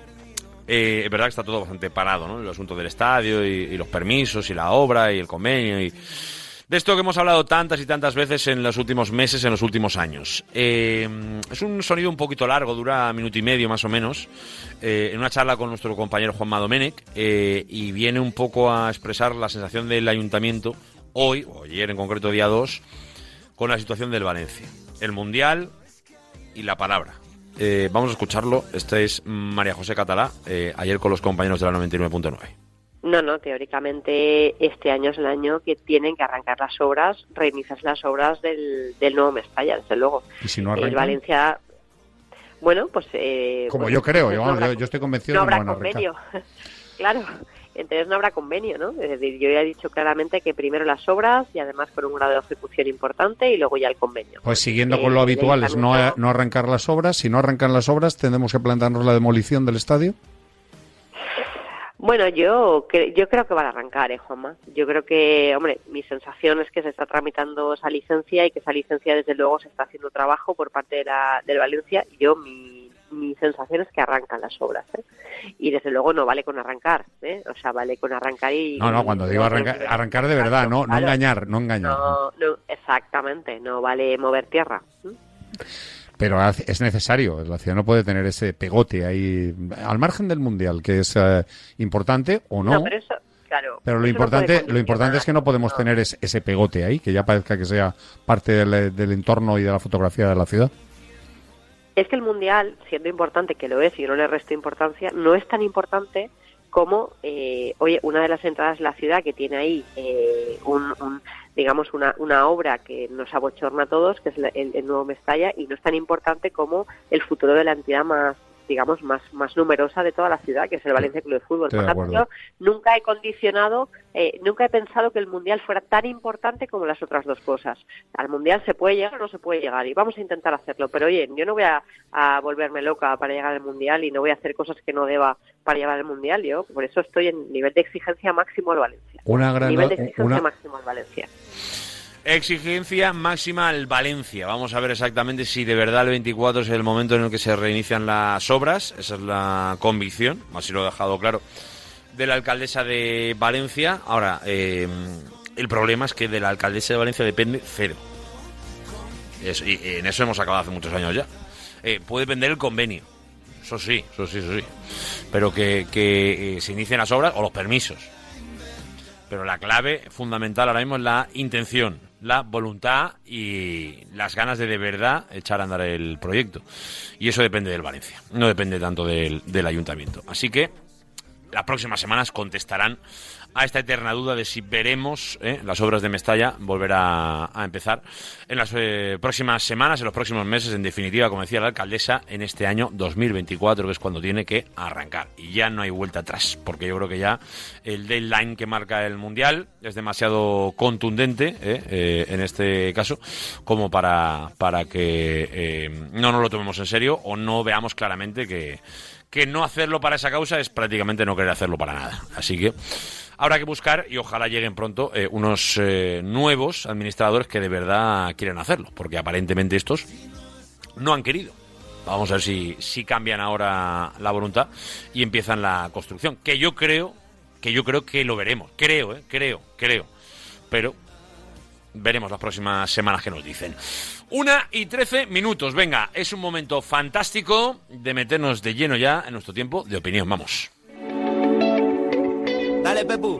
Es verdad que está todo bastante parado, ¿no? El asunto del estadio y los permisos y la obra y el convenio y de esto que hemos hablado tantas y tantas veces en los últimos meses, en los últimos años. Es un sonido un poquito largo, dura 1 minuto y medio más o menos, en una charla con nuestro compañero Juanma Domènech, y viene un poco a expresar la sensación del ayuntamiento hoy, o ayer en concreto día 2, con la situación del Valencia, el Mundial y la palabra. Vamos a escucharlo. Esta es María José Catalá, ayer con los compañeros de la 99.9. No, teóricamente este año es el año que tienen que arrancar las obras, reiniciar las obras del nuevo Mestalla, desde luego. ¿Y si no arrancan? El Valencia, bueno, pues... Como yo creo, yo estoy convencido de que no van a arrancar. Convenio. Claro, entonces no habrá convenio, ¿no? Es decir, yo ya he dicho claramente que primero las obras y además con un grado de ejecución importante y luego ya el convenio. Pues siguiendo con lo habitual, es no arrancar las obras. Si no arrancan las obras, ¿tendremos que plantearnos la demolición del estadio? Bueno, yo creo que van a arrancar, Juanma. Yo creo que, hombre, mi sensación es que se está tramitando esa licencia y que esa licencia, desde luego, se está haciendo trabajo por parte del Valencia. Y mi sensación es que arrancan las obras, ¿eh? Y desde luego no vale con arrancar, ¿eh? O sea, vale con arrancar y... No, cuando digo arrancar de verdad, no engañar. No, exactamente, no vale mover tierra. Pero es necesario, la ciudad no puede tener ese pegote ahí, al margen del Mundial, que es importante o no. Pero eso, claro. Pero lo importante es que no podemos tener ese pegote ahí, que ya parezca que sea parte del entorno y de la fotografía de la ciudad. Es que el Mundial, siendo importante, que lo es, y yo no le resto importancia, no es tan importante como, una de las entradas de la ciudad que tiene ahí digamos, una obra que nos abochorna a todos, que es el nuevo Mestalla, y no es tan importante como el futuro de la entidad más numerosa de toda la ciudad, que es el Valencia Club de Fútbol. Por tanto, yo nunca he pensado que el Mundial fuera tan importante como las otras dos cosas. Al Mundial se puede llegar o no se puede llegar, y vamos a intentar hacerlo, pero oye, yo no voy a volverme loca para llegar al Mundial y no voy a hacer cosas que no deba para llegar al Mundial. Yo por eso estoy en nivel de exigencia máximo al Valencia. Máximo al Valencia. Exigencia máxima al Valencia. Vamos a ver exactamente si de verdad el 24 es el momento en el que se reinician las obras. Esa es la convicción, así lo he dejado claro, de la alcaldesa de Valencia. Ahora, el problema es que de la alcaldesa de Valencia depende cero. Y en eso hemos acabado hace muchos años ya. Puede depender el convenio. Eso sí. Pero que se inicien las obras o los permisos. Pero la clave fundamental ahora mismo es la intención, la voluntad y las ganas de verdad echar a andar el proyecto. Y eso depende del Valencia, no depende tanto del ayuntamiento. Así que las próximas semanas contestarán a esta eterna duda de si veremos las obras de Mestalla volver a empezar en las próximas semanas, en los próximos meses, en definitiva, como decía la alcaldesa, en este año 2024, que es cuando tiene que arrancar. Y ya no hay vuelta atrás, porque yo creo que ya el deadline que marca el Mundial es demasiado contundente, en este caso, como para que no nos lo tomemos en serio o no veamos claramente que no hacerlo para esa causa es prácticamente no querer hacerlo para nada. Así que habrá que buscar, y ojalá lleguen pronto, unos nuevos administradores que de verdad quieren hacerlo, porque aparentemente estos no han querido. Vamos a ver si cambian ahora la voluntad y empiezan la construcción, que yo creo que lo veremos. Creo. Pero veremos las próximas semanas que nos dicen. 1:13 minutos. Venga, es un momento fantástico de meternos de lleno ya en nuestro tiempo de opinión. Vamos. Dale, Pepu.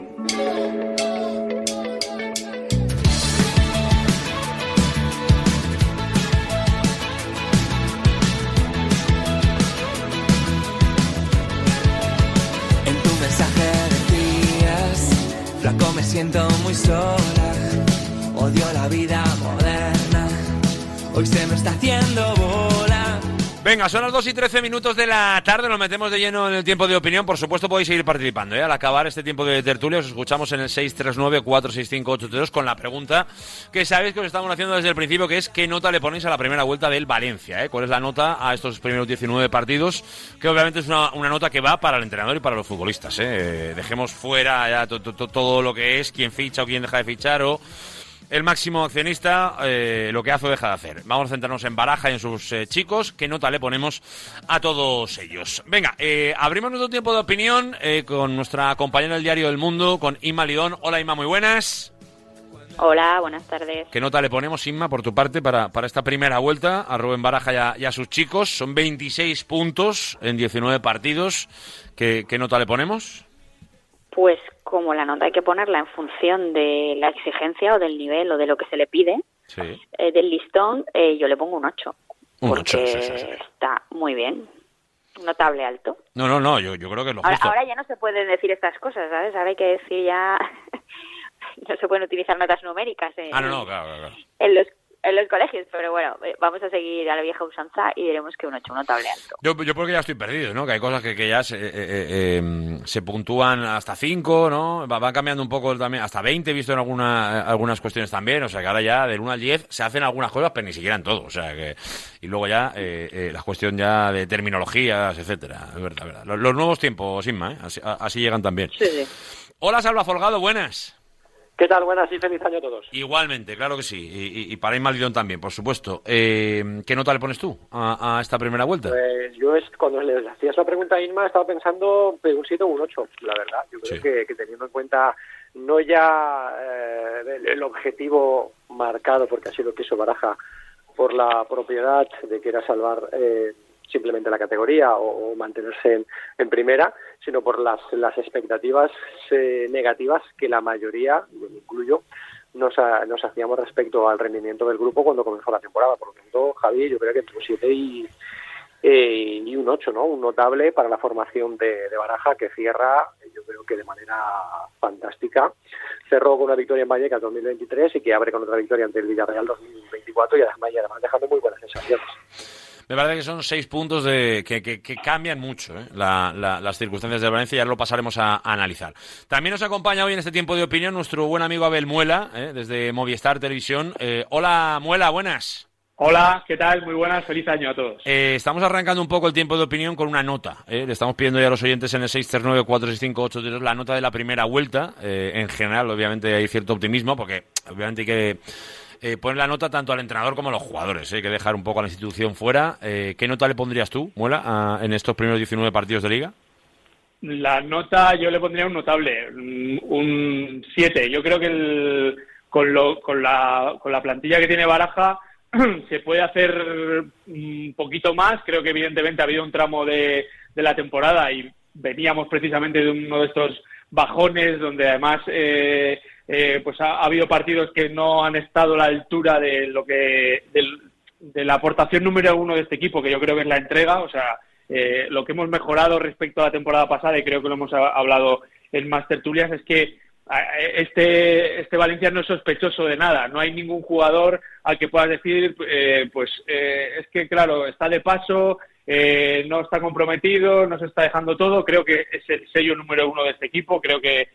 En tu mensaje decías, flaco, me siento muy sola, odio la vida moderna, hoy se me está haciendo bola. Venga, son las 2:13 de la tarde, nos metemos de lleno en el tiempo de opinión. Por supuesto podéis seguir participando, ¿eh? Al acabar este tiempo de tertulia os escuchamos en el 639-465-832 con la pregunta que sabéis que os estamos haciendo desde el principio, que es ¿qué nota le ponéis a la primera vuelta del Valencia? ¿Eh? ¿Cuál es la nota a estos primeros 19 partidos? Que obviamente es una nota que va para el entrenador y para los futbolistas, ¿eh? Dejemos fuera ya todo lo que es quién ficha o quién deja de fichar o el máximo accionista, lo que hace o deja de hacer. Vamos a centrarnos en Baraja y en sus chicos. ¿Qué nota le ponemos a todos ellos? Venga, abrimos nuestro tiempo de opinión con nuestra compañera del diario El Mundo, con Inma Lidón. Hola Inma, muy buenas. Hola, buenas tardes. ¿Qué nota le ponemos, Inma, por tu parte, para esta primera vuelta a Rubén Baraja y a sus chicos? Son 26 puntos en 19 partidos. ¿Qué nota le ponemos? Pues como la nota hay que ponerla en función de la exigencia o del nivel o de lo que se le pide, sí. Del listón, yo le pongo un 8. Un 8, porque sí. está muy bien. Notable alto. No, yo creo que es lo justo. Ahora ya no se pueden decir estas cosas, ¿sabes? Ahora hay que decir ya... no se pueden utilizar notas numéricas claro. en los colegios, pero bueno, vamos a seguir a la vieja usanza y diremos que un 8, un notable alto. Yo porque ya estoy perdido, ¿no? Que hay cosas que ya se puntúan hasta 5, ¿no? Van cambiando un poco también, hasta 20 he visto en algunas cuestiones también, o sea que ahora ya del 1 al 10 se hacen algunas cosas, pero ni siquiera en todo, o sea que... Y luego ya la cuestión ya de terminologías, etcétera, es verdad. Los nuevos tiempos, Inma, ¿eh? Así llegan también. Sí. Hola, Salva Folgado, buenas. ¿Qué tal? Buenas y feliz año a todos. Igualmente, claro que sí. Y para Inma Lidón también, por supuesto. ¿Qué nota le pones tú a esta primera vuelta? Pues yo cuando le hacías la pregunta a Inma estaba pensando un 7 o un 8, la verdad. Yo creo que teniendo en cuenta no ya el objetivo marcado, porque así lo quiso Baraja, por la propiedad de que era salvar simplemente la categoría o mantenerse en primera, sino por las expectativas negativas que la mayoría, yo me incluyo, nos hacíamos respecto al rendimiento del grupo cuando comenzó la temporada. Por lo tanto, Javi, yo creo que entre un 7 y un 8, ¿no? Un notable para la formación de Baraja, que cierra, yo creo que de manera fantástica. Cerró con una victoria en Vallecas 2023 y que abre con otra victoria ante el Villarreal 2024 y además dejando muy buenas sensaciones. Me parece que son 6 puntos que cambian mucho las circunstancias de Valencia, ya lo pasaremos a analizar. También nos acompaña hoy en este tiempo de opinión nuestro buen amigo Abel Muela, desde Movistar Televisión. Hola, Muela, buenas. Hola, ¿qué tal? Muy buenas, feliz año a todos. Estamos arrancando un poco el tiempo de opinión con una nota. Le estamos pidiendo ya a los oyentes en el 639-465-832 la nota de la primera vuelta. En general, obviamente, hay cierto optimismo, porque obviamente hay que... poner la nota tanto al entrenador como a los jugadores, hay que dejar un poco a la institución fuera. ¿Qué nota le pondrías tú, Muela, en estos primeros 19 partidos de Liga? La nota yo le pondría un notable, un 7. Yo creo que con la plantilla que tiene Baraja se puede hacer un poquito más. Creo que evidentemente ha habido un tramo de la temporada y veníamos precisamente de uno de estos bajones donde además pues ha habido partidos que no han estado a la altura de lo que de la aportación número 1 de este equipo, que yo creo que es la entrega. O sea, lo que hemos mejorado respecto a la temporada pasada, y creo que lo hemos hablado en más tertulias, es que este Valencia no es sospechoso de nada. No hay ningún jugador al que puedas decir es que claro, está de paso, no está comprometido, no se está dejando todo. Creo que es el sello número 1 de este equipo. Creo que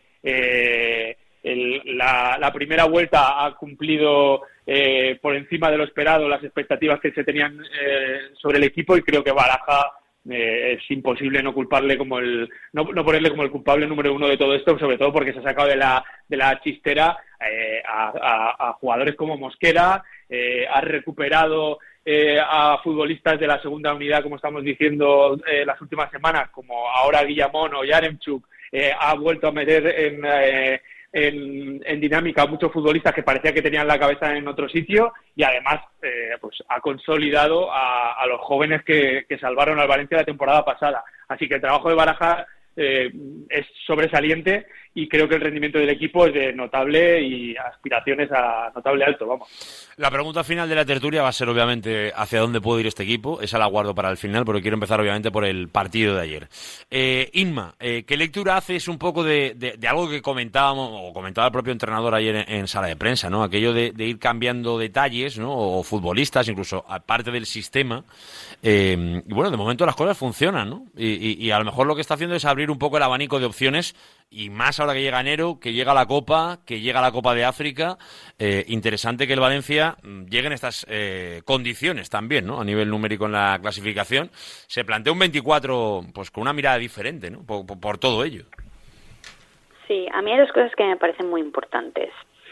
la primera vuelta ha cumplido por encima de lo esperado las expectativas que se tenían sobre el equipo, y creo que Baraja es imposible no culparle no ponerle como el culpable número 1 de todo esto, sobre todo porque se ha sacado de la chistera a jugadores como Mosquera, ha recuperado a futbolistas de la segunda unidad, como estamos diciendo las últimas semanas, como ahora Guillamón o Yaremchuk, ha vuelto a meter en dinámica a muchos futbolistas que parecía que tenían la cabeza en otro sitio, y además pues ha consolidado a los jóvenes que salvaron al Valencia la temporada pasada. Así que el trabajo de Baraja es sobresaliente, y creo que el rendimiento del equipo es de notable y aspiraciones a notable alto, vamos. La pregunta final de la tertulia va a ser obviamente hacia dónde puede ir este equipo. Esa la guardo para el final, porque quiero empezar obviamente por el partido de ayer. Inma, ¿qué lectura haces un poco de algo que comentábamos, o comentaba el propio entrenador ayer en sala de prensa, ¿no? Aquello de ir cambiando detalles, ¿no? O futbolistas, incluso aparte del sistema. Y bueno, de momento las cosas funcionan, ¿no? Y a lo mejor lo que está haciendo es abrir un poco el abanico de opciones, y más ahora que llega enero, que llega la Copa, que llega la Copa de África. Interesante que el Valencia llegue en estas condiciones también, ¿no? A nivel numérico en la clasificación. Se plantea un 24 pues con una mirada diferente, ¿no? Por todo ello. Sí, a mí hay dos cosas que me parecen muy importantes.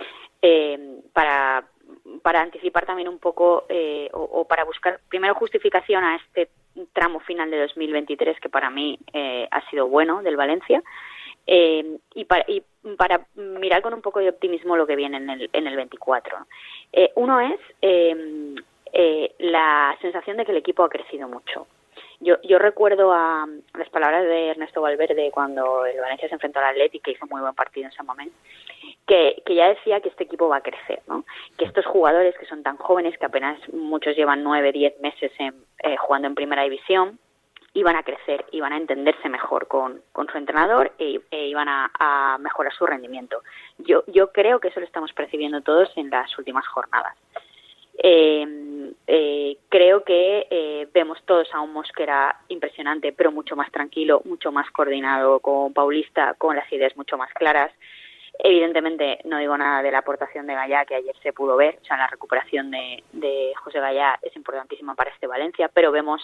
Para anticipar también un poco o para buscar primero justificación a este tramo final de 2023, que para mí ha sido bueno del Valencia, y para mirar con un poco de optimismo lo que viene en el 24. Uno es la sensación de que el equipo ha crecido mucho. Yo recuerdo a las palabras de Ernesto Valverde cuando el Valencia se enfrentó al Athletic, que hizo muy buen partido en ese momento, que ya decía que este equipo va a crecer, ¿no? Que estos jugadores que son tan jóvenes, que apenas muchos llevan 9, 10 meses jugando en primera división, iban a crecer, iban a entenderse mejor con su entrenador e iban a mejorar su rendimiento. Yo creo que eso lo estamos percibiendo todos en las últimas jornadas. Creo que vemos todos a un Mosquera impresionante, pero mucho más tranquilo, mucho más coordinado con Paulista, con las ideas mucho más claras. Evidentemente no digo nada de la aportación de Gallá, que ayer se pudo ver, o sea, la recuperación de José Gallá es importantísima para este Valencia, pero vemos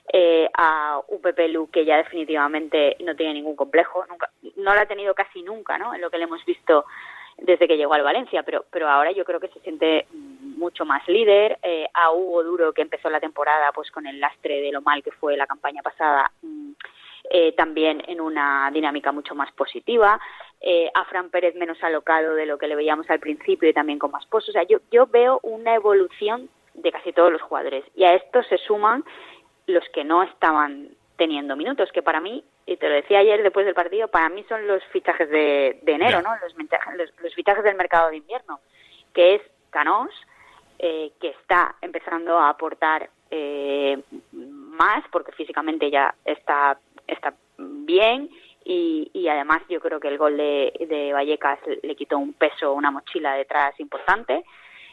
a un Pepe Lu que ya definitivamente no tiene ningún complejo, no lo ha tenido casi nunca, ¿no? En lo que le hemos visto desde que llegó al Valencia, pero ahora yo creo que se siente mucho más líder. A Hugo Duro, que empezó la temporada pues con el lastre de lo mal que fue la campaña pasada, también en una dinámica mucho más positiva. A Fran Pérez menos alocado de lo que le veíamos al principio y también con más pozo. O sea, yo veo una evolución de casi todos los jugadores, y a esto se suman los que no estaban teniendo minutos, que para mí, y te lo decía ayer después del partido, para mí son los fichajes de enero, ¿no? Los fichajes del mercado de invierno, que es Canós, que está empezando a aportar más, porque físicamente ya está bien, y además yo creo que el gol de Vallecas le quitó un peso, una mochila detrás importante.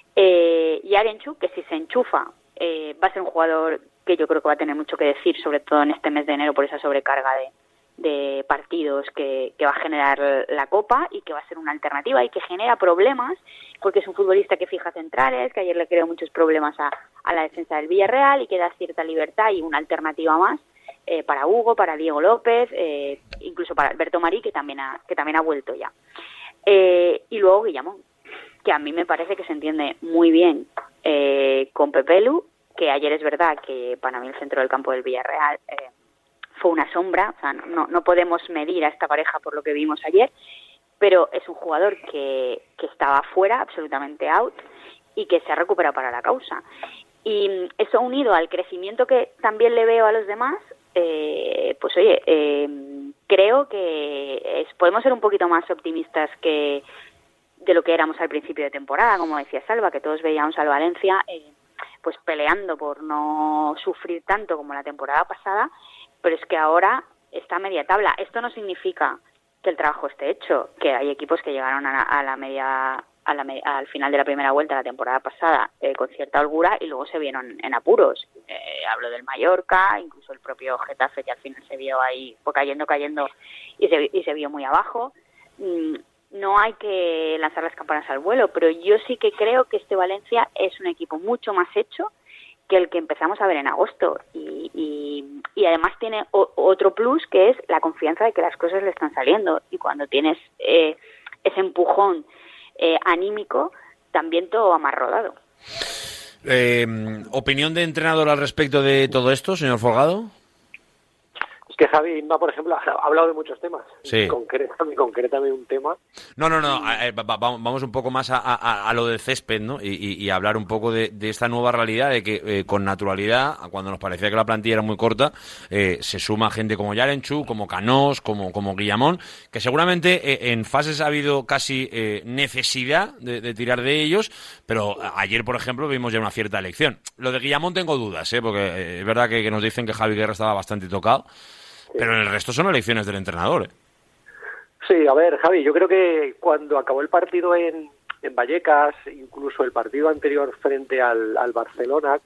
Y Arenchuk, que si se enchufa va a ser un jugador que yo creo que va a tener mucho que decir, sobre todo en este mes de enero, por esa sobrecarga de partidos que va a generar la Copa, y que va a ser una alternativa y que genera problemas, porque es un futbolista que fija centrales, que ayer le creó muchos problemas a la defensa del Villarreal, y que da cierta libertad y una alternativa más para Hugo, para Diego López, incluso para Alberto Marí, que también ha vuelto ya. Y luego Guillamón, que a mí me parece que se entiende muy bien con Pepe Lu, que ayer es verdad que para mí el centro del campo del Villarreal fue una sombra, o sea, no podemos medir a esta pareja por lo que vimos ayer, pero es un jugador que estaba fuera, absolutamente out, y que se ha recuperado para la causa. Y eso unido al crecimiento que también le veo a los demás, pues oye, creo que podemos ser un poquito más optimistas de lo que éramos al principio de temporada, como decía Salva, que todos veíamos al Valencia pues peleando por no sufrir tanto como la temporada pasada, pero es que ahora está a media tabla. Esto no significa que el trabajo esté hecho, que hay equipos que llegaron al final de la primera vuelta de la temporada pasada con cierta holgura y luego se vieron en apuros. Hablo del Mallorca, incluso el propio Getafe, que al final se vio ahí cayendo y se vio muy abajo. No hay que lanzar las campanas al vuelo, pero yo sí que creo que este Valencia es un equipo mucho más hecho que el que empezamos a ver en agosto, y además tiene otro plus, que es la confianza de que las cosas le están saliendo, y cuando tienes ese empujón anímico, también todo va más rodado. ¿Opinión de entrenador al respecto de todo esto, señor Folgado? que Javi Inma, por ejemplo, ha hablado de muchos temas. Sí. Concrétame un tema. No. Vamos un poco más a lo del césped, ¿no? Y hablar un poco de esta nueva realidad de que con naturalidad, cuando nos parecía que la plantilla era muy corta, se suma gente como Yarenchuk, como Canós, como Guillamón, que seguramente en fases ha habido casi necesidad de tirar de ellos, pero ayer, por ejemplo, vimos ya una cierta elección. Lo de Guillamón tengo dudas, porque es verdad que nos dicen que Javi Guerra estaba bastante tocado, pero en el resto son elecciones del entrenador. Sí, a ver, Javi, yo creo que cuando acabó el partido en Vallecas, incluso el partido anterior frente al Barcelona,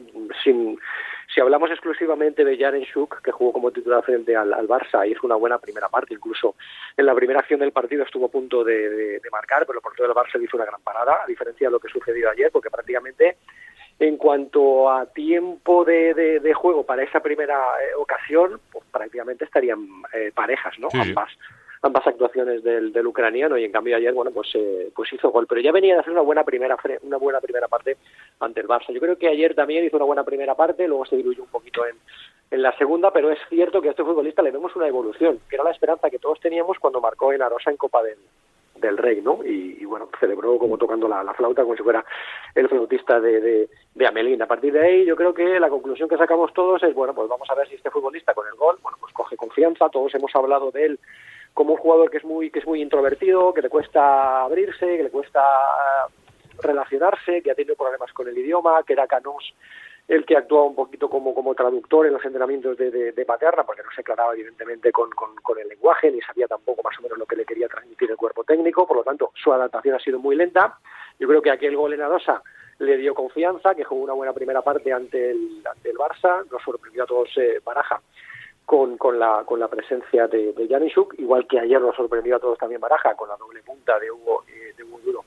si hablamos exclusivamente de Yarenchuk, que jugó como titular frente al Barça, hizo una buena primera parte, incluso en la primera acción del partido estuvo a punto de marcar, pero el portero del Barça hizo una gran parada, a diferencia de lo que sucedió ayer, porque prácticamente en cuanto a tiempo de juego para esa primera ocasión, pues prácticamente estarían parejas, ¿no? Sí. Ambas actuaciones del ucraniano, y en cambio ayer, bueno, pues hizo gol, pero ya venía de hacer una buena primera parte ante el Barça. Yo creo que ayer también hizo una buena primera parte, luego se diluyó un poquito en la segunda, pero es cierto que a este futbolista le vemos una evolución, que era la esperanza que todos teníamos cuando marcó en Arosa en Copa del Rey, ¿no? Y bueno, celebró como tocando la flauta, como si fuera el flautista de Amelín. A partir de ahí, yo creo que la conclusión que sacamos todos es, bueno, pues vamos a ver si este futbolista con el gol, bueno, pues coge confianza. Todos hemos hablado de él como un jugador que es muy introvertido, que le cuesta abrirse, que le cuesta relacionarse, que ha tenido problemas con el idioma, que era Canós el que actuaba un poquito como traductor en los entrenamientos de Paterna, porque no se aclaraba evidentemente con el lenguaje, ni sabía tampoco más o menos lo que le quería transmitir el cuerpo técnico, por lo tanto su adaptación ha sido muy lenta. Yo creo que aquel gol en Arosa le dio confianza, que jugó una buena primera parte ante el Barça, nos sorprendió a todos Baraja con la presencia de Yarenchuk, igual que ayer nos sorprendió a todos también Baraja con la doble punta de Hugo Duro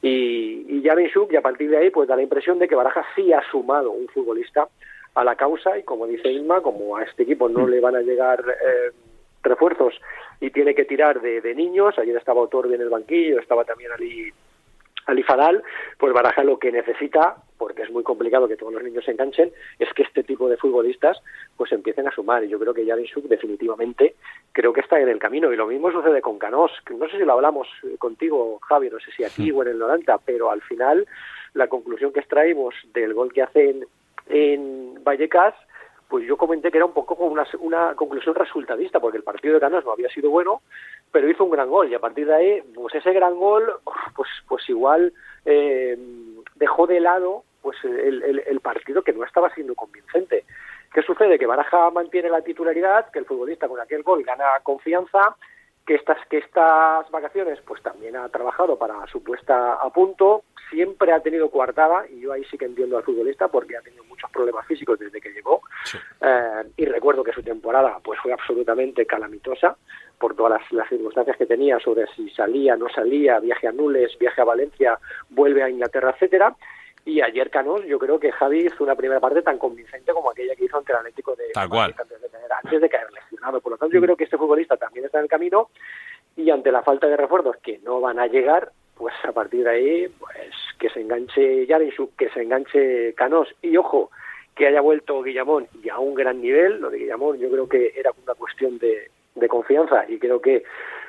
y Yarenchuk, y a partir de ahí pues da la impresión de que Baraja sí ha sumado un futbolista a la causa, y como dice Inma, como a este equipo no le van a llegar refuerzos y tiene que tirar de niños, ayer estaba Otorbi en el banquillo, estaba también Ali Fadal, pues Baraja lo que necesita, porque es muy complicado que todos los niños se enganchen, es que este tipo de futbolistas pues empiecen a sumar, y yo creo que Yarenchuk definitivamente creo que está en el camino, y lo mismo sucede con Canós, que no sé si lo hablamos contigo, Javi, no sé si aquí o en el 90, pero al final la conclusión que extraímos del gol que hacen en Vallecas, pues yo comenté que era un poco como una conclusión resultadista, porque el partido de Canós no había sido bueno, pero hizo un gran gol, y a partir de ahí, pues ese gran gol, pues igual dejó de lado pues el partido, que no estaba siendo convincente. ¿Qué sucede? Que Baraja mantiene la titularidad, que el futbolista con aquel gol gana confianza, que estas vacaciones pues también ha trabajado para su puesta a punto, siempre ha tenido coartada, y yo ahí sí que entiendo al futbolista porque ha tenido muchos problemas físicos desde que llegó, sí. Y recuerdo que su temporada pues fue absolutamente calamitosa por todas las circunstancias que tenía sobre si salía, no salía, viaje a Nules, viaje a Valencia, vuelve a Inglaterra, etcétera. Y ayer Canós, yo creo que Javi hizo una primera parte tan convincente como aquella que hizo ante el Atlético de Madrid antes de caer lesionado. Por lo tanto, yo creo que este futbolista también está en el camino, y ante la falta de refuerzos que no van a llegar, pues a partir de ahí, pues que se enganche Yarenchuk, que se enganche Canós, y ojo, que haya vuelto Guillamón, y a un gran nivel. Lo de Guillamón yo creo que era una cuestión de confianza, y creo que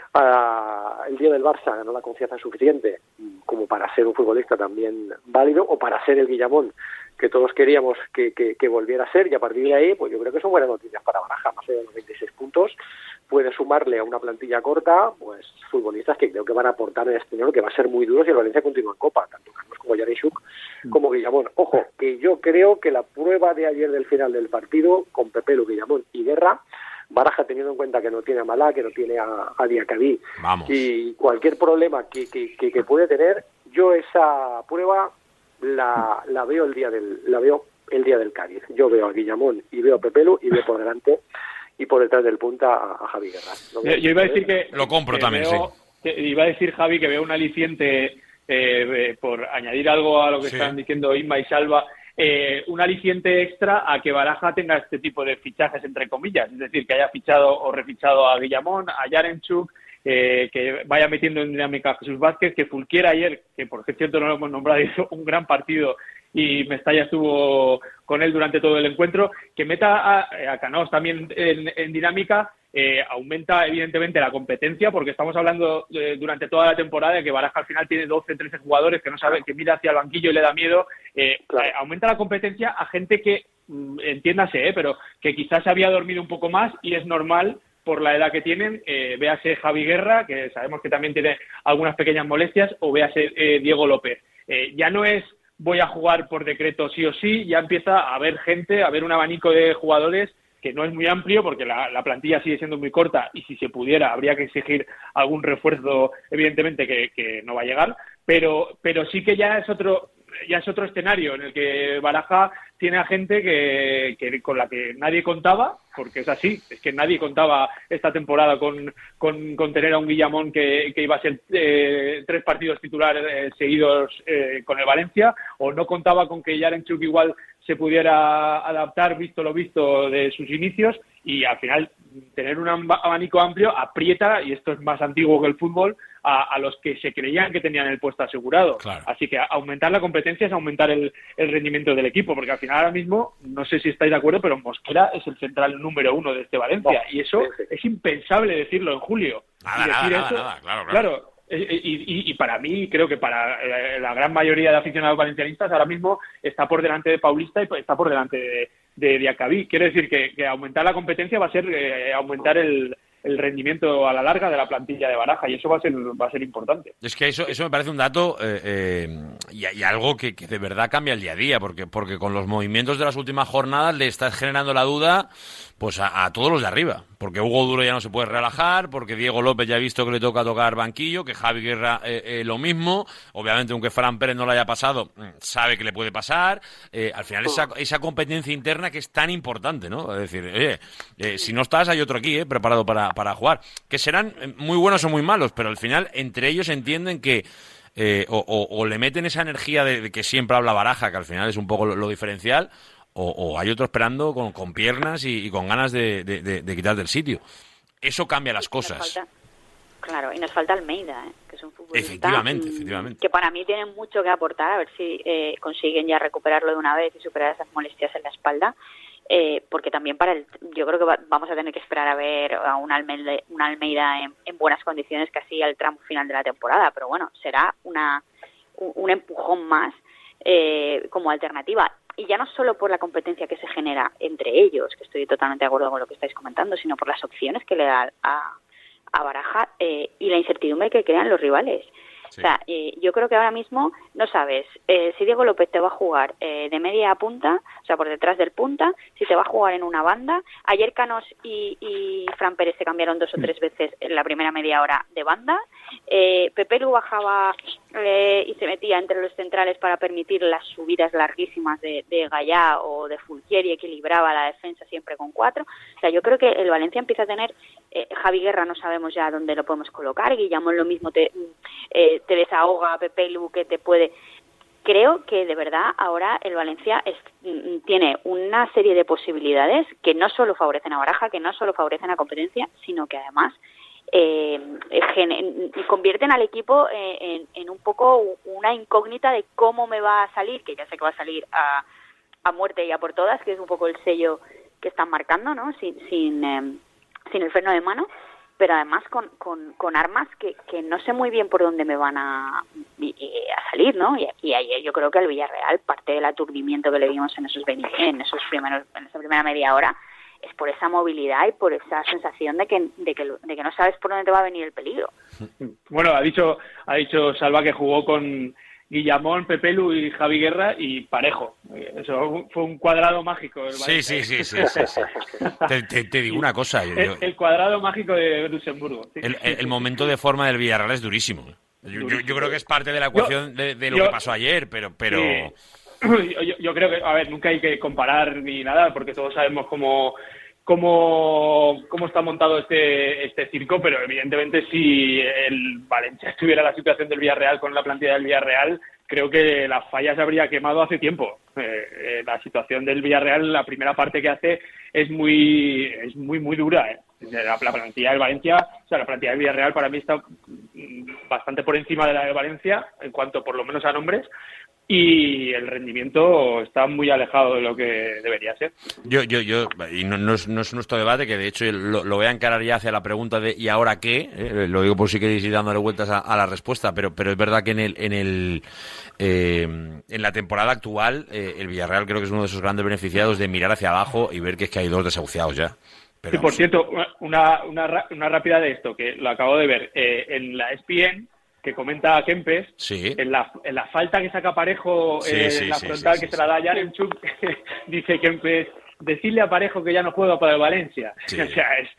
el día del Barça ganó la confianza suficiente como para ser un futbolista también válido, o para ser el Guillamón que todos queríamos que volviera a ser, y a partir de ahí pues yo creo que son buenas noticias para Baraja. Más allá de los 26 puntos, puede sumarle a una plantilla corta pues futbolistas que creo que van a aportar en este año, que va a ser muy duro si el Valencia continúa en Copa, tanto Carlos como Yarenchuk como Guillamón. Ojo, que yo creo que la prueba de ayer del final del partido, con Pepelu, Guillamón y Guerra, Baraja, teniendo en cuenta que no tiene a Malá, que no tiene a Diacabí, y cualquier problema que puede tener, yo esa prueba la veo el día del Cádiz. Yo veo a Guillamón y veo a Pepelu, y veo por delante y por detrás del punta a Javi Guerra. Yo iba a decir que lo compro que también, veo, sí. Iba a decir, Javi, que veo un aliciente, por añadir algo a lo que están diciendo Inma y Salva, un aliciente extra a que Baraja tenga este tipo de fichajes, entre comillas, es decir, que haya fichado o refichado a Guillamón, a Yarenchuk, que vaya metiendo en dinámica a Jesús Vázquez, que Fulquier ayer, que por cierto no lo hemos nombrado, hizo un gran partido y Mestalla estuvo con él durante todo el encuentro, que meta a Canós también en dinámica. Aumenta evidentemente la competencia, porque estamos hablando durante toda la temporada de que Baraja al final tiene 12, 13 jugadores que no saben, que mira hacia el banquillo y le da miedo. Aumenta la competencia a gente que, entiéndase, pero que quizás se había dormido un poco más, y es normal por la edad que tienen. Véase Javi Guerra, que sabemos que también tiene algunas pequeñas molestias, o véase Diego López. Ya no es voy a jugar por decreto sí o sí, ya empieza a haber gente, a haber un abanico de jugadores que no es muy amplio, porque la plantilla sigue siendo muy corta, y si se pudiera habría que exigir algún refuerzo, evidentemente que no va a llegar, pero sí que ya es otro escenario en el que Baraja tiene a gente que con la que nadie contaba, porque es así, es que nadie contaba esta temporada con tener a un Guillamón que iba a ser 3 partidos titulares seguidos con el Valencia, o no contaba con que Yarenchuk igual se pudiera adaptar, visto lo visto de sus inicios, y al final tener un abanico amplio aprieta, y esto es más antiguo que el fútbol, a los que se creían que tenían el puesto asegurado. Claro. Así que aumentar la competencia es aumentar el rendimiento del equipo, porque al final ahora mismo, no sé si estáis de acuerdo, pero Mosquera es el central número 1 de este Valencia, y eso es impensable decirlo en julio. Nada, claro. Y para mí, creo que para la gran mayoría de aficionados valencianistas, ahora mismo está por delante de Paulista y está por delante de Diacabí. Quiere decir que aumentar la competencia va a ser aumentar el rendimiento a la larga de la plantilla de Baraja, y eso va a ser importante. Es que eso me parece un dato y algo que de verdad cambia el día a día, porque con los movimientos de las últimas jornadas le estás generando la duda pues a todos los de arriba, porque Hugo Duro ya no se puede relajar, porque Diego López ya ha visto que le toca tocar banquillo, que Javi Guerra lo mismo, obviamente aunque Fran Pérez no lo haya pasado, sabe que le puede pasar. Al final esa competencia interna que es tan importante, ¿no? Es decir, oye, si no estás, hay otro aquí preparado para jugar, que serán muy buenos o muy malos, pero al final entre ellos entienden que o le meten esa energía de que siempre habla Baraja, que al final es un poco lo diferencial, o hay otro esperando con piernas y con ganas de quitar del sitio. Eso cambia las cosas. Claro, y nos falta Almeida, que es un futbolista efectivamente. Que para mí tiene mucho que aportar, a ver si consiguen ya recuperarlo de una vez y superar esas molestias en la espalda. Porque también yo creo que vamos a tener que esperar a ver a un Almeida en buenas condiciones casi al tramo final de la temporada, pero bueno, será un empujón más como alternativa, y ya no solo por la competencia que se genera entre ellos, que estoy totalmente de acuerdo con lo que estáis comentando, sino por las opciones que le da a Baraja y la incertidumbre que crean los rivales. Sí. O sea, yo creo que ahora mismo no sabes si Diego López te va a jugar de media a punta, o sea, por detrás del punta, si te va a jugar en una banda. Ayer Canós y Fran Pérez se cambiaron 2 o 3 veces en la primera media hora de banda. Pepelu bajaba y se metía entre los centrales para permitir las subidas larguísimas de Gallá o de Fulquier, y equilibraba la defensa siempre con 4. O sea, yo creo que el Valencia empieza a tener... Javi Guerra no sabemos ya dónde lo podemos colocar, Guillamón lo mismo te desahoga, Pepelu que te puede... Creo que de verdad ahora el Valencia tiene una serie de posibilidades que no solo favorecen a Baraja, que no solo favorecen a competencia, sino que además convierten al equipo en un poco una incógnita de cómo me va a salir, que ya sé que va a salir a muerte y a por todas, que es un poco el sello que están marcando, ¿no? Sin el freno de mano, pero además con armas que no sé muy bien por dónde me van a salir, ¿no? Y ayer yo creo que al Villarreal, parte del aturdimiento que le vimos en esa primera media hora, es por esa movilidad y por esa sensación de que no sabes por dónde te va a venir el peligro. Bueno, ha dicho Salva que jugó con Guillamón, Pepelu y Javi Guerra y Parejo. Eso fue un cuadrado mágico. Sí. Te digo una cosa. El cuadrado mágico de Luxemburgo. Sí. El momento de forma del Villarreal es durísimo. Yo creo que es parte de la ecuación de lo que pasó ayer, pero... Yo creo que, a ver, nunca hay que comparar ni nada, porque todos sabemos cómo está montado este circo, pero evidentemente si el Valencia estuviera en la situación del Villarreal con la plantilla del Villarreal, creo que la falla se habría quemado hace tiempo. La situación del Villarreal, la primera parte que hace es muy dura. La plantilla del Valencia, o sea, la plantilla del Villarreal para mí está bastante por encima de la del Valencia, en cuanto por lo menos a nombres, y el rendimiento está muy alejado de lo que debería ser. Y no es nuestro debate, que de hecho lo voy a encarar ya hacia la pregunta de ¿y ahora qué? Lo digo por si queréis ir dándole vueltas a la respuesta, pero es verdad que en la temporada actual el Villarreal creo que es uno de esos grandes beneficiados de mirar hacia abajo y ver que es que hay 2 desahuciados ya. Pero y por cierto, una rápida de esto, que lo acabo de ver en la ESPN, que comenta a Kempes, sí. en la falta que saca Parejo en la frontal que se la da a Yaremchuk, dice Kempes, decirle a Parejo que ya no juega para el Valencia. Sí. O sea, es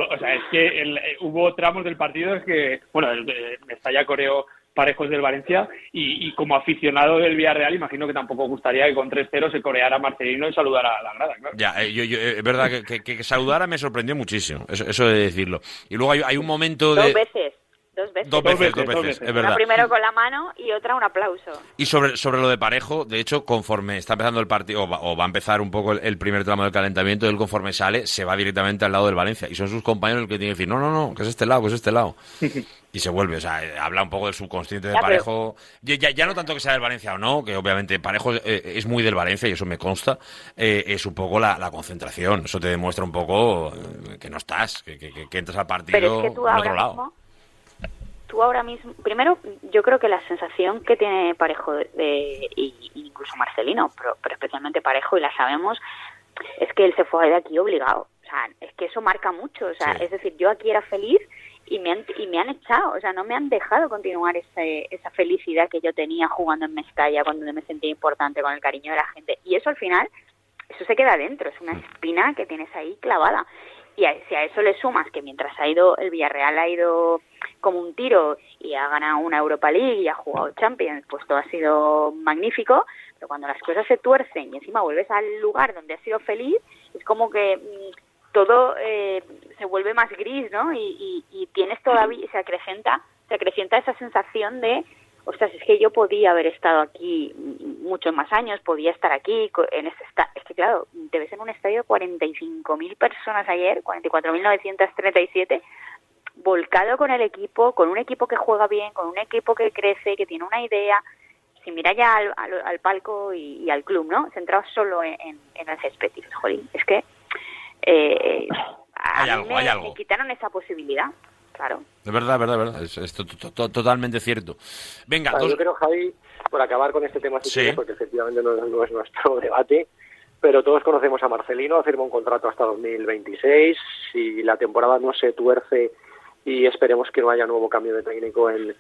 que hubo tramos del partido que, bueno, el Mestalla coreó Parejos del Valencia y como aficionado del Villarreal imagino que tampoco gustaría que con 3-0 se coreara a Marcelino y saludara a la grada, claro. Ya, es verdad que saludara me sorprendió muchísimo, eso de decirlo. Y luego hay un momento de... Dos veces, es verdad. Una primero con la mano y otra un aplauso. Y sobre lo de Parejo, de hecho, conforme está empezando el partido, o va a empezar un poco el primer tramo del calentamiento, él conforme sale, se va directamente al lado del Valencia. Y son sus compañeros los que tienen que decir, no, que es este lado. Y se vuelve, o sea, habla un poco del subconsciente de Parejo. Ya no tanto que sea del Valencia o no, que obviamente Parejo es muy del Valencia y eso me consta. Es un poco la concentración. Eso te demuestra un poco que no estás, que entras al partido en otro lado. Tú ahora mismo, primero, yo creo que la sensación que tiene Parejo, incluso Marcelino, pero especialmente Parejo, y la sabemos, es que él se fue de aquí obligado. O sea, es que eso marca mucho. O sea, sí. Es decir, yo aquí era feliz y me han echado. O sea, no me han dejado continuar esa felicidad que yo tenía jugando en Mestalla, cuando me sentía importante, con el cariño de la gente. Y eso al final, eso se queda dentro. Es una espina que tienes ahí clavada. Y si a eso le sumas que mientras el Villarreal ha ido como un tiro y ha ganado una Europa League y ha jugado Champions, pues todo ha sido magnífico, pero cuando las cosas se tuercen y encima vuelves al lugar donde has sido feliz, es como que todo se vuelve más gris, ¿no? Y tienes todavía, se acrecienta esa sensación de, ostras, es que yo podía haber estado aquí muchos más años, podía estar aquí en este estadio. Es que claro, te ves en un estadio de 45.000 personas ayer, 44.937, volcado con el equipo, con un equipo que juega bien, con un equipo que crece, que tiene una idea, sin mirar ya al palco y al club, ¿no? Centrado solo en el césped. Y, jolín, es que hay algo. Me quitaron esa posibilidad. Claro. Es verdad. Es totalmente cierto. Venga, yo creo, Javi, por acabar con este tema, porque efectivamente no es nuestro debate, pero todos conocemos a Marcelino, firma un contrato hasta 2026, si la temporada no se tuerce y esperemos que no haya nuevo cambio de técnico en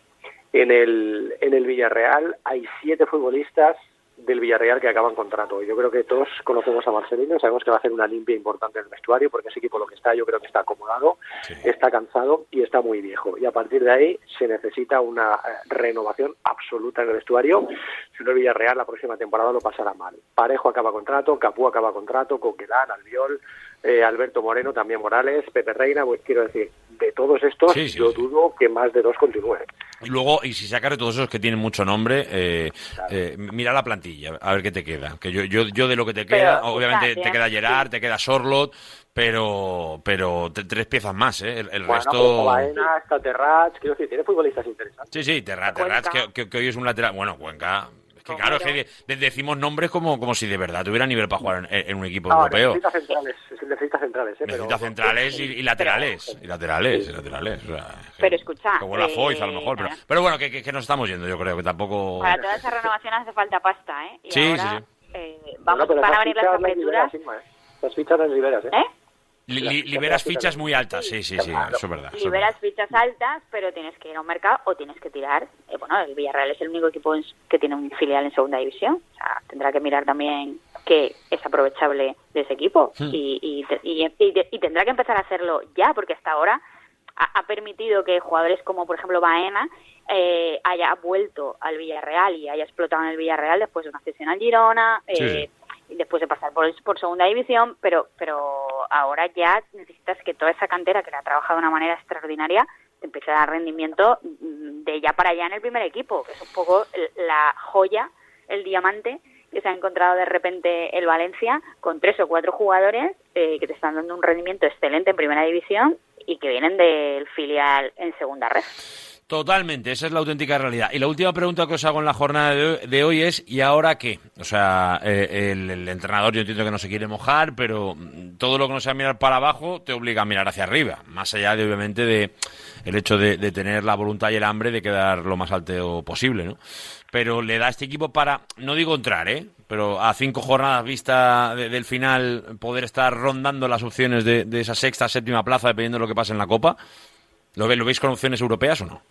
el Villarreal, hay 7 futbolistas del Villarreal que acaban contrato. Yo creo que todos conocemos a Marcelino, sabemos que va a hacer una limpia importante en el vestuario, porque ese equipo lo que está, yo creo que está acomodado, está cansado y está muy viejo. Y a partir de ahí se necesita una renovación absoluta en el vestuario. Si no, el Villarreal la próxima temporada lo pasará mal. Parejo acaba contrato, Capú acaba contrato, Coquelán, Albiol, Alberto Moreno, también Morales, Pepe Reina, pues quiero decir, de todos estos yo dudo que más de 2 continúen. Y luego, y si sacas de todos esos que tienen mucho nombre, mira la plantilla, a ver qué te queda. Que yo de lo que te queda, obviamente te queda Gerard, te queda Sorlot, pero 3 piezas más, el resto... Baena, está Terrats, quiero decir, tiene futbolistas interesantes. Sí, Terrats, que hoy es un lateral... Bueno, Cuenca... Es que claro, es que decimos nombres como si de verdad tuviera nivel para jugar en un equipo europeo. Necesita centrales, y laterales. Y laterales. O sea, pero escucha... Como la Foyz, a lo mejor. Pero bueno, que nos estamos yendo, yo creo, que tampoco... Para toda esa renovación hace falta pasta, ¿eh? Y sí. Van a venir las aperturas... Las fichas las liberas, ¿eh? Liberas fichas muy altas, sí, eso es verdad. Liberas fichas altas, pero tienes que ir a un mercado o tienes que tirar. El Villarreal es el único equipo que tiene un filial en segunda división. O sea, tendrá que mirar también qué es aprovechable de ese equipo y tendrá que empezar a hacerlo ya, porque hasta ahora ha permitido que jugadores como, por ejemplo, Baena haya vuelto al Villarreal y haya explotado en el Villarreal después de una cesión al Girona. Después de pasar por segunda división, pero ahora ya necesitas que toda esa cantera que la ha trabajado de una manera extraordinaria te empiece a dar rendimiento de ya para allá en el primer equipo, que es un poco la joya, el diamante que se ha encontrado de repente el Valencia con 3 o 4 jugadores que te están dando un rendimiento excelente en primera división y que vienen del filial en segunda red. Totalmente, esa es la auténtica realidad. Y la última pregunta que os hago en la jornada de hoy es, ¿y ahora qué? O sea, el entrenador, yo entiendo que no se quiere mojar, pero todo lo que no sea mirar para abajo te obliga a mirar hacia arriba, más allá de, obviamente, de el hecho de tener la voluntad y el hambre de quedar lo más alto posible, ¿no? Pero le da a este equipo para, no digo entrar, pero a 5 jornadas vista del final poder estar rondando las opciones de esa sexta, séptima plaza, dependiendo de lo que pase en la Copa. ¿Lo veis con opciones europeas o no?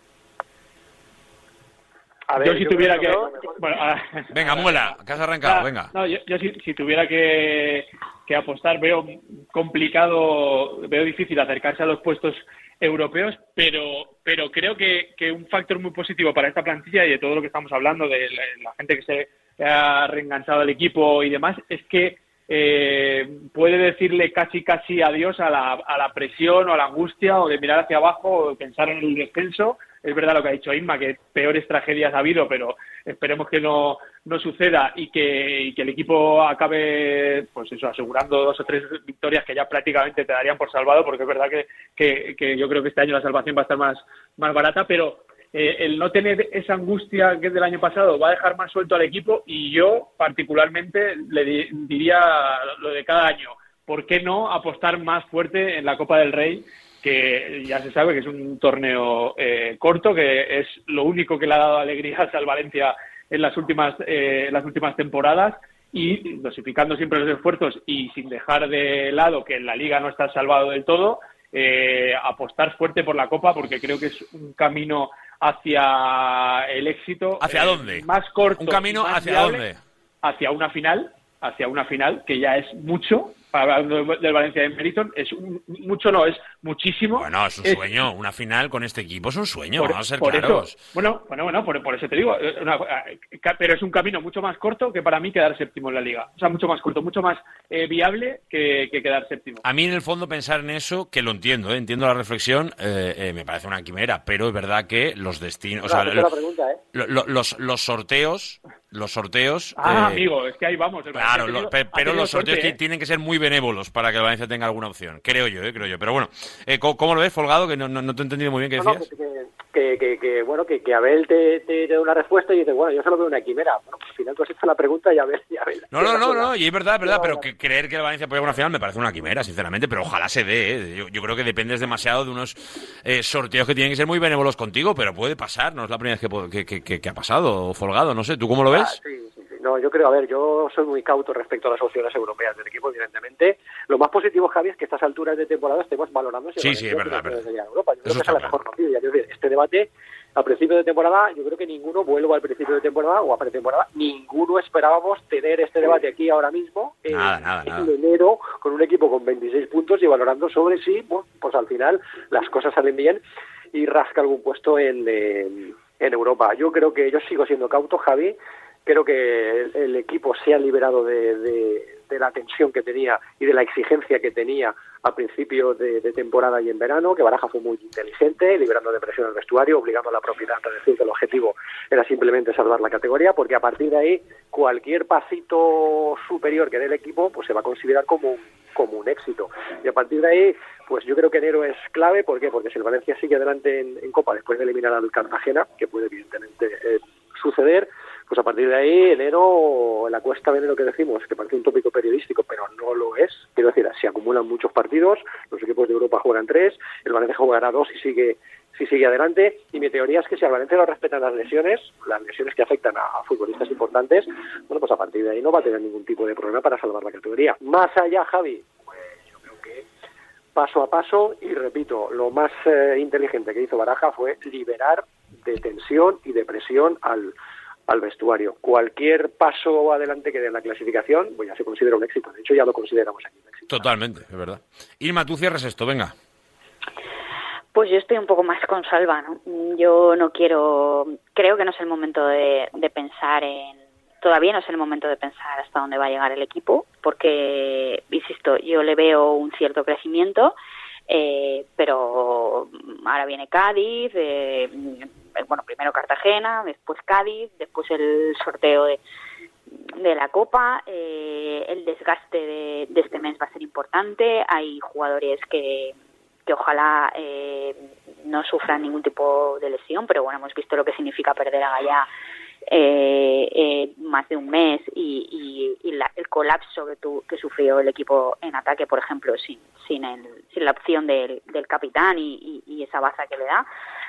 A ver, yo si tuviera que... Venga, Muela, que has arrancado, venga. No, yo si tuviera que apostar, veo complicado, veo difícil acercarse a los puestos europeos, pero creo que un factor muy positivo para esta plantilla y de todo lo que estamos hablando, de la gente que se ha reenganchado al equipo y demás, es que puede decirle casi adiós a la presión o a la angustia o de mirar hacia abajo o de pensar en el descenso. Es verdad lo que ha dicho Inma, que peores tragedias ha habido, pero esperemos que no suceda y que el equipo acabe, pues eso, asegurando 2 o 3 victorias que ya prácticamente te darían por salvado, porque es verdad que yo creo que este año la salvación va a estar más barata, pero el no tener esa angustia que es del año pasado va a dejar más suelto al equipo y yo particularmente le diría lo de cada año, ¿por qué no apostar más fuerte en la Copa del Rey? Que ya se sabe que es un torneo corto, que es lo único que le ha dado alegrías al Valencia en las últimas temporadas, y dosificando siempre los esfuerzos y sin dejar de lado que en la Liga no está salvado del todo, apostar fuerte por la Copa, porque creo que es un camino hacia el éxito. ¿Hacia dónde? Más corto. ¿Un camino hacia viable, dónde? Hacia una final, que ya es mucho. Hablando del Valencia de Meriton, es es muchísimo. Bueno, es un sueño, una final con este equipo es un sueño, vamos a ser por claros. Eso, por eso te digo, pero es un camino mucho más corto que para mí quedar séptimo en la Liga. O sea, mucho más corto, mucho más viable que quedar séptimo. A mí, en el fondo, pensar en eso, que lo entiendo, entiendo la reflexión, me parece una quimera, pero es verdad que los destinos... O sea, los sorteos... amigo, es que ahí vamos. Claro, pero los sorteos tienen que ser muy benévolos para que el Valencia tenga alguna opción. Creo yo. Pero bueno, ¿cómo lo ves, Folgado? Que no te he entendido muy bien qué decías. Que Abel te da una respuesta y dice, bueno, yo solo veo una quimera. Bueno, al final tú has hecho la pregunta y Abel... No, y es verdad, pero que creer que el Valencia puede llegar a una final me parece una quimera, sinceramente, pero ojalá se dé. Yo creo que dependes demasiado de unos sorteos que tienen que ser muy benévolos contigo, pero puede pasar, no es la primera vez que ha pasado, Folgado, no sé, ¿tú cómo lo ves? Sí. No, yo creo, yo soy muy cauto respecto a las opciones europeas del equipo, evidentemente. Lo más positivo, Javi, es que a estas alturas de temporada estemos valorando si es verdad. Europa. Yo creo que esa es la mejor noticia. Es decir, este debate, a principio de temporada, yo creo que vuelvo al principio de temporada o a pretemporada, ninguno esperábamos tener este debate aquí ahora mismo, nada. en enero, con un equipo con 26 puntos y valorando sobre si, pues al final las cosas salen bien y rasca algún puesto en Europa. Yo creo que yo sigo siendo cauto, Javi. Creo que el equipo se ha liberado de la tensión que tenía y de la exigencia que tenía a principio de temporada y en verano, que Baraja fue muy inteligente, liberando de presión al vestuario, obligando a la propiedad a decir que el objetivo era simplemente salvar la categoría, porque a partir de ahí cualquier pasito superior que dé el equipo pues se va a considerar como un éxito. Y a partir de ahí, pues yo creo que enero es clave. ¿Por qué? Porque si el Valencia sigue adelante en Copa después de eliminar al Cartagena, que puede evidentemente suceder, pues a partir de ahí, enero, la cuesta de enero que decimos, que parece un tópico periodístico, pero no lo es. Quiero decir, se acumulan muchos partidos, los equipos de Europa juegan 3, el Valencia jugará 2 si sigue adelante, y mi teoría es que si al Valencia no respetan las lesiones que afectan a futbolistas importantes, bueno, pues a partir de ahí no va a tener ningún tipo de problema para salvar la categoría. Más allá, Javi, pues yo creo que paso a paso, y repito, lo más inteligente que hizo Baraja fue liberar de tensión y de presión al vestuario. Cualquier paso adelante que dé en la clasificación, pues ya se considera un éxito. De hecho, ya lo consideramos aquí un éxito. Totalmente, es verdad. Irma, tú cierras esto, venga. Pues yo estoy un poco más con Salva, ¿no? Yo no creo que no es el momento de pensar todavía no es el momento de pensar hasta dónde va a llegar el equipo, porque, insisto, yo le veo un cierto crecimiento, pero ahora viene Cádiz, primero Cartagena, después Cádiz, después el sorteo de la Copa, el desgaste de este mes va a ser importante, hay jugadores que ojalá no sufran ningún tipo de lesión, pero bueno, hemos visto lo que significa perder a Gallá más de un mes y el colapso que sufrió el equipo en ataque, por ejemplo, sin la opción del capitán y esa baza que le da.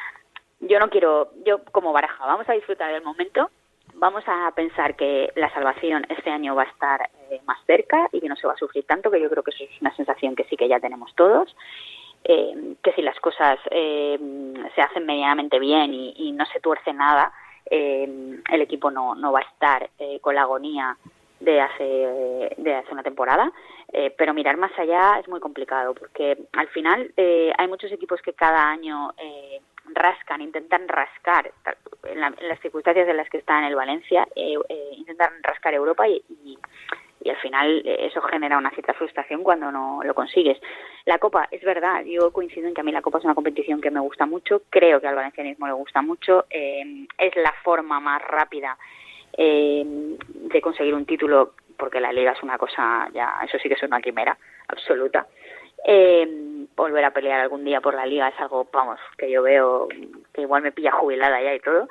Yo como Baraja, vamos a disfrutar del momento, vamos a pensar que la salvación este año va a estar más cerca y que no se va a sufrir tanto, que yo creo que eso es una sensación que sí que ya tenemos todos, que si las cosas se hacen medianamente bien y no se tuerce nada, el equipo no va a estar con la agonía de hace una temporada, pero mirar más allá es muy complicado, porque al final hay muchos equipos que cada año intentan rascar en las circunstancias en las que está en el Valencia, intentan rascar Europa y al final eso genera una cierta frustración cuando no lo consigues. La Copa, es verdad, yo coincido en que a mí la Copa es una competición que me gusta mucho, creo que al valencianismo le gusta mucho, es la forma más rápida de conseguir un título, porque la Liga es una cosa, ya eso sí que es una quimera absoluta. Volver a pelear algún día por la Liga es algo, vamos, que yo veo que igual me pilla jubilada ya y todo.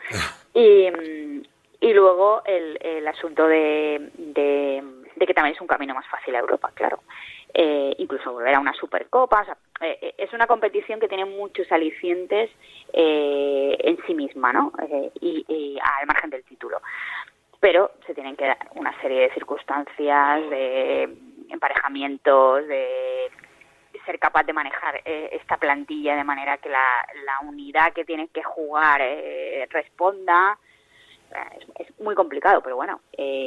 Y luego el asunto de que también es un camino más fácil a Europa, claro. Incluso volver a una Supercopa. O sea, es una competición que tiene muchos alicientes en sí misma, ¿no? Y al margen del título. Pero se tienen que dar una serie de circunstancias, de emparejamientos, de ser capaz de manejar esta plantilla de manera que la unidad que tiene que jugar responda. Es muy complicado, pero bueno,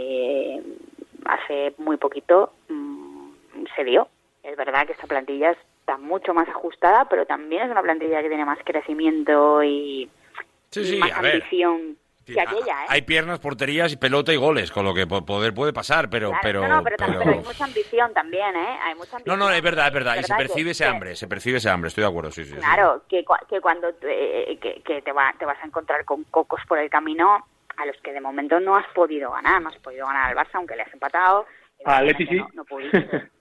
hace muy poquito se dio. Es verdad que esta plantilla está mucho más ajustada, pero también es una plantilla que tiene más crecimiento y más ambición que aquella, ¿eh? Hay piernas, porterías y pelota y goles, con lo que puede pasar, pero... Claro, pero hay mucha ambición también, ¿eh? Hay mucha ambición. No, es verdad, y se percibe ese hambre, estoy de acuerdo, sí. Claro, sí. Que cuando te vas a encontrar con cocos por el camino a los que de momento no has podido ganar al Barça, aunque le has empatado. Al Atleti sí. No pudiste.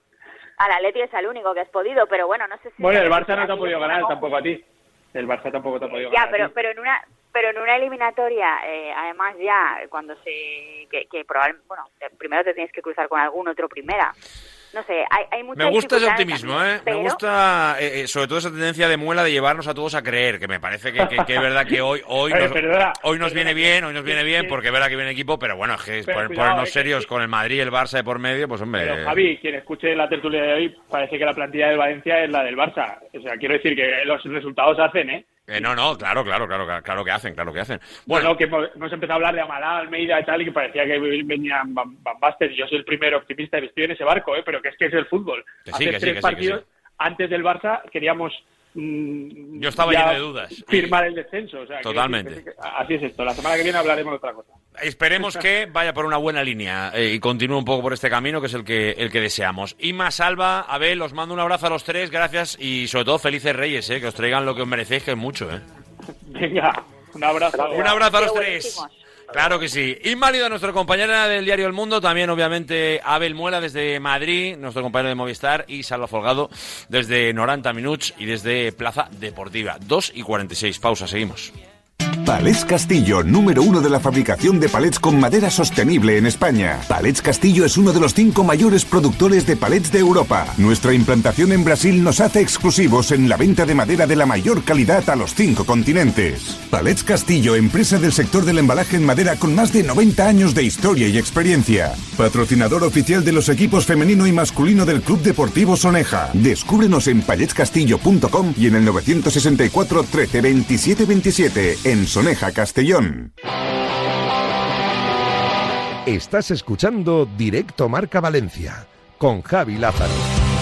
Al Atleti es el único que has podido, pero bueno, no sé si... Bueno, el Barça no te ha podido ganar tampoco a ti. El Barça tampoco te ha podido ganar. Ya, pero en una eliminatoria, además ya, cuando que probablemente, bueno, primero te tienes que cruzar con algún otro primera. No sé, hay mucha Me gusta ese optimismo, también, pero... Me gusta sobre todo esa tendencia de Muela de llevarnos a todos a creer, que me parece que es verdad que hoy nos viene bien, porque es verdad que viene equipo, pero bueno, es que ponernos serios con el Madrid y el Barça de por medio, pues hombre... Pero Javi, quien escuche la tertulia de hoy, parece que la plantilla del Valencia es la del Barça. O sea, quiero decir que los resultados hacen, ¿eh? No, claro que hacen. Bueno, que hemos empezado a hablar de Amalá, Almeida y tal, y que parecía que venían Van Basten, y yo soy el primer optimista y estoy en ese barco, pero que es el fútbol. Hace 3 partidos, antes del Barça, queríamos yo estaba lleno de dudas. Firmar el descenso. O sea, totalmente. Así es esto. La semana que viene hablaremos de otra cosa. Esperemos que vaya por una buena línea y continúe un poco por este camino, que es el que deseamos. Inma, Salva, Abel, os mando un abrazo a los tres, gracias y sobre todo felices Reyes, que os traigan lo que os merecéis, que es mucho. Venga, un abrazo. Un abrazo a los tres. Claro que sí. Inválido, nuestra compañera del diario El Mundo, también obviamente Abel Muela desde Madrid, nuestro compañero de Movistar, y Salva Folgado desde 90 Minuts y desde Plaza Deportiva. 2:46, pausa, seguimos. Palets Castillo, número 1 de la fabricación de palets con madera sostenible en España. Palets Castillo es uno de los 5 mayores productores de palets de Europa. Nuestra implantación en Brasil nos hace exclusivos en la venta de madera de la mayor calidad a los 5 continentes. Palets Castillo, empresa del sector del embalaje en madera con más de 90 años de historia y experiencia. Patrocinador oficial de los equipos femenino y masculino del Club Deportivo Soneja. Descúbrenos en paletscastillo.com y en el 964 13 27 27 en Soneja, Castellón. Estás escuchando Directo Marca Valencia con Javi Lázaro.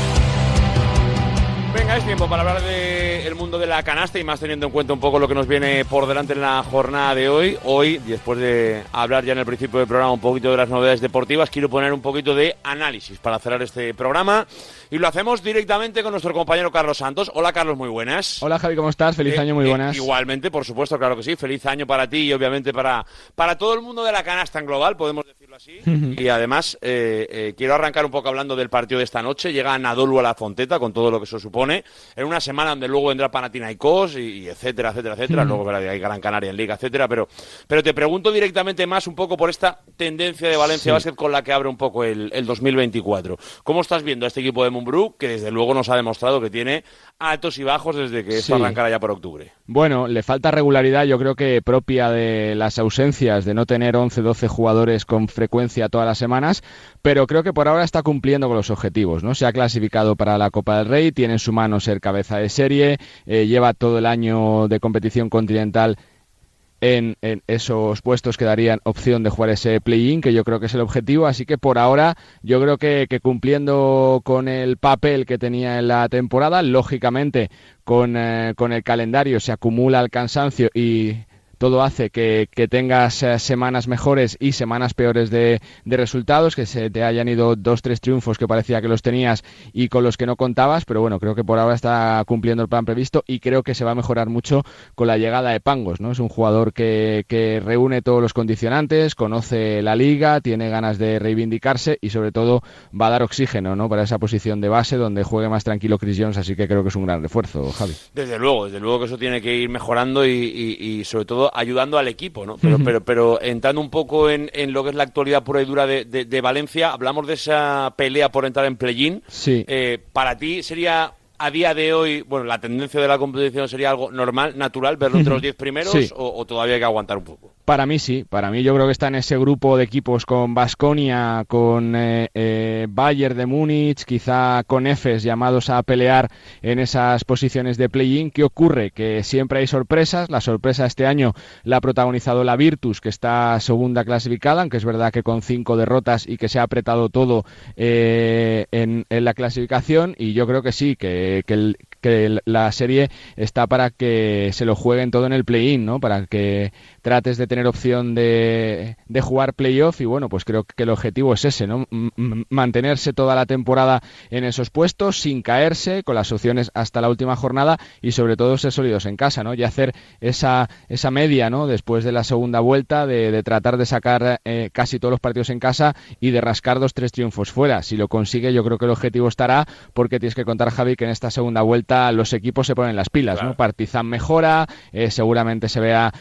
Venga, es tiempo para hablar del mundo de la canasta y más teniendo en cuenta un poco lo que nos viene por delante en la jornada de hoy. Hoy, después de hablar ya en el principio del programa un poquito de las novedades deportivas, quiero poner un poquito de análisis para cerrar este programa y lo hacemos directamente con nuestro compañero Carlos Santos. Hola Carlos, muy buenas. Hola Javi, ¿cómo estás? Feliz año, muy buenas. Igualmente, por supuesto, claro que sí. Feliz año para ti y obviamente para todo el mundo de la canasta en global, podemos decir decirlo así. Y además, quiero arrancar un poco hablando del partido de esta noche. Llega Anadolu a la Fonteta con todo lo que eso supone. En una semana donde luego vendrá Panathinaikos y etcétera, etcétera, etcétera. Luego hay Gran Canaria en Liga, etcétera. Pero te pregunto directamente más un poco por esta tendencia de Valencia Basket con la que abre un poco el 2024. ¿Cómo estás viendo a este equipo de Mumbrú, que desde luego nos ha demostrado que tiene altos y bajos desde que esto arrancara ya por octubre? Bueno, le falta regularidad, yo creo que propia de las ausencias, de no tener 11, 12 jugadores con frecuencia todas las semanas, pero creo que por ahora está cumpliendo con los objetivos, ¿no? Se ha clasificado para la Copa del Rey, tiene en su mano ser cabeza de serie, lleva todo el año de competición continental en esos puestos que darían opción de jugar ese play-in, que yo creo que es el objetivo, así que por ahora yo creo que cumpliendo con el papel que tenía en la temporada, lógicamente con el calendario se acumula el cansancio y todo hace que tengas semanas mejores y semanas peores de resultados, que se te hayan ido 2-3 triunfos que parecía que los tenías y con los que no contabas, pero bueno, creo que por ahora está cumpliendo el plan previsto y creo que se va a mejorar mucho con la llegada de Pangos, ¿no? Es un jugador que reúne todos los condicionantes, conoce la liga, tiene ganas de reivindicarse y sobre todo va a dar oxígeno, ¿no? Para esa posición de base donde juegue más tranquilo Chris Jones, así que creo que es un gran refuerzo, Javi. Desde luego que eso tiene que ir mejorando y sobre todo ayudando al equipo, ¿no? Pero entrando un poco en lo que es la actualidad pura y dura de Valencia, hablamos de esa pelea por entrar en play-in. Sí. Para ti sería, a día de hoy, bueno, la tendencia de la competición sería algo normal, natural, verlo entre los 10 primeros, sí. o todavía hay que aguantar un poco. Para mí sí, para mí yo creo que está en ese grupo de equipos con Baskonia, con Bayern de Múnich, quizá con Efes, llamados a pelear en esas posiciones de play-in. ¿Qué ocurre? Que siempre hay sorpresas. La sorpresa este año la ha protagonizado la Virtus, que está segunda clasificada, aunque es verdad que con 5 derrotas y que se ha apretado todo en la clasificación, y yo creo que sí, que la serie está para que se lo jueguen todo en el play-in, ¿no? Para que trates de tener opción de jugar playoff y bueno, pues creo que el objetivo es ese, ¿no? Mantenerse toda la temporada en esos puestos sin caerse, con las opciones hasta la última jornada y sobre todo ser sólidos en casa, ¿no? Y hacer esa media, ¿no? Después de la segunda vuelta de tratar de sacar casi todos los partidos en casa y de rascar 2-3 triunfos fuera. Si lo consigue, yo creo que el objetivo estará, porque tienes que contar, Javi, que en esta segunda vuelta los equipos se ponen las pilas, claro, ¿no? Partizan mejora, seguramente se vea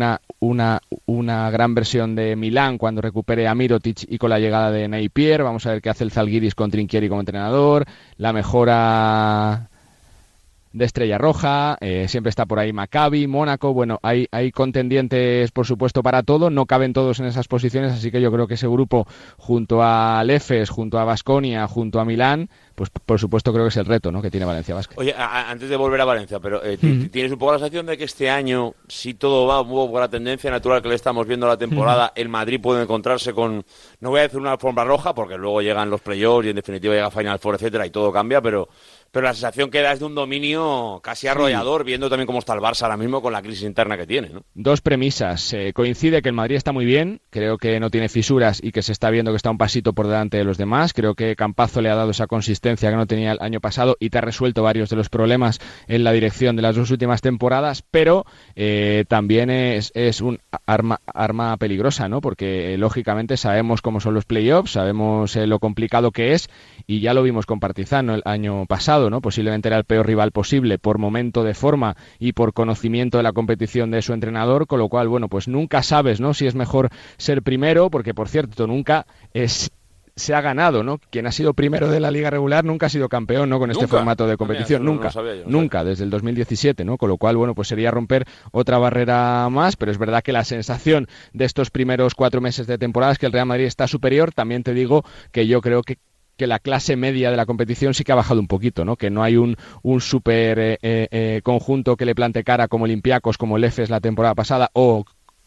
una gran versión de Milán cuando recupere a Mirotic y con la llegada de Napier. Vamos a ver qué hace el Zalgiris con Trinchieri como entrenador, la mejora de Estrella Roja, siempre está por ahí Maccabi, Mónaco. Bueno, hay contendientes por supuesto para todo, no caben todos en esas posiciones, así que yo creo que ese grupo junto a Efes, junto a Baskonia, junto a Milán, pues por supuesto creo que es el reto, ¿no?, que tiene Valencia Basket. Oye, antes de volver a Valencia, pero ¿tienes un poco la sensación de que este año, si todo va un poco por la tendencia natural que le estamos viendo a la temporada, el Madrid puede encontrarse con, no voy a decir una alfombra roja, porque luego llegan los playoffs y en definitiva llega Final Four, etcétera, y todo cambia, pero la sensación que da es de un dominio casi arrollador, viendo también cómo está el Barça ahora mismo con la crisis interna que tiene, ¿no? Dos premisas. Coincide que el Madrid está muy bien, creo que no tiene fisuras y que se está viendo que está un pasito por delante de los demás. Creo que Campazzo le ha dado esa consistencia que no tenía el año pasado y te ha resuelto varios de los problemas en la dirección de las dos últimas temporadas, pero también es un arma peligrosa, ¿no? Porque lógicamente sabemos cómo son los playoffs, sabemos lo complicado que es, y ya lo vimos con Partizan, ¿no?, el año pasado, ¿no? Posiblemente era el peor rival posible por momento de forma y por conocimiento de la competición de su entrenador, con lo cual, bueno, pues nunca sabes, ¿no?, si es mejor ser primero, porque por cierto, nunca se ha ganado, ¿no? Quien ha sido primero de la liga regular nunca ha sido campeón, ¿no?, con este formato de competición. Nunca, desde el 2017, ¿no? Con lo cual, bueno, pues sería romper otra barrera más, pero es verdad que la sensación de estos primeros 4 meses de temporada es que el Real Madrid está superior. También te digo que yo creo que la clase media de la competición sí que ha bajado un poquito, ¿no? Que no hay un super conjunto que le plante cara como Olympiacos, como el Efes la temporada pasada, o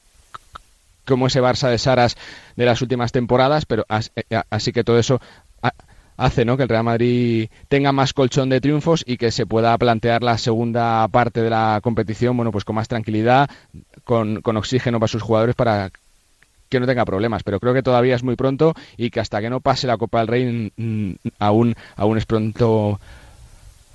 como ese Barça de Saras de las últimas temporadas, pero así que todo eso hace, ¿no?, que el Real Madrid tenga más colchón de triunfos y que se pueda plantear la segunda parte de la competición, bueno, pues con más tranquilidad, con oxígeno para sus jugadores, para que no tenga problemas, pero creo que todavía es muy pronto y que hasta que no pase la Copa del Rey aún es pronto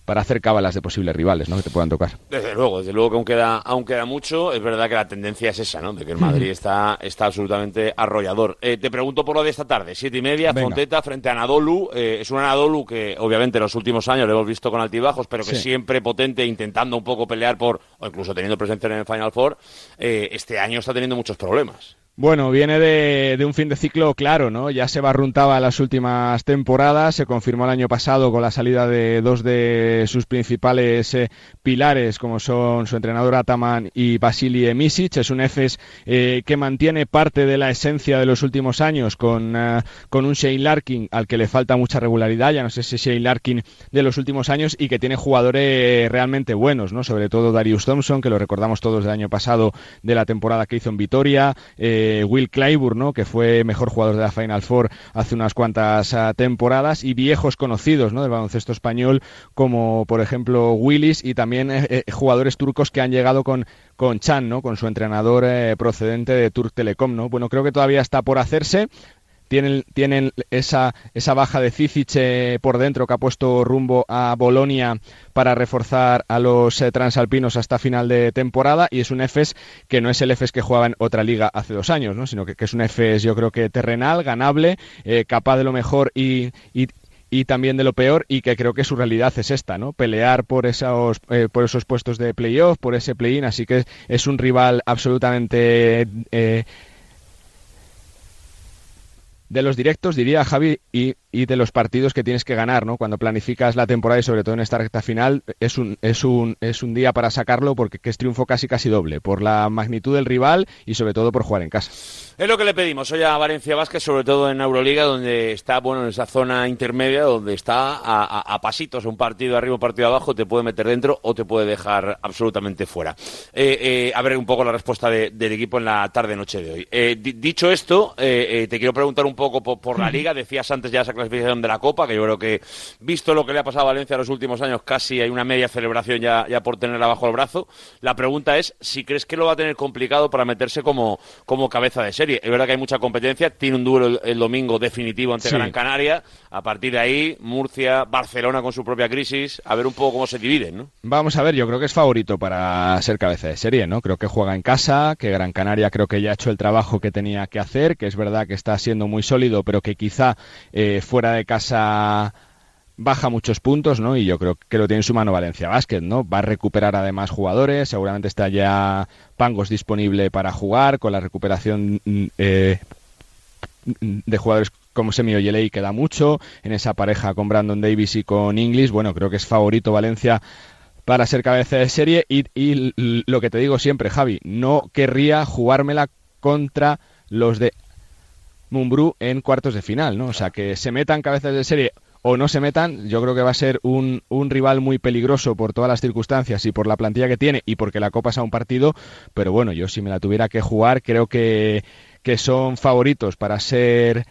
para hacer cábalas de posibles rivales, ¿no?, que te puedan tocar. Desde luego que aún queda mucho. Es verdad que la tendencia es esa, ¿no?, de que el Madrid está absolutamente arrollador. Te pregunto por lo de esta tarde, 7:30, Fonteta frente a Anadolu. Es un Anadolu que obviamente en los últimos años lo hemos visto con altibajos, pero que siempre potente, intentando un poco pelear o incluso teniendo presencia en el Final Four. Este año está teniendo muchos problemas. Bueno, viene de un fin de ciclo claro, ¿no? Ya se barruntaba en las últimas temporadas, se confirmó el año pasado con la salida de dos de sus principales pilares, como son su entrenador Ataman y Vasilije Micic. Es un Efes que mantiene parte de la esencia de los últimos años con un Shane Larkin al que le falta mucha regularidad, ya no sé si Shane Larkin de los últimos años, y que tiene jugadores realmente buenos, ¿no? Sobre todo Darius Thompson, que lo recordamos todos del año pasado, de la temporada que hizo en Vitoria, Will Clyburn, ¿no?, que fue mejor jugador de la Final Four hace unas cuantas temporadas, y viejos conocidos, ¿no?, del baloncesto español, como por ejemplo Willis, y también jugadores turcos que han llegado con Chan, ¿no?, con su entrenador procedente de Turk Telecom, ¿no? Bueno, creo que todavía está por hacerse. Tienen esa baja de Cicic por dentro, que ha puesto rumbo a Bolonia para reforzar a los transalpinos hasta final de temporada, y es un Efes que no es el Efes que jugaba en otra liga hace 2 años, ¿no?, sino que es un Efes, yo creo que terrenal, ganable, capaz de lo mejor y también de lo peor, y que creo que su realidad es esta, ¿no?, pelear por esos puestos de playoff, por ese play-in. Así que es un rival absolutamente de los directos, diría Javi, y de los partidos que tienes que ganar, ¿no?, cuando planificas la temporada, y sobre todo en esta recta final. Es un día para sacarlo, porque es triunfo casi doble, por la magnitud del rival y sobre todo por jugar en casa. Es lo que le pedimos hoy a Valencia Basket, sobre todo en Euroliga, donde está, en esa zona intermedia, donde está a pasitos, un partido arriba, un partido abajo, te puede meter dentro o te puede dejar absolutamente fuera. A ver un poco la respuesta del equipo en la tarde-noche de hoy. Dicho esto, te quiero preguntar un poco por la Liga. Decías antes ya esa clasificación de la Copa, que yo creo que, visto lo que le ha pasado a Valencia en los últimos años, casi hay una media celebración ya por tenerla bajo el brazo. La pregunta es si crees que lo va a tener complicado para meterse como cabeza de serie. Es verdad que hay mucha competencia, tiene un duelo el domingo definitivo ante Gran Canaria. A partir de ahí, Murcia, Barcelona con su propia crisis, a ver un poco cómo se dividen, ¿no? Vamos a ver, yo creo que es favorito para ser cabeza de serie, ¿no? Creo que juega en casa, que Gran Canaria creo que ya ha hecho el trabajo que tenía que hacer, que es verdad que está siendo muy sólido, pero que quizá fuera de casa baja muchos puntos, ¿no? Y yo creo que lo tiene en su mano Valencia Basket, ¿no? Va a recuperar además jugadores, seguramente está ya Pangos disponible para jugar, con la recuperación de jugadores como Semi Ojeley, que da mucho, en esa pareja con Brandon Davis y con Inglis. Bueno, creo que es favorito Valencia para ser cabeza de serie, y lo que te digo siempre, Javi, no querría jugármela contra los de Mumbrú en cuartos de final, ¿no? O sea, que se metan cabezas de serie o no se metan, yo creo que va a ser un rival muy peligroso por todas las circunstancias y por la plantilla que tiene y porque la Copa es a un partido. Pero bueno, yo si me la tuviera que jugar, creo que son favoritos para ser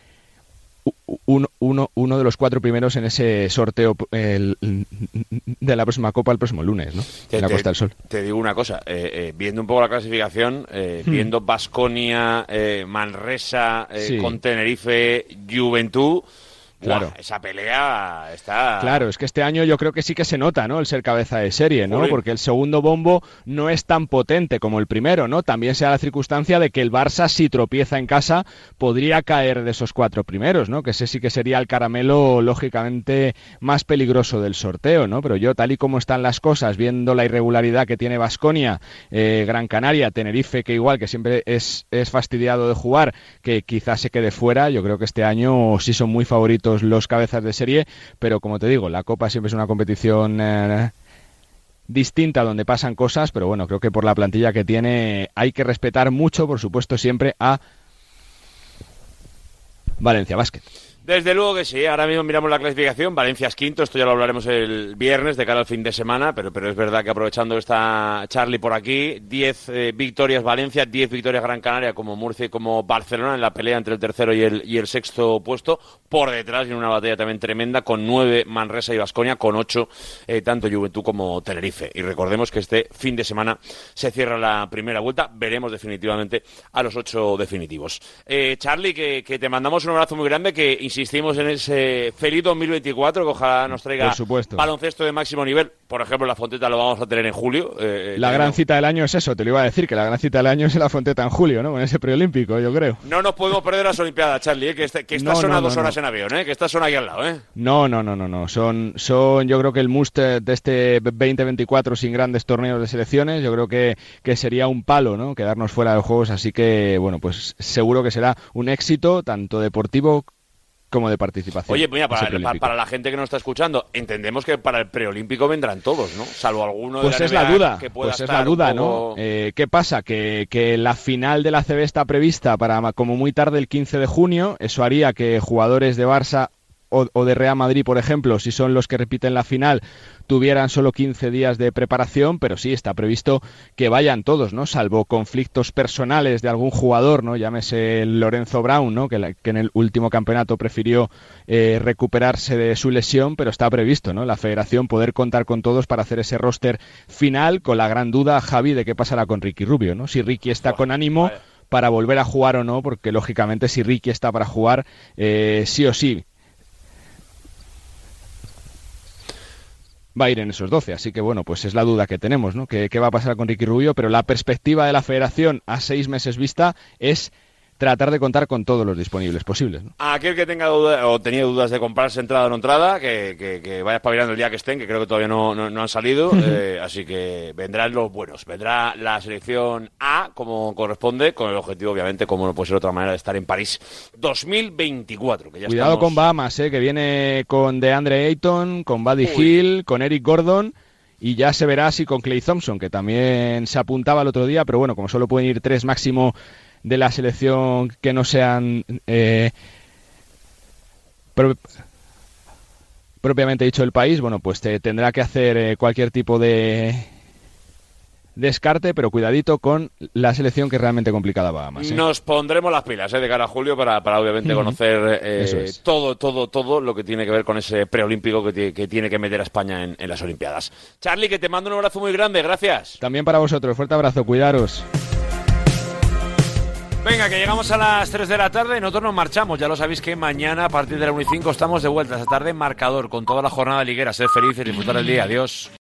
uno de los 4 primeros en ese sorteo de la próxima Copa el próximo lunes, ¿no? En la Costa del Sol. Te digo una cosa, viendo un poco la clasificación, viendo Baskonia, Manresa, con Tenerife, Juventud. Claro. Buah, esa pelea está... Claro, es que este año yo creo que sí que se nota, ¿no?, el ser cabeza de serie, ¿no? Porque el segundo bombo no es tan potente como el primero, ¿no? También se da la circunstancia de que el Barça, si tropieza en casa, podría caer de esos 4 primeros, ¿no? Que ese sí que sería el caramelo, lógicamente, más peligroso del sorteo, ¿no? Pero yo, tal y como están las cosas, viendo la irregularidad que tiene Baskonia, Gran Canaria, Tenerife, que igual, que siempre es fastidiado de jugar, que quizás se quede fuera, yo creo que este año sí son muy favoritos los cabezas de serie, pero como te digo, la Copa siempre es una competición distinta donde pasan cosas, pero bueno, creo que por la plantilla que tiene hay que respetar mucho, por supuesto, siempre a Valencia Basket. Desde luego que sí, ahora mismo miramos la clasificación, Valencia es quinto, esto ya lo hablaremos el viernes de cara al fin de semana, pero es verdad que aprovechando está Charlie por aquí, 10 victorias Valencia, 10 victorias Gran Canaria, como Murcia y como Barcelona en la pelea entre el tercero y el sexto puesto, por detrás viene una batalla también tremenda con 9 Manresa y Baskonia, con 8 tanto Juventud como Tenerife, y recordemos que este fin de semana se cierra la primera vuelta, veremos definitivamente a los 8 definitivos. Charlie, que te mandamos un abrazo muy grande, que insistimos en ese feliz 2024, que ojalá nos traiga baloncesto de máximo nivel. Por ejemplo, la Fonteta lo vamos a tener en julio. La gran cita del año es eso, te lo iba a decir, que la gran cita del año es la Fonteta en julio, ¿no? Con ese preolímpico, yo creo. No nos podemos perder las Olimpiadas, Charlie, que estas son a 2 horas en avión, que estas son aquí al lado, No. Son yo creo que el must de este 2024 sin grandes torneos de selecciones, yo creo que sería un palo, ¿no? Quedarnos fuera de los Juegos, así que, bueno, pues seguro que será un éxito, tanto deportivo como de participación. Oye, mira, para la gente que nos está escuchando, entendemos que para el preolímpico vendrán todos, ¿no? Salvo alguno de la NBA que pueda estar. Pues es la duda, ¿no? ¿Qué pasa? Que la final de la ACB está prevista para como muy tarde el 15 de junio. Eso haría que jugadores de Barça o de Real Madrid, por ejemplo, si son los que repiten la final, tuvieran solo 15 días de preparación, pero sí está previsto que vayan todos, ¿no? Salvo conflictos personales de algún jugador, ¿no? Llámese Lorenzo Brown, ¿no? Que en el último campeonato prefirió recuperarse de su lesión, pero está previsto, ¿no? La Federación poder contar con todos para hacer ese roster final, con la gran duda, Javi, de qué pasará con Ricky Rubio, ¿no? Si Ricky está con ánimo para volver a jugar o no, porque lógicamente si Ricky está para jugar, sí o sí va a ir en esos 12, así que bueno, pues es la duda que tenemos, ¿no? ¿Qué va a pasar con Ricky Rubio? Pero la perspectiva de la Federación a 6 meses vista es tratar de contar con todos los disponibles posibles, ¿no? Aquel que tenga duda o tenía dudas de comprarse entrada o no entrada, que vaya espabilando el día que estén, que creo que todavía no han salido, así que vendrán los buenos. Vendrá la selección A, como corresponde, con el objetivo, obviamente, como no puede ser de otra manera, de estar en París 2024. Que ya Cuidado con Bahamas, que viene con DeAndre Ayton, con Buddy Hield, con Eric Gordon, y ya se verá si con Klay Thompson, que también se apuntaba el otro día, pero bueno, como solo pueden ir 3 máximo de la selección que no sean propiamente dicho el país, bueno, pues tendrá que hacer cualquier tipo de descarte, pero cuidadito con la selección que es realmente complicada Bahamas. Nos pondremos las pilas de cara a julio para obviamente conocer todo lo que tiene que ver con ese preolímpico que tiene que meter a España en las Olimpiadas. Charlie, que te mando un abrazo muy grande, gracias. También para vosotros, fuerte abrazo, cuidaros. Venga, que llegamos a las 3 de la tarde y nosotros nos marchamos. Ya lo sabéis que mañana a partir de la 1:05 estamos de vuelta esta tarde en Marcador con toda la jornada liguera. Sed felices, disfrutar el día. Adiós.